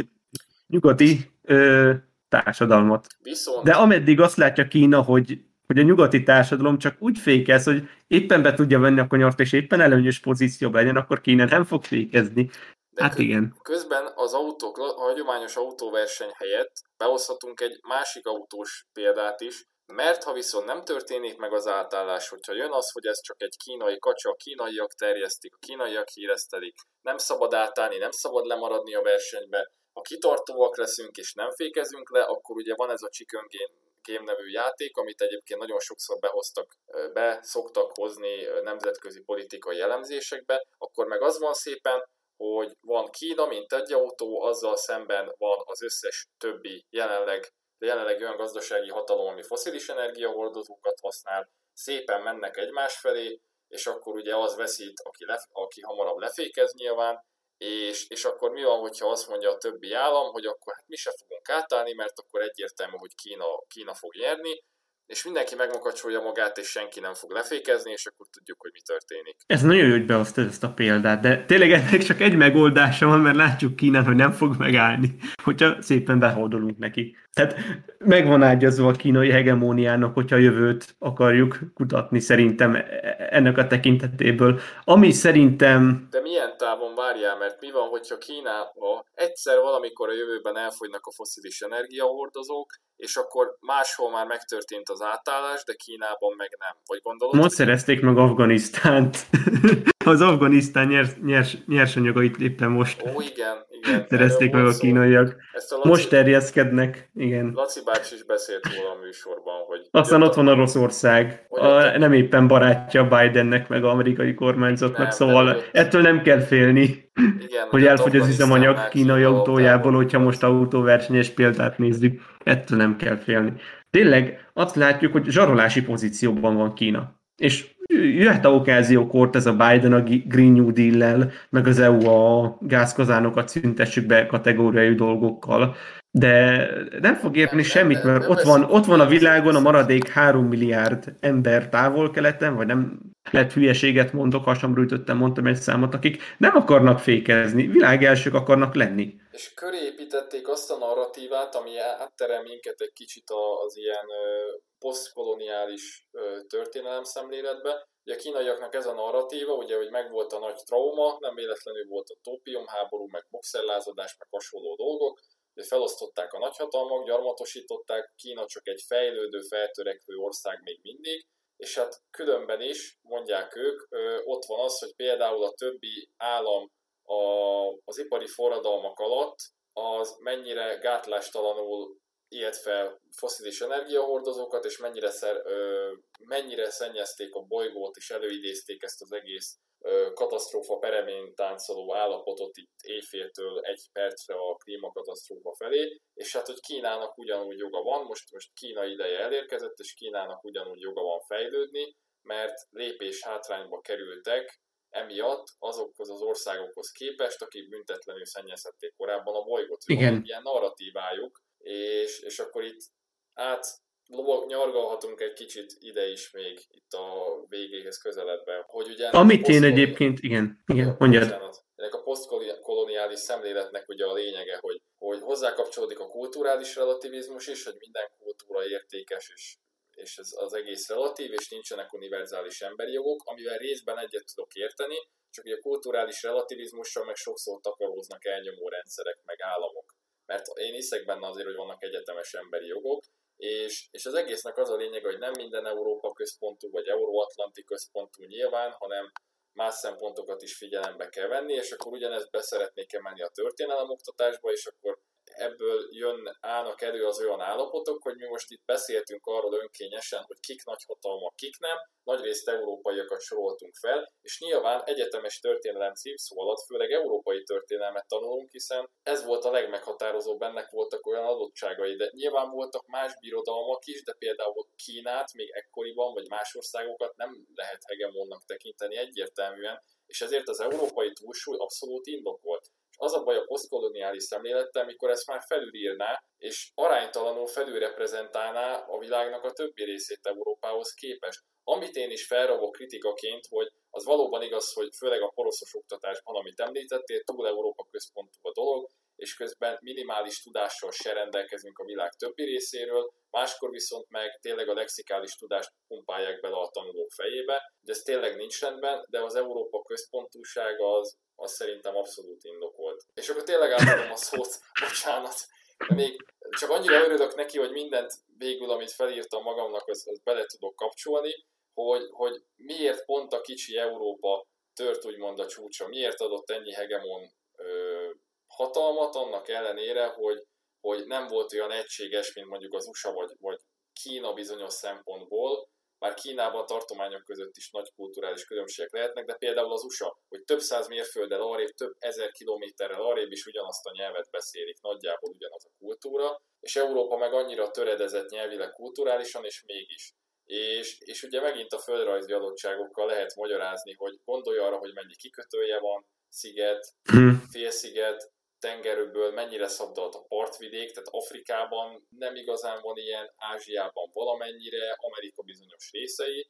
nyugati ö, társadalmat. Viszont... De ameddig azt látja Kína, hogy hogy a nyugati társadalom csak úgy fékez, hogy éppen be tudja venni a kanyart, és éppen előnyös pozícióban legyen, akkor Kína nem fog fékezni. De hát igen. Közben az autók, a hagyományos autóverseny helyett behozhatunk egy másik autós példát is, mert ha viszont nem történik meg az átállás, hogyha jön az, hogy ez csak egy kínai kacsa, a kínaiak terjesztik, a kínaiak híresztelik, nem szabad átállni, nem szabad lemaradni a versenybe, ha kitartóak leszünk és nem fékezünk le, akkor ugye van ez a chicken game, game nevű játék, amit egyébként nagyon sokszor behoztak, be szoktak hozni nemzetközi politikai elemzésekbe, akkor meg az van szépen, hogy van Kína, mint egy autó, azzal szemben van az összes többi jelenleg, jelenleg olyan gazdasági hatalom, ami fosszilis energiahordozókat használ, szépen mennek egymás felé, és akkor ugye az veszít, aki, lef, aki hamarabb lefékez nyilván, és, és akkor mi van, hogyha azt mondja a többi állam, hogy akkor hát mi se fogunk átállni, mert akkor egyértelmű, hogy Kína, Kína fog nyerni, és mindenki megmakacsolja magát, és senki nem fog lefékezni, és akkor tudjuk, hogy mi történik. Ez nagyon jó, hogy behoztad ezt a példát, de tényleg ennek csak egy megoldása van, mert látjuk Kínán, hogy nem fog megállni, hogyha szépen behódolunk neki. Tehát megvan ágyazva a kínai hegemóniának, hogyha a jövőt akarjuk kutatni szerintem ennek a tekintetéből. Ami szerintem... De milyen távon várjál, mert mi van, hogyha Kínában egyszer valamikor a jövőben elfogynak a fosszilis energiahordozók, és akkor máshol már megtörtént az átállás, de Kínában meg nem. Vagy gondolod? Most szerezték meg Afganisztánt. Az Afganisztán nyers, nyers, nyersanyagait éppen most Ó, igen, igen. szerezték meg a kínaiak. A Laci, most terjeszkednek, igen. Laci bácsi is beszélt róla a műsorban, hogy... Aztán ott van Oroszország, a, nem éppen barátja Bidennek, meg az amerikai kormányzatnak, nem, szóval nem, ettől nem kell félni, igen, hogy elfogy az üzemanyag kínai autójából, hogyha most autóversenyes példát nézzük. Ettől nem kell félni. Tényleg azt látjuk, hogy zsarolási pozícióban van Kína. És jöhet a okáziókort ez a Biden a Green New Deal-lel, meg az é u a gázkazánokat szüntessük be kategóriai dolgokkal, de nem fog érni nem, semmit, mert nem, nem ott, van, ott van a világon a maradék három milliárd ember távol-keleten, vagy nem lehet hülyeséget mondok, hasamra ütöttem, mondtam egy számot, akik nem akarnak fékezni, világelsők akarnak lenni. És köré építették azt a narratívát, ami átterel minket egy kicsit az ilyen posztkoloniális történelem szemléletbe. Ugye a kínaiaknak ez a narratíva, ugye, hogy megvolt a nagy trauma, nem véletlenül volt a tópiumháború, meg boxerlázadás, meg hasonló dolgok, hogy felosztották a nagyhatalmak, gyarmatosították, Kína csak egy fejlődő, feltörekvő ország még mindig, és hát különben is, mondják ők, ott van az, hogy például a többi állam a, az ipari forradalmak alatt az mennyire gátlástalanul ilyet fel fosszilis energiahordozókat, és mennyire, szer, ö, mennyire szennyezték a bolygót, és előidézték ezt az egész ö, katasztrófa peremén táncoló állapotot itt éjféltől egy percre a klímakatasztrófa felé, és hát, hogy Kínának ugyanúgy joga van, most, most Kína ideje elérkezett, és Kínának ugyanúgy joga van fejlődni, mert lépés hátrányba kerültek emiatt azokhoz az országokhoz képest, akik büntetlenül szennyezhették korábban a bolygót. Igen. Ilyen narratívájuk, és, és akkor itt át nyargalhatunk egy kicsit ide is még itt a végéhez közeledve, hogy ugye... Amit én egyébként, igen, igen, mondjad. Ennek a posztkoloniális szemléletnek ugye a lényege, hogy, hogy hozzákapcsolódik a kulturális relativizmus is, hogy minden kultúra értékes, és, és ez az egész relatív, és nincsenek univerzális emberi jogok, amivel részben egyet tudok érteni, csak ugye a kulturális relativizmussal meg sokszor takaróznak elnyomó rendszerek, meg államok. Mert én hiszek benne azért, hogy vannak egyetemes emberi jogok, és, és az egésznek az a lényeg, hogy nem minden Európa központú, vagy Euróatlanti központú nyilván, hanem más szempontokat is figyelembe kell venni, és akkor ugyanezt beszeretnék emelni a történelemoktatásba, és akkor ebből jön, állnak elő az olyan állapotok, hogy mi most itt beszéltünk arról önkényesen, hogy kik nagyhatalmak, kik nem, nagyrészt európaiakat soroltunk fel, és nyilván egyetemes történelem címszó alatt főleg európai történelmet tanulunk, hiszen ez volt a legmeghatározóbb, ennek voltak olyan adottságai, de nyilván voltak más birodalmak is, de például Kínát még ekkoriban, vagy más országokat nem lehet hegemónnak tekinteni egyértelműen, és ezért az európai túlsúly abszolút indokolt. Az a baj a posztkoloniális szemlélettel, mikor ezt már felülírná, és aránytalanul felülreprezentálná a világnak a többi részét Európához képest. Amit én is felravok kritikaként, hogy az valóban igaz, hogy főleg a poroszos oktatásban, amit említettél, túl Európa központú a dolog, és közben minimális tudással se rendelkezünk a világ többi részéről, máskor viszont meg tényleg a lexikális tudást pumpálják bele a tanulók fejébe, de ez tényleg nincs rendben, de az Európa központúság az, az szerintem abszolút indokolt. És akkor tényleg átadom a szót, bocsánat, még csak annyira örülök neki, hogy mindent végül, amit felírtam magamnak, az, az bele tudok kapcsolni, hogy, hogy miért pont a kicsi Európa tört úgymond a csúcsa, miért adott ennyi hegemon ö, hatalmat, annak ellenére, hogy, hogy nem volt olyan egységes, mint mondjuk az u es á vagy, vagy Kína bizonyos szempontból, bár Kínában tartományok között is nagy kulturális különbségek lehetnek, de például az u es á, hogy több száz mérfölddel arrébb, több ezer kilométerrel arrébb is ugyanazt a nyelvet beszélik, nagyjából ugyanaz a kultúra, és Európa meg annyira töredezett nyelvileg kulturálisan, és mégis. És, és ugye megint a földrajzi adottságokkal lehet magyarázni, hogy gondolj arra, hogy mennyi kikötője van, sziget, félsziget, tengerőből mennyire szabdalt a partvidék, tehát Afrikában nem igazán van ilyen, Ázsiában valamennyire, Amerika bizonyos részei,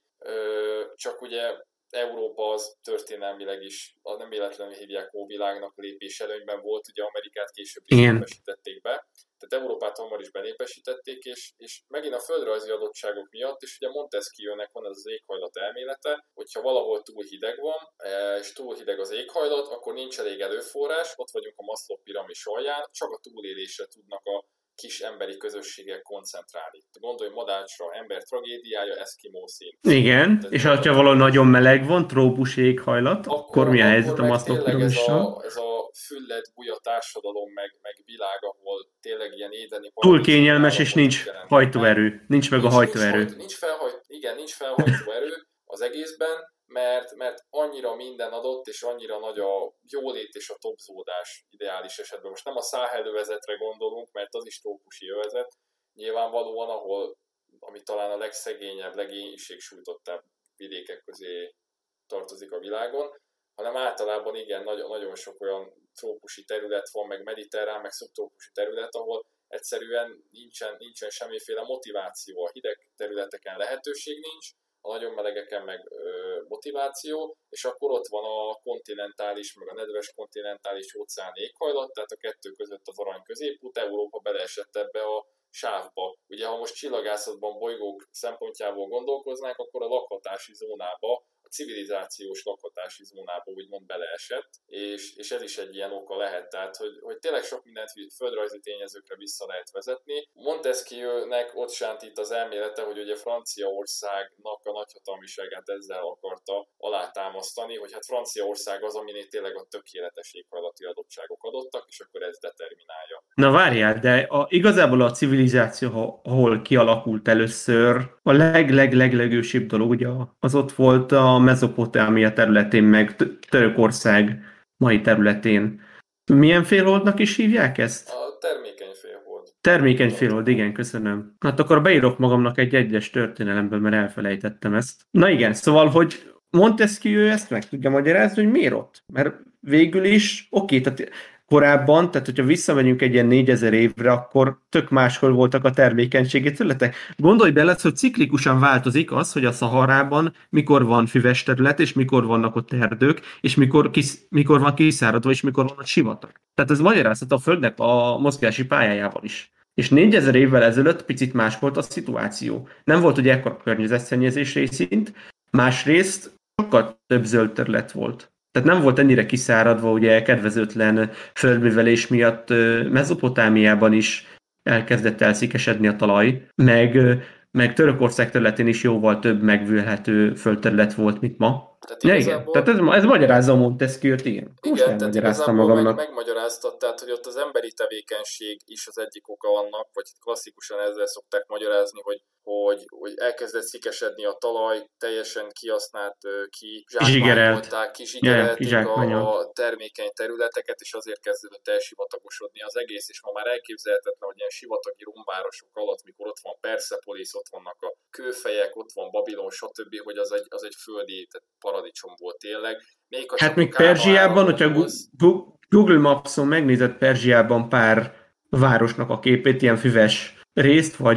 csak ugye Európa az történelmileg is, nem véletlenül hívják óvilágnak, lépés előnyben volt, ugye Amerikát később is népesítették be, tehát Európát hamar is benépesítették, és, és megint a földrajzi adottságok miatt, és ugye Montesquieunek van ez az éghajlat elmélete, hogyha valahol túl hideg van, és túl hideg az éghajlat, akkor nincs elég erőforrás, ott vagyunk a Maslow piramis alján, csak a túlélésre tudnak a kis emberi közösségek koncentrálni. Gondolj Madácsra, ember tragédiája, eszkimó szint. Igen, tehát és ha valahol nagyon meleg van, trópusi éghajlat, akkor, akkor mi a helyzet a Maslow piramissal? Ez a füllet buja társadalom, meg, meg világ, ahol tényleg ilyen édeni... Túl kényelmes, és nincs hajtóerő. Nincs meg nincs, a hajtóerő. Nincs, nincs felhajt, igen, nincs felhajtóerő az egészben, mert, mert annyira minden adott, és annyira nagy a jólét és a topzódás ideális esetben. Most nem a Száhel övezetre gondolunk, mert az is trópusi övezet, nyilvánvalóan, ahol, ami talán a legszegényebb, legénységsújtottabb vidékek közé tartozik a világon, hanem általában igen, nagyon, nagyon sok olyan trópusi terület van, meg mediterrán, meg szubtrópusi terület, ahol egyszerűen nincsen, nincsen semmiféle motiváció. A hideg területeken lehetőség nincs, a nagyon melegeken meg ö, motiváció, és akkor ott van a kontinentális, meg a nedves kontinentális óceáni éghajlat, tehát a kettő között az arany középút, Európa beleesett ebbe a sávba. Ugye, ha most csillagászatban bolygók szempontjából gondolkoznánk, akkor a lakhatási zónába, a civilizációs lakhatási zónába úgymond beleesett, és, és ez is egy ilyen oka lehet, tehát hogy, hogy tényleg sok mindent földrajzi tényezőkre vissza lehet vezetni. Montesquieu-nek ott sántít az elmélete, hogy ugye Franciaországnak a nagyhatalmiságát ezzel akarta alátámasztani, hogy hát Franciaország az, aminél tényleg a tökéletes éghajlati adottságok adottak, és akkor ez determinálja. Na várjál, de a, igazából a civilizáció, ahol kialakult először, a leg-leg-leglegősibb dolog, ugye az ott volt a Mezopotámia területén, meg Törökország mai területén. Milyen félholdnak is hívják ezt? A termékeny félhold. Termékeny félhold, igen, köszönöm. Hát akkor beírok magamnak egy egyes történelemből, mert elfelejtettem ezt. Na igen, szóval, hogy Montesquieu ezt meg tudja magyarázni, hogy miért ott? Mert végül is, oké, tehát korábban, tehát hogyha visszamegyünk egy ilyen négyezer évre, akkor tök máshol voltak a termékenységi területek. Gondolj bele, hogy ciklikusan változik az, hogy a Szaharában mikor van füves terület, és mikor vannak ott erdők, és mikor, kis, mikor van kiszáradva, és mikor van ott sivatag. Tehát ez magyarázhat a Földnek a mozgási pályájával is. És négyezer évvel ezelőtt picit más volt a szituáció. Nem volt ugye ekkor környezetszennyezés részint, másrészt sokkal több zöld terület volt. Tehát nem volt ennyire kiszáradva, ugye kedvezőtlen földművelés miatt Mezopotámiában is elkezdett elszíkesedni a talaj, meg, meg Törökország területén is jóval több megvőlhető földterület volt, mint ma. Tehát, ja, igen. Tehát ez, ez magyarázza a Montesquieu-t, igen. Most igen, tehát igazából meg, megmagyaráztat, tehát hogy ott az emberi tevékenység is az egyik oka annak, vagy klasszikusan ezzel szokták magyarázni, hogy, hogy, hogy elkezdett szikesedni a talaj, teljesen kihasznált, ki zsákmányolták, kizsigerelték yeah, a, a termékeny területeket, és azért kezdődött elsivatagosodni az egész, és ma már elképzelhetetlen, hogy ilyen sivatagi rombárosok alatt, mikor ott van Persepolis, ott vannak a kőfejek, ott van Babilon, stb., hogy az egy, az egy földi paradicsom volt tényleg. Még hát még Perzsiában, hogyha Google Maps-on megnézed Perzsiában pár városnak a képét, ilyen füves részt, vagy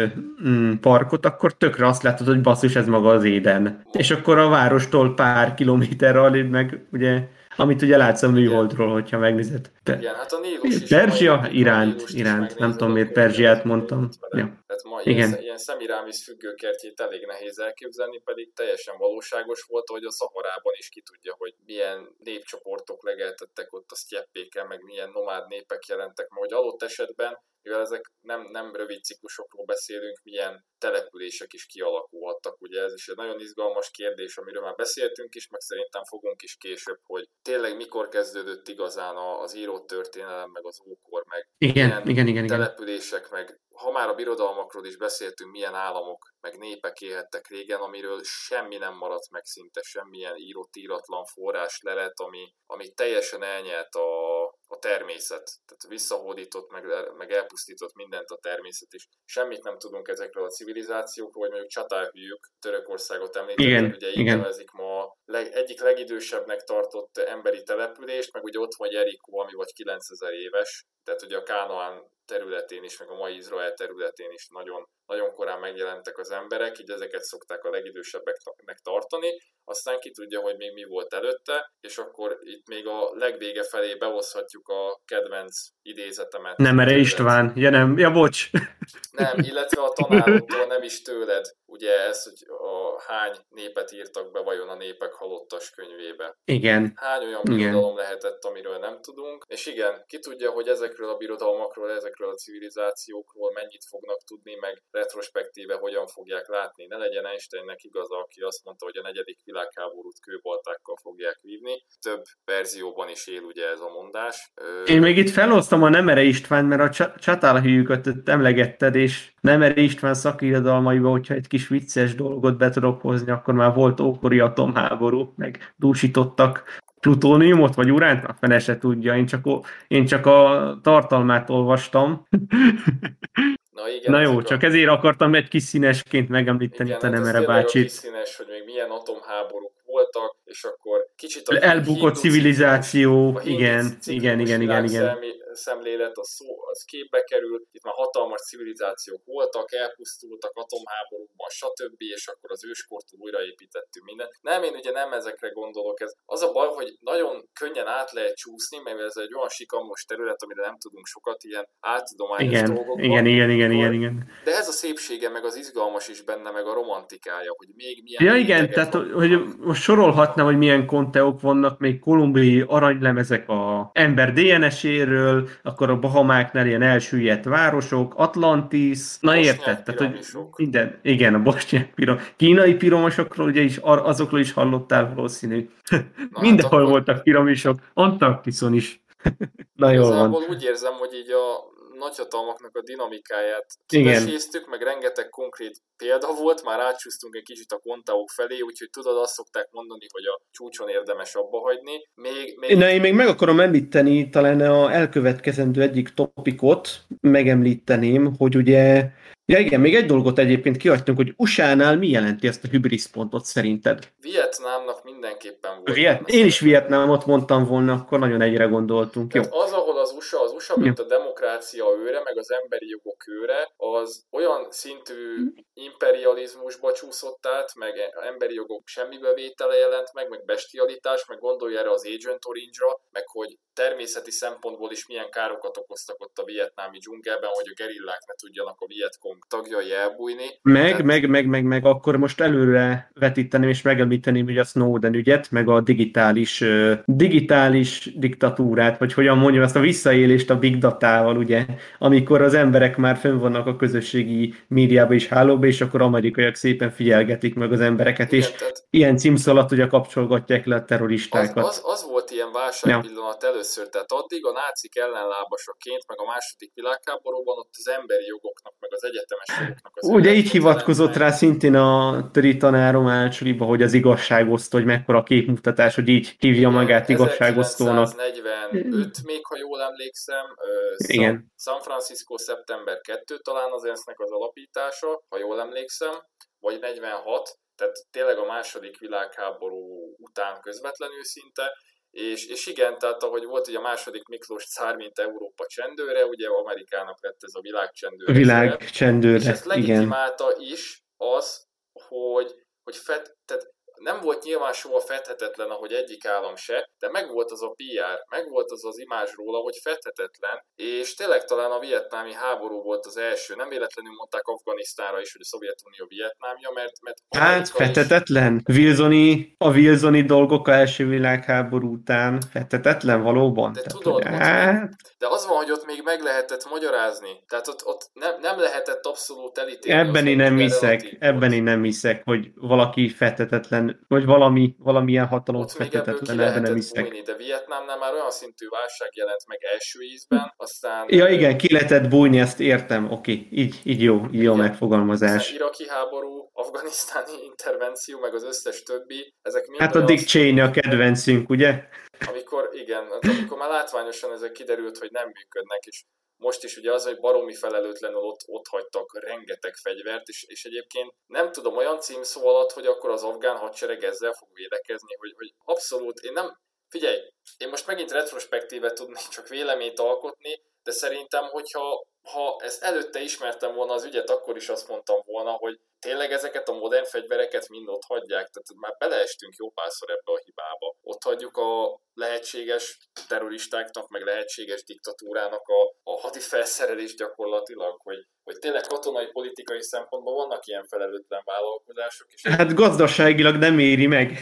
mm, parkot, akkor tökre azt látod, hogy basszus, ez maga az Éden. És akkor a várostól pár kilométerre alébb meg, ugye, amit ugye látsz a műholdról, hogyha megnézed. Pe- Igen, hát a Nílus is. Perzsia iránt, iránt. Nem tudom, miért Perzsiát mondtam. Ja. Tehát ma Igen. ilyen, ilyen Szemirámisz függőkertjét elég nehéz elképzelni, pedig teljesen valóságos volt, hogy a Szaharában is ki tudja, hogy milyen népcsoportok legeltettek ott a sztyeppéken, meg milyen nomád népek jelentek, mert hogy adott esetben, mivel ezek nem, nem rövid ciklusokról beszélünk, milyen települések is kialakulhattak. Ugye ez is egy nagyon izgalmas kérdés, amiről már beszéltünk is, meg szerintem fogunk is később, hogy tényleg mikor kezdődött igazán az írott történelem, meg az ókor, meg igen, milyen igen, igen, települések, meg ha már a birodalmakról is beszéltünk, milyen államok, meg népek élhettek régen, amiről semmi nem maradt meg szinte, semmilyen írott, íratlan forrás lelet, ami, ami teljesen elnyelt a, a természet. Tehát visszahódított, meg, meg elpusztított mindent a természet, és semmit nem tudunk ezekről a civilizációkról, vagy mondjuk csatárhűjük, Törökországot említetted, ugye így igen. nevezik ma a leg, egyik legidősebbnek tartott emberi települést, meg ugye ott van Jerikó, ami vagy kilencezer éves, tehát ugye a Kánaán területén is, meg a mai Izrael területén is nagyon, nagyon korán megjelentek az emberek, így ezeket szokták a legidősebbeknek tartani, aztán ki tudja, hogy még mi volt előtte, és akkor itt még a legvége felé behozhatjuk a kedvenc idézetemet. Nemere István, ja nem, ja bocs. Nem, illetve a tanároktól, nem is tőled, ugye ez, hogy a hány népet írtak be vajon a népek halottas könyvébe. Igen. Hány olyan birodalom lehetett, amiről nem tudunk, és igen, ki tudja, hogy ezekről a birodalmakról, ezekről a civilizációkról mennyit fognak tudni, meg retrospektíve hogyan fogják látni. Ne legyen Einsteinnek igaza, aki azt mondta, hogy a negyedik világháborút kőbaltákkal fogják vívni. Több verzióban is él ugye ez a mondás. Én még itt felhoztam a Nemere István, mert a csatálhűjüket emlegetted, és Nemere István szakirodalmaiba, hogyha egy kis vicces dolgot be tudok hozni, akkor már volt ókori atomháború, meg dúsítottak plutóniumot, vagy uránt, a fene se tudja, én csak, én csak a tartalmát olvastam. Na, igen, Na jó, csak a... ezért akartam egy kis színesként megemlíteni igen, a Nemere bácsit. Igen, kis színes, hogy még milyen atomháborúk voltak, és akkor kicsit a elbukott civilizáció, igen, igen, igen, igen, igen. Szemlélet, a szó, az képbe kerül, itt már hatalmas civilizációk voltak, elpusztultak atomháborúkban, stb., és akkor az őskortól újraépítettünk mindent. Nem, én ugye nem ezekre gondolok, ez az a baj, hogy nagyon könnyen át lehet csúszni, mert ez egy olyan sikamos terület, amire nem tudunk sokat, ilyen áltudományos igen, dolgokban. Igen, igen, igen, igen, igen. De ez a szépsége, meg az izgalmas is benne, meg a romantikája, hogy még milyen... Ja igen, tehát hogy most sorolhatnám, hogy milyen konteók vannak, még kolumbiai aranylemezek a ember dé en es-éről, akkor a Bahamáknál ilyen elsüllyedt városok, Atlantis, na érted, tehát hogy minden, igen, a bosnyák piramidok, kínai piramidokról ugye is, azokról is hallottál valószínű. Mindenhol hát voltak piramisok, Antarktiszon is. Na jól van. Úgy érzem, hogy így a nagyhatalmaknak a dinamikáját kiveséztük, meg rengeteg konkrét példa volt, már átsúsztunk egy kicsit a kontaók felé, úgyhogy tudod, azt szokták mondani, hogy a csúcson érdemes abba hagyni. Még, még... Na, én még meg akarom említeni talán a elkövetkezendő egyik topikot, megemlíteném, hogy ugye, ja igen, még egy dolgot egyébként kihagytunk, hogy u es á-nál mi jelenti ezt a hübrisz pontot szerinted? Vietnámnak mindenképpen volt. Viet... Én is Vietnámot mondtam volna, akkor nagyon egyre gondoltunk. Tehát jó. Az, ahol az u es á, az u es á, mint a demokrácia őre, meg az emberi jogok őre, az olyan szintű imperializmusba csúszott át, meg emberi jogok semmibevétele jelent meg, meg bestialitás, meg gondolj erre az Agent Orange-ra, meg hogy természeti szempontból is milyen károkat okoztak ott a vietnámi dzsungelben, hogy a gerillák ne tudjanak a Vietkong tagjai elbújni. Meg, Tehát... meg, meg, meg, meg, akkor most előre vetíteném és megemlíteném ugye a Snowden ügyet, meg a digitális, uh, digitális diktatúrát, vagy hogyan mondjam, ezt a visszaélést a big datával, ugye, amikor az emberek már fönn vannak a közösségi médiában és hálóban, és akkor amerikaiak szépen figyelgetik meg az embereket, igen, és tehát... ilyen címsz alatt ugye kapcsolgatják le a terroristákat. Az, az, az volt ilyen válságpillanat ja. először, tehát addig a nácik ellenlábasaként, meg a második világháborúban ott az emberi jogoknak, meg az egyetemes jogoknak az ugye így hivatkozott rá szintén a töri tanárom Ácsliba, hogy az igazságosztó, hogy mekkora képmutatás, hogy így hívja igen, magát igazságosztónak. ezerkilencszáznegyvenöt még, ha jól emlékszem, igen. San Francisco szeptember kettő talán az ENSZ-nek az alapítása, ha jól emlékszem, vagy negyvenhat, tehát tényleg a második világháború után közvetlenül szinte, és, és igen, tehát ahogy volt ugye a második Miklós cár, mint Európa csendőre, ugye Amerikának lett ez a világ csendőre. Világ csendőre, és ezt legitimálta igen. is az, hogy, hogy fed, tehát nem volt nyilván soha fedhetetlen, ahogy egyik állam se, de megvolt az a pé er, megvolt az az imázs róla, hogy fedhetetlen, és tényleg talán a vietnámi háború volt az első. Nem véletlenül mondták Afganisztánra is, hogy a Szovjetunió Vietnámja, mert... mert hát fedhetetlen? Is... Wilsoni, a Wilsoni dolgok a első világháború után fedhetetlen valóban? De tehát, tudod, hát... még, de az van, hogy ott még meg lehetett magyarázni. Tehát ott, ott nem, nem lehetett abszolút elítélni. Ebben én nem hiszek, ebben én nem hiszek, hogy valaki fedhetetlen, vagy valami, valamilyen hatalom fedhetetlen, ebben nem hiszek. Bújni, de Vietnámnál már olyan szintű válság jelent meg első ízben, aztán... Ja igen, ki lehetett bújni, ezt értem, oké, így, így jó, így jó megfogalmazás. Az iraki háború, afganisztáni intervenció, meg az összes többi, ezek mind hát a Dick Cheney a kedvencünk, ugye? Amikor, igen, amikor már látványosan ezek kiderült, hogy nem működnek, és most is ugye az, hogy baromi felelőtlenül ott, ott hagytak rengeteg fegyvert, és, és egyébként nem tudom, olyan címszó alatt, hogy akkor az afgán hadsereg ezzel fog védekezni, hogy, hogy abszolút, én nem, figyelj, én most megint retrospektíve tudnék csak véleményt alkotni, de szerintem, hogyha ha ezt előtte ismertem volna az ügyet, akkor is azt mondtam volna, hogy tényleg ezeket a modern fegyvereket mind ott hagyják, tehát már beleestünk jó párszor ebbe a hibába. Ott hagyjuk a lehetséges terroristáknak, meg lehetséges diktatúrának a, a hadifelszerelést gyakorlatilag, hogy, hogy tényleg katonai, politikai szempontból vannak ilyen felelőtlen vállalkozások. És hát gazdaságilag nem éri meg.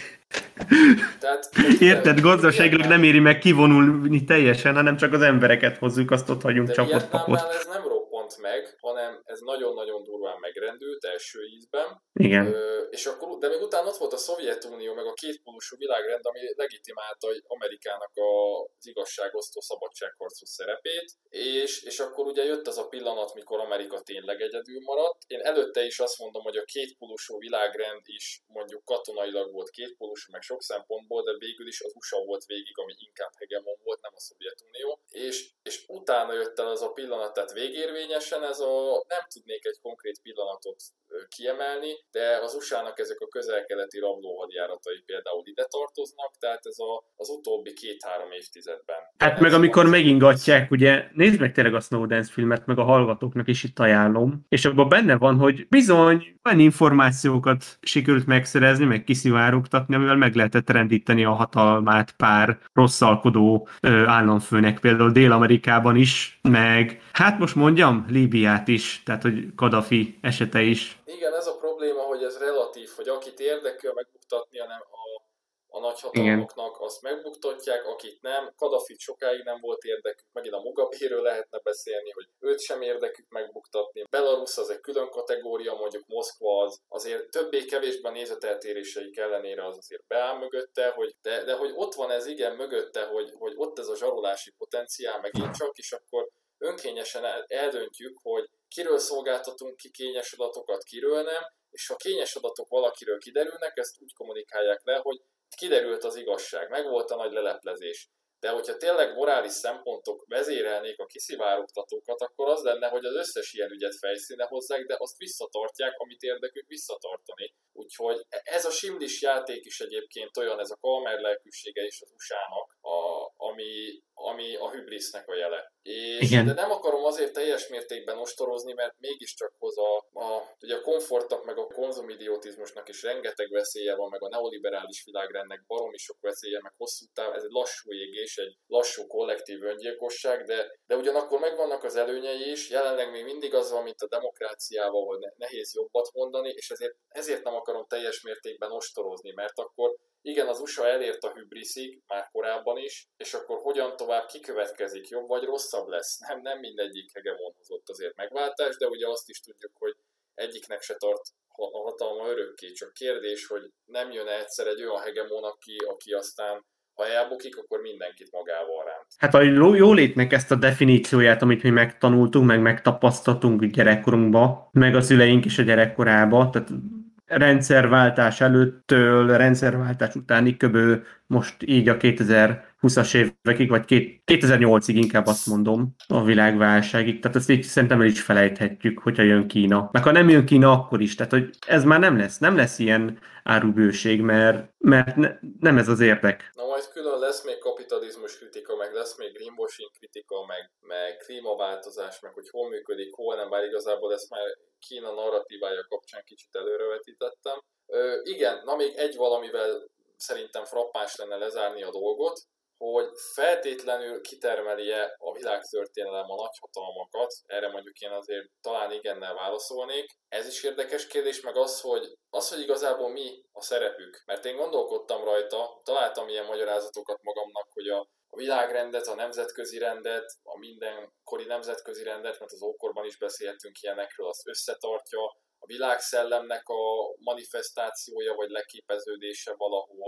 Tehát, érted, gazdaságilag nem éri meg kivonulni teljesen, hanem csak az embereket hozzuk, azt ott hagyunk csapott papot. Ez nem roppant meg, hanem ez nagyon-nagyon durván megrendült első ízben. Igen. Ö, és akkor, de még utána ott volt a Szovjetunió, meg a kétpólusú világrend, ami legitimálta Amerikának az igazságosztó szabadságharcos szerepét, és, és akkor ugye jött az a pillanat, mikor Amerika tényleg egyedül maradt. Én előtte is azt mondom, hogy a kétpólusú világrend is mondjuk katonailag volt kétpólusú, meg sok szempontból, de végül is az u es á volt végig, ami inkább hegemon volt, nem a Szovjetunió. És, és utána jött el az a pillanat, tehát végérvényesen ez a, nem tudnék egy konkrét pillanatot kiemelni, de az u es á-nak ezek a közel-keleti rablóhadjáratai például ide tartoznak, tehát ez a, az utóbbi két-három évtizedben. Hát meg amikor megingatják, ugye, nézd meg tényleg a Snowden filmet, meg a hallgatóknak is itt ajánlom, és abban benne van, hogy bizony olyan információkat sikerült megszerezni, meg kiszivárogtatni, amivel meg lehetett rendíteni a hatalmát pár rosszalkodó ö, államfőnek, például Dél-Amerikában is, meg hát most mondjam, Líbiát is, tehát hogy Kadhafi esete is. Igen, ez a probléma, hogy ez relatív, hogy akit érdekel megbuktatni, hanem a, a nagyhatalmaknak igen, azt megbuktatják, akit nem. Kadhafit sokáig nem volt érdekük, megint a Mugabéről lehetne beszélni, hogy őt sem érdekük megbuktatni. Belarus az egy külön kategória, mondjuk Moszkva az azért többé-kevésbé nézeteltéréseik ellenére az azért beáll mögötte, hogy de, de hogy ott van ez igen mögötte, hogy, hogy ott ez a zsarolási potenciál megint csak, és akkor önkényesen eldöntjük, hogy kiről szolgáltatunk ki kényes adatokat, kiről nem, és ha kényes adatok valakiről kiderülnek, ezt úgy kommunikálják le, hogy kiderült az igazság, megvolt a nagy leleplezés. De hogyha tényleg morális szempontok vezérelnék a kiszivárogtatókat, akkor az lenne, hogy az összes ilyen ügyet fejszíne hozzák, de azt visszatartják, amit érdekük visszatartani. Úgyhogy ez a simlis játék is egyébként olyan, ez a kalmer lelkűsége is az u es á-nak, a, ami, ami a hübrisznek a jele. És, de nem akarom azért teljes mértékben ostorozni, mert mégiscsak hoz a, a, ugye a komfortnak, meg a konzumidiotizmusnak is rengeteg veszélye van, meg a neoliberális világrendnek baromi sok veszélye, meg hosszú táv, ez egy lassú égés, egy lassú kollektív öngyilkosság, de, de ugyanakkor megvannak az előnyei is, jelenleg még mindig az van, mint a demokráciával, hogy nehéz jobbat mondani, és ezért, ezért nem akarom teljes mértékben ostorozni, mert akkor igen, az u es á elért a hübriszig, már korábban is, és akkor hogyan tovább kikövetkezik, jobb vagy rosszabb lesz? Nem, nem mindegyik hegemon hozott azért megváltás, de ugye azt is tudjuk, hogy egyiknek se tart a hatalma örökké, csak kérdés, hogy nem jön egyszer egy olyan hegemon, aki, aki aztán ha elbukik, akkor mindenkit magával ránt. Hát a jólétnek ezt a definícióját, amit mi megtanultunk, meg megtapasztaltunk gyerekkorunkba, meg a szüleink is a gyerekkorába, tehát rendszerváltás előttől, rendszerváltás utánig köbő most így a kétezer-húszas évekig, vagy kétezer-nyolcig inkább azt mondom, a világválságig. Tehát ezt így szerintem el is felejthetjük, hogyha jön Kína. Meg ha nem jön Kína, akkor is. Tehát, hogy ez már nem lesz. Nem lesz ilyen árubőség, mert, mert ne, nem ez az érdek. Na majd külön lesz még kapitalizmus kritika, meg lesz még greenwashing kritika, meg, meg klímaváltozás, meg hogy hol működik, hol nem, bár igazából ezt már Kína narratívája kapcsán kicsit előrevetítettem. Ö, igen, na még egy valamivel szerintem frappáns lenne lezárni a dolgot, hogy feltétlenül kitermeli-e a világtörténelem a nagyhatalmakat, erre mondjuk én azért talán igennel válaszolnék. Ez is érdekes kérdés, meg az, hogy, az, hogy igazából mi a szerepük. Mert én gondolkodtam rajta, találtam ilyen magyarázatokat magamnak, hogy a a világrendet, a nemzetközi rendet, a mindenkori nemzetközi rendet, mert az ókorban is beszéltünk ilyenekről, azt összetartja, a világszellemnek a manifestációja vagy leképeződése valahol,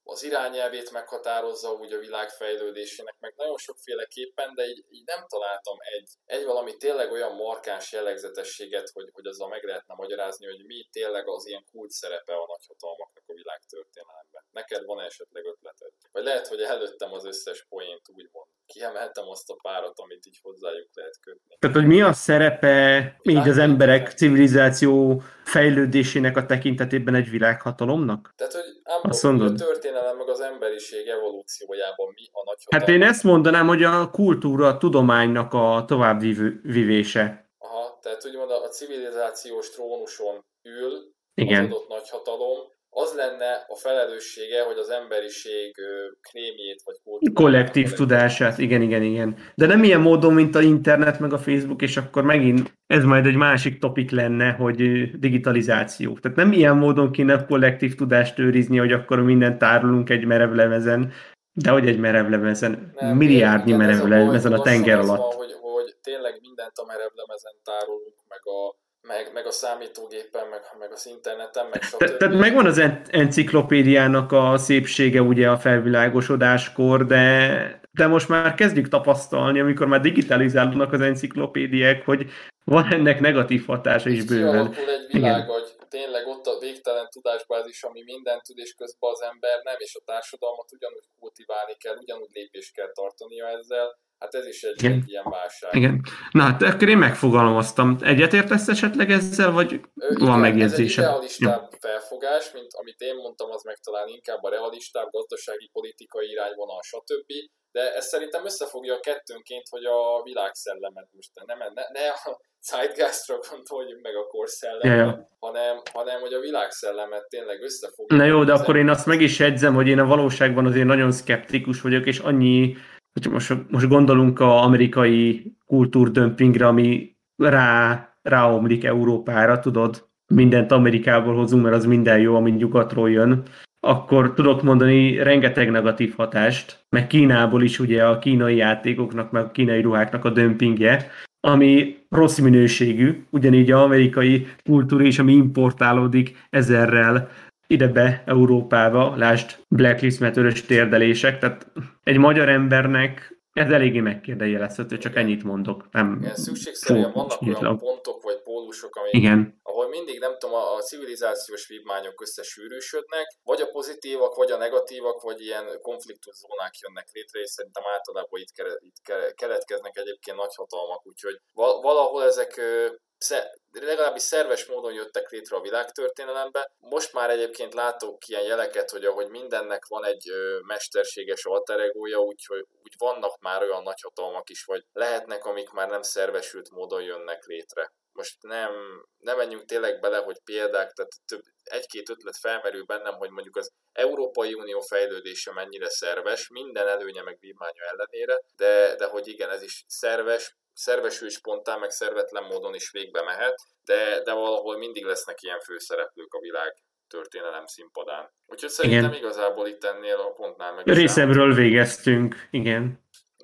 az irányelvét meghatározza úgy a világ fejlődésének, meg nagyon sokféleképpen, de így, így nem találtam egy, egy valami tényleg olyan markáns jellegzetességet, hogy, hogy azzal meg lehetne magyarázni, hogy mi tényleg az ilyen kult szerepe a nagyhatalmaknak a világtörténelemben. Neked van esetleg ötleted? Vagy lehet, hogy előttem az összes poént úgymond. Kiemeltem azt a párat, amit így hozzájuk lehet kötni. Tehát, hogy mi a szerepe így az emberek civilizáció fejlődésének a tekintetében egy világhatalomnak? Tehát, hogy ám a történelem meg az emberiség evolúciójában mi a nagyhatalom? Hát én ezt mondanám, hogy a kultúra, a tudománynak a továbbvívése. Aha, tehát úgymond a civilizációs trónuson ül igen. Az adott nagyhatalom, az lenne a felelőssége, hogy az emberiség krémjét vagy kultúrát... Kollektív tudását, igen, igen, igen. De nem ilyen módon, mint a internet, meg a Facebook, és akkor megint ez majd egy másik topik lenne, hogy digitalizáció. Tehát nem ilyen módon kéne kollektív tudást őrizni, hogy akkor mindent tárolunk egy merevlemezen, de hogy egy merevlemezen, nem, milliárdnyi merevlemezen a, a tenger alatt. Van, hogy, hogy tényleg mindent a merevlemezen tárolunk, meg a Meg, meg a számítógépen, meg, meg az interneten, meg stb. Te, tehát megvan az enciklopédiának a szépsége ugye a felvilágosodáskor, de, de most már kezdjük tapasztalni, amikor már digitalizálódnak az enciklopédiák, hogy van ennek negatív hatása is bőven. Kialakul egy világ, hogy tényleg ott a végtelen tudásbázis, ami mindent tud, és közben az ember nem, és a társadalmat ugyanúgy kultiválni kell, ugyanúgy lépést kell tartania ezzel. Hát ez is egy, egy ilyen válság. Igen. Na hát akkor én megfogalmaztam. Egyetértesz esetleg ezzel, vagy Ö, van igen, megjegyzésed? Ez egy idealistább ja. felfogás, mint amit én mondtam, az meg talán inkább a realistább, gazdasági, politikai irányvonal, stb. De ez szerintem összefogja a kettőnként, hogy a világszellemet most nem, ne, ne a zeitgeistra gondoljunk meg a korszellemre, ja, ja. hanem, hanem hogy a világszellemet tényleg összefogja. Na jó, de akkor én azt meg is jegyzem, hogy én a valóságban azért nagyon szkeptikus vagyok, és annyi Most, most gondolunk az amerikai kultúrdömpingre, ami rá, ráomlik Európára, tudod, mindent Amerikából hozunk, mert az minden jó, ami nyugatról jön, akkor tudok mondani rengeteg negatív hatást, meg Kínából is ugye a kínai játékoknak, meg a kínai ruháknak a dömpingje, ami rossz minőségű, ugyanígy az amerikai kultúra is, ami importálódik ezerrel ide be Európába, lásd Black Lives Matter-ös térdelések, tehát egy magyar embernek ez eléggé megkérdőjelezhető, csak ennyit mondok. Nem igen, szükségszerűen vannak olyan pontok vagy pólusok, amik, igen. ahol mindig, nem tudom, a civilizációs vívmányok összesűrűsödnek, vagy a pozitívak, vagy a negatívak, vagy ilyen konfliktuszónák jönnek létre, és szerintem általában itt, kere, itt keletkeznek egyébként nagyhatalmak, úgyhogy valahol ezek legalábbis szerves módon jöttek létre a világtörténelembe. Most már egyébként látok ilyen jeleket, hogy ahogy mindennek van egy ö, mesterséges alter egója, úgyhogy úgy vannak már olyan nagyhatalmak is, vagy lehetnek, amik már nem szervesült módon jönnek létre. Most nem, nem menjünk tényleg bele, hogy példák, tehát több, egy-két ötlet felmerül bennem, hogy mondjuk az Európai Unió fejlődése mennyire szerves, minden előnye meg vívmánya ellenére, de, de hogy igen, ez is szerves, szervesül, spontán, meg szervetlen módon is végbe mehet, de, de valahol mindig lesznek ilyen főszereplők a világ történelem színpadán. Úgyhogy szerintem igen. Igazából itt ennél a pontnál meg részemről végeztünk, igen.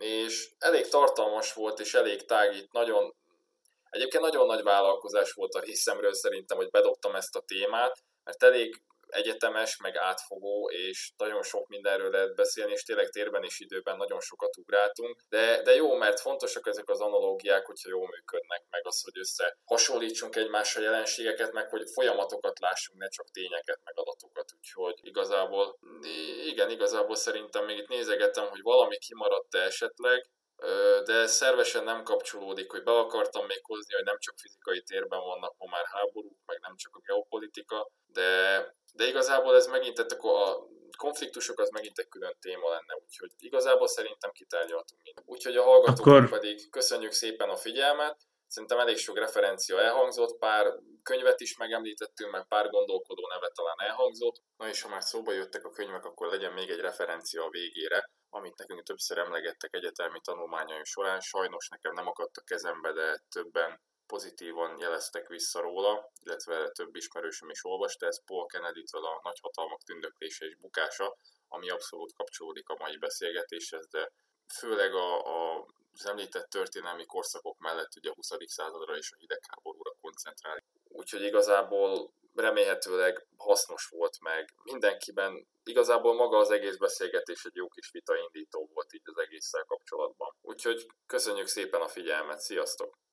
És elég tartalmas volt, és elég tág, nagyon, egyébként nagyon nagy vállalkozás volt a részemről szerintem, hogy bedobtam ezt a témát, mert elég egyetemes, meg átfogó, és nagyon sok mindenről lehet beszélni, és tényleg térben és időben nagyon sokat ugráltunk, de, de jó, mert fontosak ezek az analógiák, hogyha jól működnek, meg az, hogy összehasonlítsunk egymással jelenségeket, meg hogy folyamatokat lássunk, ne csak tényeket, meg adatokat, úgyhogy igazából, igen, igazából szerintem még itt nézegetem, hogy valami kimaradt-e esetleg, de szervesen nem kapcsolódik, hogy be akartam még hozni, hogy nem csak fizikai térben vannak ma már háborúk, meg nem csak a geopolitika, de, de igazából ez megint, a konfliktusok az megint egy külön téma lenne, úgyhogy igazából szerintem kitárgyaltunk mindent. Úgyhogy a hallgatóknak Akkor... pedig köszönjük szépen a figyelmet, szerintem elég sok referencia elhangzott, pár könyvet is megemlítettünk, meg pár gondolkodó neve talán elhangzott. Na és ha már szóba jöttek a könyvek, akkor legyen még egy referencia a végére, amit nekünk többször emlegettek egyetemi tanulmányaim során. Sajnos nekem nem akadt a kezembe, de többen pozitívan jeleztek vissza róla, illetve több ismerősöm is olvasta, ez Paul Kennedy-től a Nagyhatalmak tündöklése és bukása, ami abszolút kapcsolódik a mai beszélgetéshez, de főleg a, a, az említett történelmi korszakok mellett ugye a huszadik századra és a hidegháborúra koncentrál. Úgyhogy igazából remélhetőleg hasznos volt, meg mindenkiben igazából maga az egész beszélgetés egy jó kis vitaindító volt így az egésszel kapcsolatban. Úgyhogy köszönjük szépen a figyelmet, sziasztok!